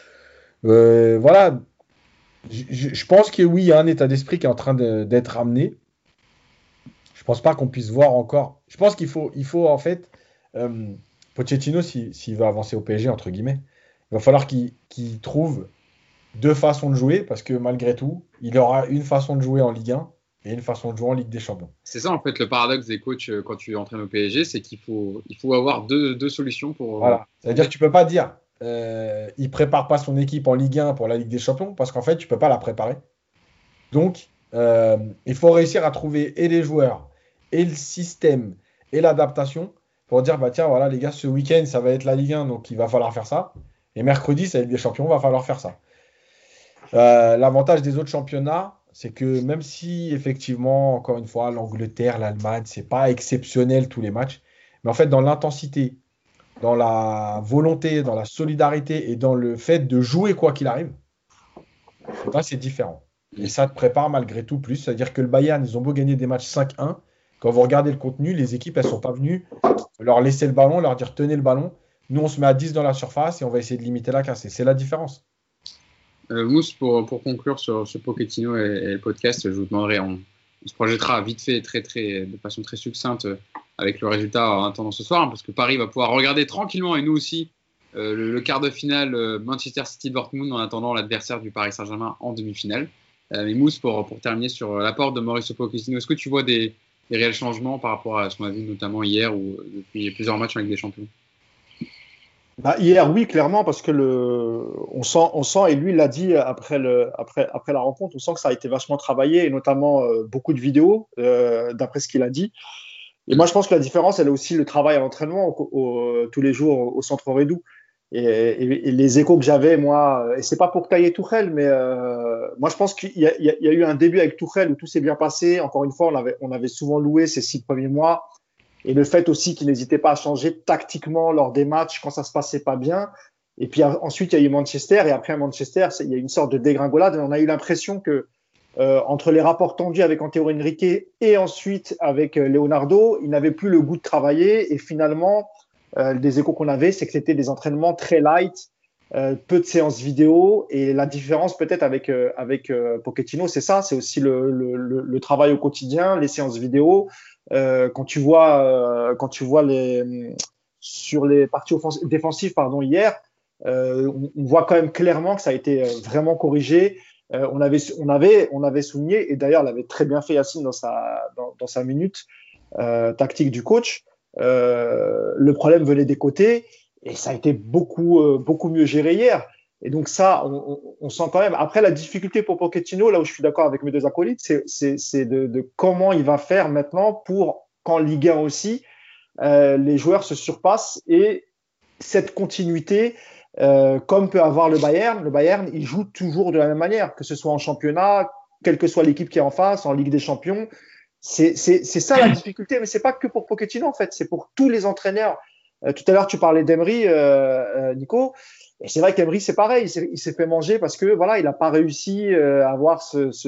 Voilà, je pense que oui, il y a un état d'esprit qui est en train d'être ramené. Je pense pas qu'on puisse voir encore. Je pense qu'il faut en fait, Pochettino, s'il veut avancer au PSG, entre guillemets, il va falloir qu'il trouve deux façons de jouer, parce que malgré tout, il aura une façon de jouer en Ligue 1 et une façon de jouer en Ligue des Champions. C'est ça, en fait, le paradoxe des coachs quand tu entraînes au PSG, c'est qu'il faut avoir deux solutions pour. Voilà. C'est-à-dire que tu ne peux pas dire il ne prépare pas son équipe en Ligue 1 pour la Ligue des Champions, parce qu'en fait, tu ne peux pas la préparer. Donc, il faut réussir à trouver et les joueurs, et le système, et l'adaptation pour dire, bah tiens, voilà, les gars, ce week-end, ça va être la Ligue 1, donc il va falloir faire ça. Et mercredi, c'est la Ligue des Champions, il va falloir faire ça. L'avantage des autres championnats, c'est que même si, effectivement, encore une fois, l'Angleterre, l'Allemagne, c'est pas exceptionnel tous les matchs, mais en fait, dans l'intensité, dans la volonté, dans la solidarité et dans le fait de jouer quoi qu'il arrive, là, c'est différent. Et ça te prépare malgré tout plus. C'est-à-dire que le Bayern, ils ont beau gagner des matchs 5-1. Quand vous regardez le contenu, les équipes, elles ne sont pas venues leur laisser le ballon, leur dire tenez le ballon. Nous, on se met à 10 dans la surface et on va essayer de limiter la casse. Et c'est la différence. Mousse, pour conclure sur Pochettino et le podcast, je vous demanderai, on se projettera vite fait, de façon très succincte, avec le résultat en attendant ce soir, parce que Paris va pouvoir regarder tranquillement, et nous aussi, le quart de finale Manchester City-Dortmund en attendant l'adversaire du Paris Saint-Germain en demi-finale. Mais Mousse, pour terminer sur l'apport de Mauricio Pochettino, est-ce que tu vois des réels changements par rapport à ce qu'on a vu notamment hier ou depuis plusieurs matchs avec des champions? Bah, hier, oui, clairement, parce que on sent, et lui l'a dit après la rencontre, on sent que ça a été vachement travaillé, et notamment beaucoup de vidéos, d'après ce qu'il a dit. Et moi, je pense que la différence, elle est aussi le travail à l'entraînement tous les jours au Centre Redou. Et les échos que j'avais, moi, et c'est pas pour tailler Tuchel, mais moi, je pense qu'il y a eu un début avec Tuchel où tout s'est bien passé. Encore une fois, on avait souvent loué ces 6 premiers mois. Et le fait aussi qu'il n'hésitait pas à changer tactiquement lors des matchs quand ça se passait pas bien. Et puis ensuite, il y a eu Manchester. Et après Manchester, il y a une sorte de dégringolade. Et on a eu l'impression que entre les rapports tendus avec Antero Henrique et ensuite avec Leonardo, il n'avait plus le goût de travailler. Et finalement, des échos qu'on avait, c'est que c'était des entraînements très light, peu de séances vidéo. Et la différence peut-être avec Pochettino, c'est ça, c'est aussi le travail au quotidien, les séances vidéo. Quand tu vois sur les parties défensives, hier, on voit quand même clairement que ça a été vraiment corrigé. On avait souligné, et d'ailleurs l'avait très bien fait Yacine dans sa minute tactique du coach. Le problème venait des côtés et ça a été beaucoup mieux géré hier. Et donc ça, on sent quand même. Après, la difficulté pour Pochettino, là où je suis d'accord avec mes deux acolytes, c'est de comment il va faire maintenant pour qu'en Ligue 1 aussi, les joueurs se surpassent et cette continuité, comme peut avoir le Bayern. Le Bayern, il joue toujours de la même manière, que ce soit en championnat, quelle que soit l'équipe qui est en face, en Ligue des Champions. C'est ça la difficulté, mais c'est pas que pour Pochettino en fait, c'est pour tous les entraîneurs. Tout à l'heure, tu parlais d'Emery, Nico. Et c'est vrai qu'Emery, c'est pareil, il s'est fait manger parce que voilà, il n'a pas réussi à avoir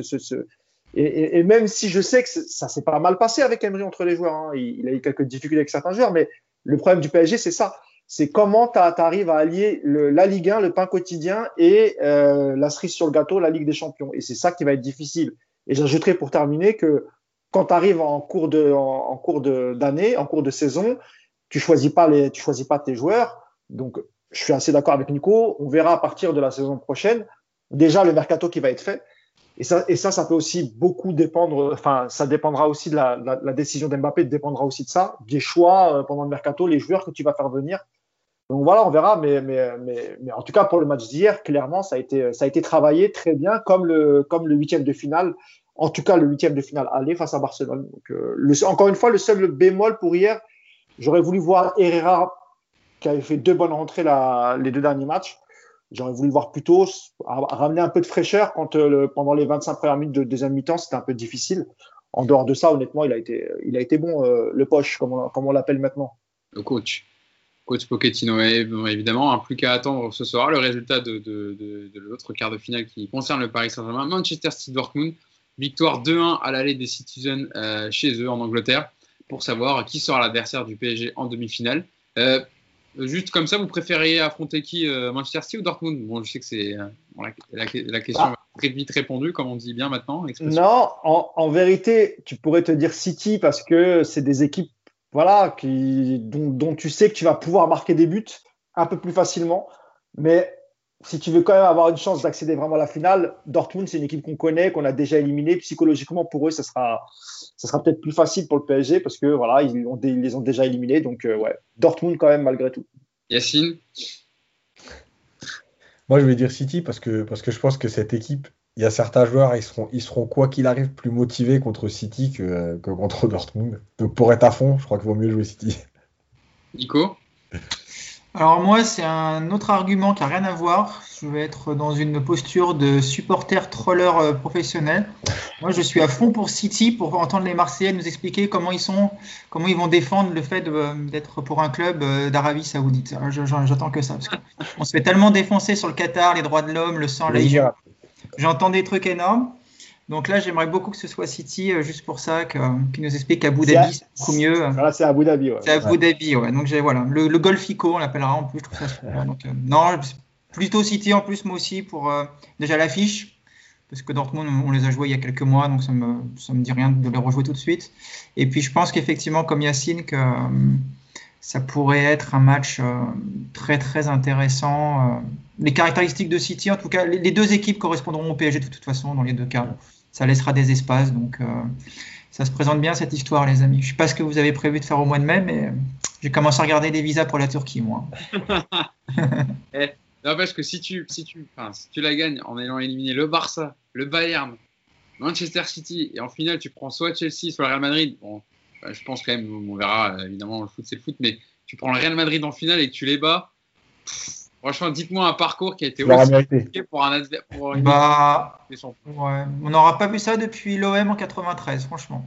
et même si je sais que ça s'est pas mal passé avec Emery entre les joueurs, hein, il a eu quelques difficultés avec certains joueurs, mais le problème du PSG, c'est ça. C'est comment tu arrives à allier la Ligue 1, le pain quotidien et la cerise sur le gâteau, la Ligue des Champions. Et c'est ça qui va être difficile. Et j'ajouterai pour terminer que quand tu arrives en cours d'année, en cours de saison, tu choisis pas tes joueurs. Donc, je suis assez d'accord avec Nico. On verra à partir de la saison prochaine déjà le mercato qui va être fait. Et ça peut aussi beaucoup dépendre. Enfin, ça dépendra aussi de la décision d'Mbappé, dépendra aussi de ça, des choix pendant le mercato, les joueurs que tu vas faire venir. Donc voilà, on verra. Mais en tout cas pour le match d'hier, clairement, ça a été travaillé très bien, comme le huitième de finale. En tout cas, le huitième de finale aller face à Barcelone. Donc, encore une fois, le seul bémol pour hier, j'aurais voulu voir Herrera qui avait fait 2 bonnes rentrées les 2 derniers matchs. J'aurais voulu le voir plus tôt, ramener un peu de fraîcheur quand pendant les 25 premières minutes de deuxième mi-temps, c'était un peu difficile. En dehors de ça, honnêtement, il a été bon, le poche, comme on l'appelle maintenant. Le coach Pochettino, bon, évidemment, plus qu'à attendre ce soir le résultat de l'autre quart de finale qui concerne le Paris Saint-Germain. Manchester City-Dortmund, victoire 2-1 à l'aller des Citizens chez eux en Angleterre, pour savoir qui sera l'adversaire du PSG en demi-finale. Juste comme ça, vous préfériez affronter qui, Manchester City ou Dortmund? Bon, je sais que c'est la question va très vite répondue, comme on dit bien maintenant. Non, en vérité, tu pourrais te dire City parce que c'est des équipes, voilà, dont tu sais que tu vas pouvoir marquer des buts un peu plus facilement. Mais si tu veux quand même avoir une chance d'accéder vraiment à la finale, Dortmund, c'est une équipe qu'on connaît, qu'on a déjà éliminée. Psychologiquement, pour eux, ça sera peut-être plus facile pour le PSG parce que voilà, ils les ont déjà éliminés. Donc, ouais, Dortmund quand même, malgré tout. Yacine? Moi, je vais dire City parce que je pense que cette équipe, il y a certains joueurs, ils seront quoi qu'il arrive plus motivés contre City que contre Dortmund. Donc pour être à fond, je crois qu'il vaut mieux jouer City. Nico? Alors moi, c'est un autre argument qui n'a rien à voir. Je vais être dans une posture de supporter troller professionnel. Moi, je suis à fond pour City pour entendre les Marseillais nous expliquer comment ils vont défendre le fait d'être pour un club d'Arabie Saoudite. J'attends que ça. Parce qu'on se fait tellement défoncer sur le Qatar, les droits de l'homme, le sang, l'Égypte. J'entends des trucs énormes. Donc là, j'aimerais beaucoup que ce soit City, juste pour ça, qui nous explique qu'Abu Dhabi, c'est beaucoup mieux. Voilà, c'est Abu Dhabi. Ouais. C'est Abu Dhabi, ouais. Donc voilà, le Golfico, on l'appellera en plus, je trouve ça super. Donc, non, plutôt City en plus, moi aussi, pour déjà l'affiche, parce que Dortmund, on les a joués il y a quelques mois, donc ça me dit rien de les rejouer tout de suite. Et puis je pense qu'effectivement, comme Yacine, que ça pourrait être un match très très intéressant. Les caractéristiques de City, en tout cas, les deux équipes correspondront au PSG de toute façon, dans les deux cas. Ça laissera des espaces, donc ça se présente bien cette histoire, les amis. Je ne sais pas ce que vous avez prévu de faire au mois de mai, mais j'ai commencé à regarder des visas pour la Turquie, moi. N'empêche que si tu la gagnes en ayant éliminé le Barça, le Bayern, Manchester City, et en finale tu prends soit Chelsea, soit le Real Madrid, bon, je pense quand même, on verra, évidemment, le foot c'est le foot, mais tu prends le Real Madrid en finale et que tu les bats. Franchement, dites-moi un parcours qui a été aussi compliqué pour un adversaire. Ouais, on n'aura pas vu ça depuis l'OM en 93, franchement.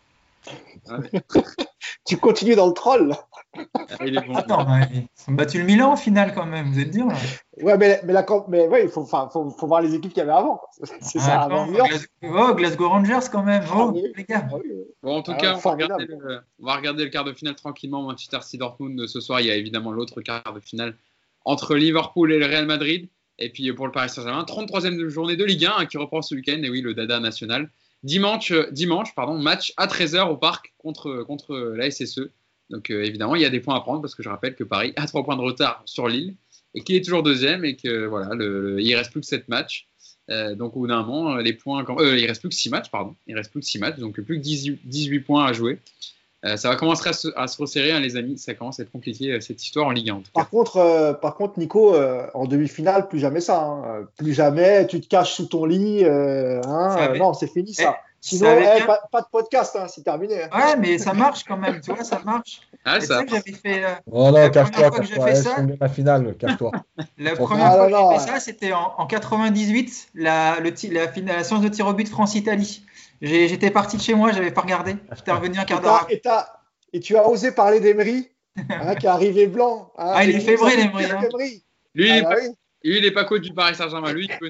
Ouais. Tu continues dans le troll. Il est bon. Attends, ils ont battu le Milan en finale quand même, vous êtes dur là. Ouais, mais ouais, il faut voir les équipes qu'il y avait avant. C'est ça, avant Glasgow Rangers quand même. Les gars. Bon, en tout cas, on va regarder le quart de finale tranquillement. Manchester City Dortmund ce soir. Il y a évidemment l'autre quart de finale entre Liverpool et le Real Madrid. Et puis pour le Paris Saint-Germain, 33e journée de Ligue 1 qui reprend ce week-end. Et oui, le Dada national. Dimanche, match à 13h au Parc contre la SSE. Donc évidemment, il y a des points à prendre parce que je rappelle que Paris a 3 points de retard sur Lille et qu'il est toujours deuxième et que voilà, il reste plus que 7 matchs. Donc au bout d'un moment, les points, il reste plus que 6 matchs, Il reste plus que 6 matchs, donc plus que 18 points à jouer. Ça va commencer à se resserrer, hein, les amis. Ça commence à être compliqué cette histoire en Ligue 1. En tout cas. Par contre, Nico, en demi-finale, plus jamais ça. Hein. Plus jamais, tu te caches sous ton lit. Non, c'est fini ça. Sinon, pas de podcast, hein, c'est terminé. Ouais, mais ça marche quand même, tu vois, ça marche. Ah, ça. Que j'avais fait. Oh non, cache-toi. La finale, cache-toi. La première fois que j'ai fait ça, c'était en 98, la séance de tir au but France-Italie. J'étais parti de chez moi, j'avais pas regardé. J'étais revenu un quart d'heure. Et tu as osé parler d'Emery, qui est arrivé blanc. Il est février, l'Emery. Lui, il n'est pas coach du Paris Saint-Germain. Lui, il peut.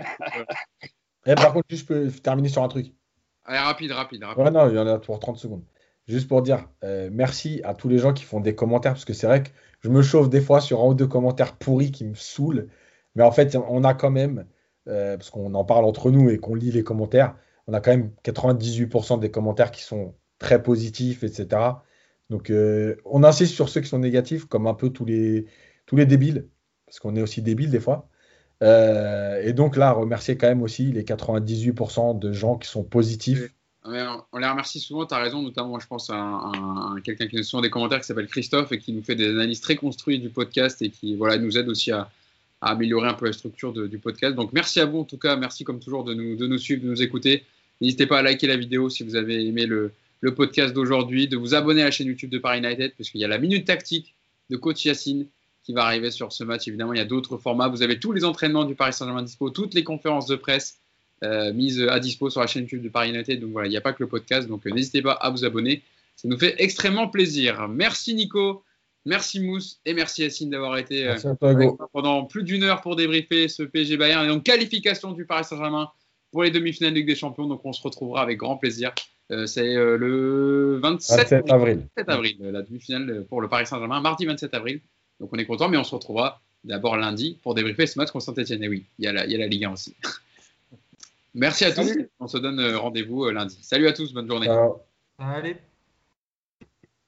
Par contre, je peux terminer sur un truc. Allez, rapide. Ouais, non, il y en a pour 30 secondes. Juste pour dire merci à tous les gens qui font des commentaires, parce que c'est vrai que je me chauffe des fois sur un ou deux commentaires pourris qui me saoulent. Mais en fait, on a quand même, parce qu'on en parle entre nous et qu'on lit les commentaires, on a quand même 98% des commentaires qui sont très positifs, etc. Donc, on insiste sur ceux qui sont négatifs, comme un peu tous les débiles, parce qu'on est aussi débiles des fois. Et donc là, remercier quand même aussi les 98% de gens qui sont positifs. Oui. On les remercie souvent, tu as raison, notamment moi je pense à quelqu'un qui nous fait des commentaires qui s'appelle Christophe et qui nous fait des analyses très construites du podcast et qui nous aide aussi à améliorer un peu la structure du podcast. Donc merci à vous en tout cas, merci comme toujours de nous suivre, de nous écouter. N'hésitez pas à liker la vidéo si vous avez aimé le podcast d'aujourd'hui, de vous abonner à la chaîne YouTube de Paris United parce qu'il y a la minute tactique de coach Yacine qui va arriver sur ce match. Évidemment, il y a d'autres formats. Vous avez tous les entraînements du Paris Saint-Germain dispo, toutes les conférences de presse mises à dispo sur la chaîne YouTube de Paris United. Donc voilà, il n'y a pas que le podcast. Donc n'hésitez pas à vous abonner. Ça nous fait extrêmement plaisir. Merci Nico, merci Mousse et merci Yacine d'avoir été pendant plus d'1 heure pour débriefer ce PSG Bayern et donc qualification du Paris Saint-Germain pour les demi-finales de Ligue des Champions. Donc on se retrouvera avec grand plaisir. C'est le 27 avril, la demi-finale pour le Paris Saint-Germain, mardi 27 avril. Donc on est content, mais on se retrouvera d'abord lundi pour débriefer ce match contre Saint-Etienne. Et oui, il y a la Ligue 1 aussi. Merci à tous. On se donne rendez-vous lundi. Salut à tous, bonne journée. Ciao. Allez.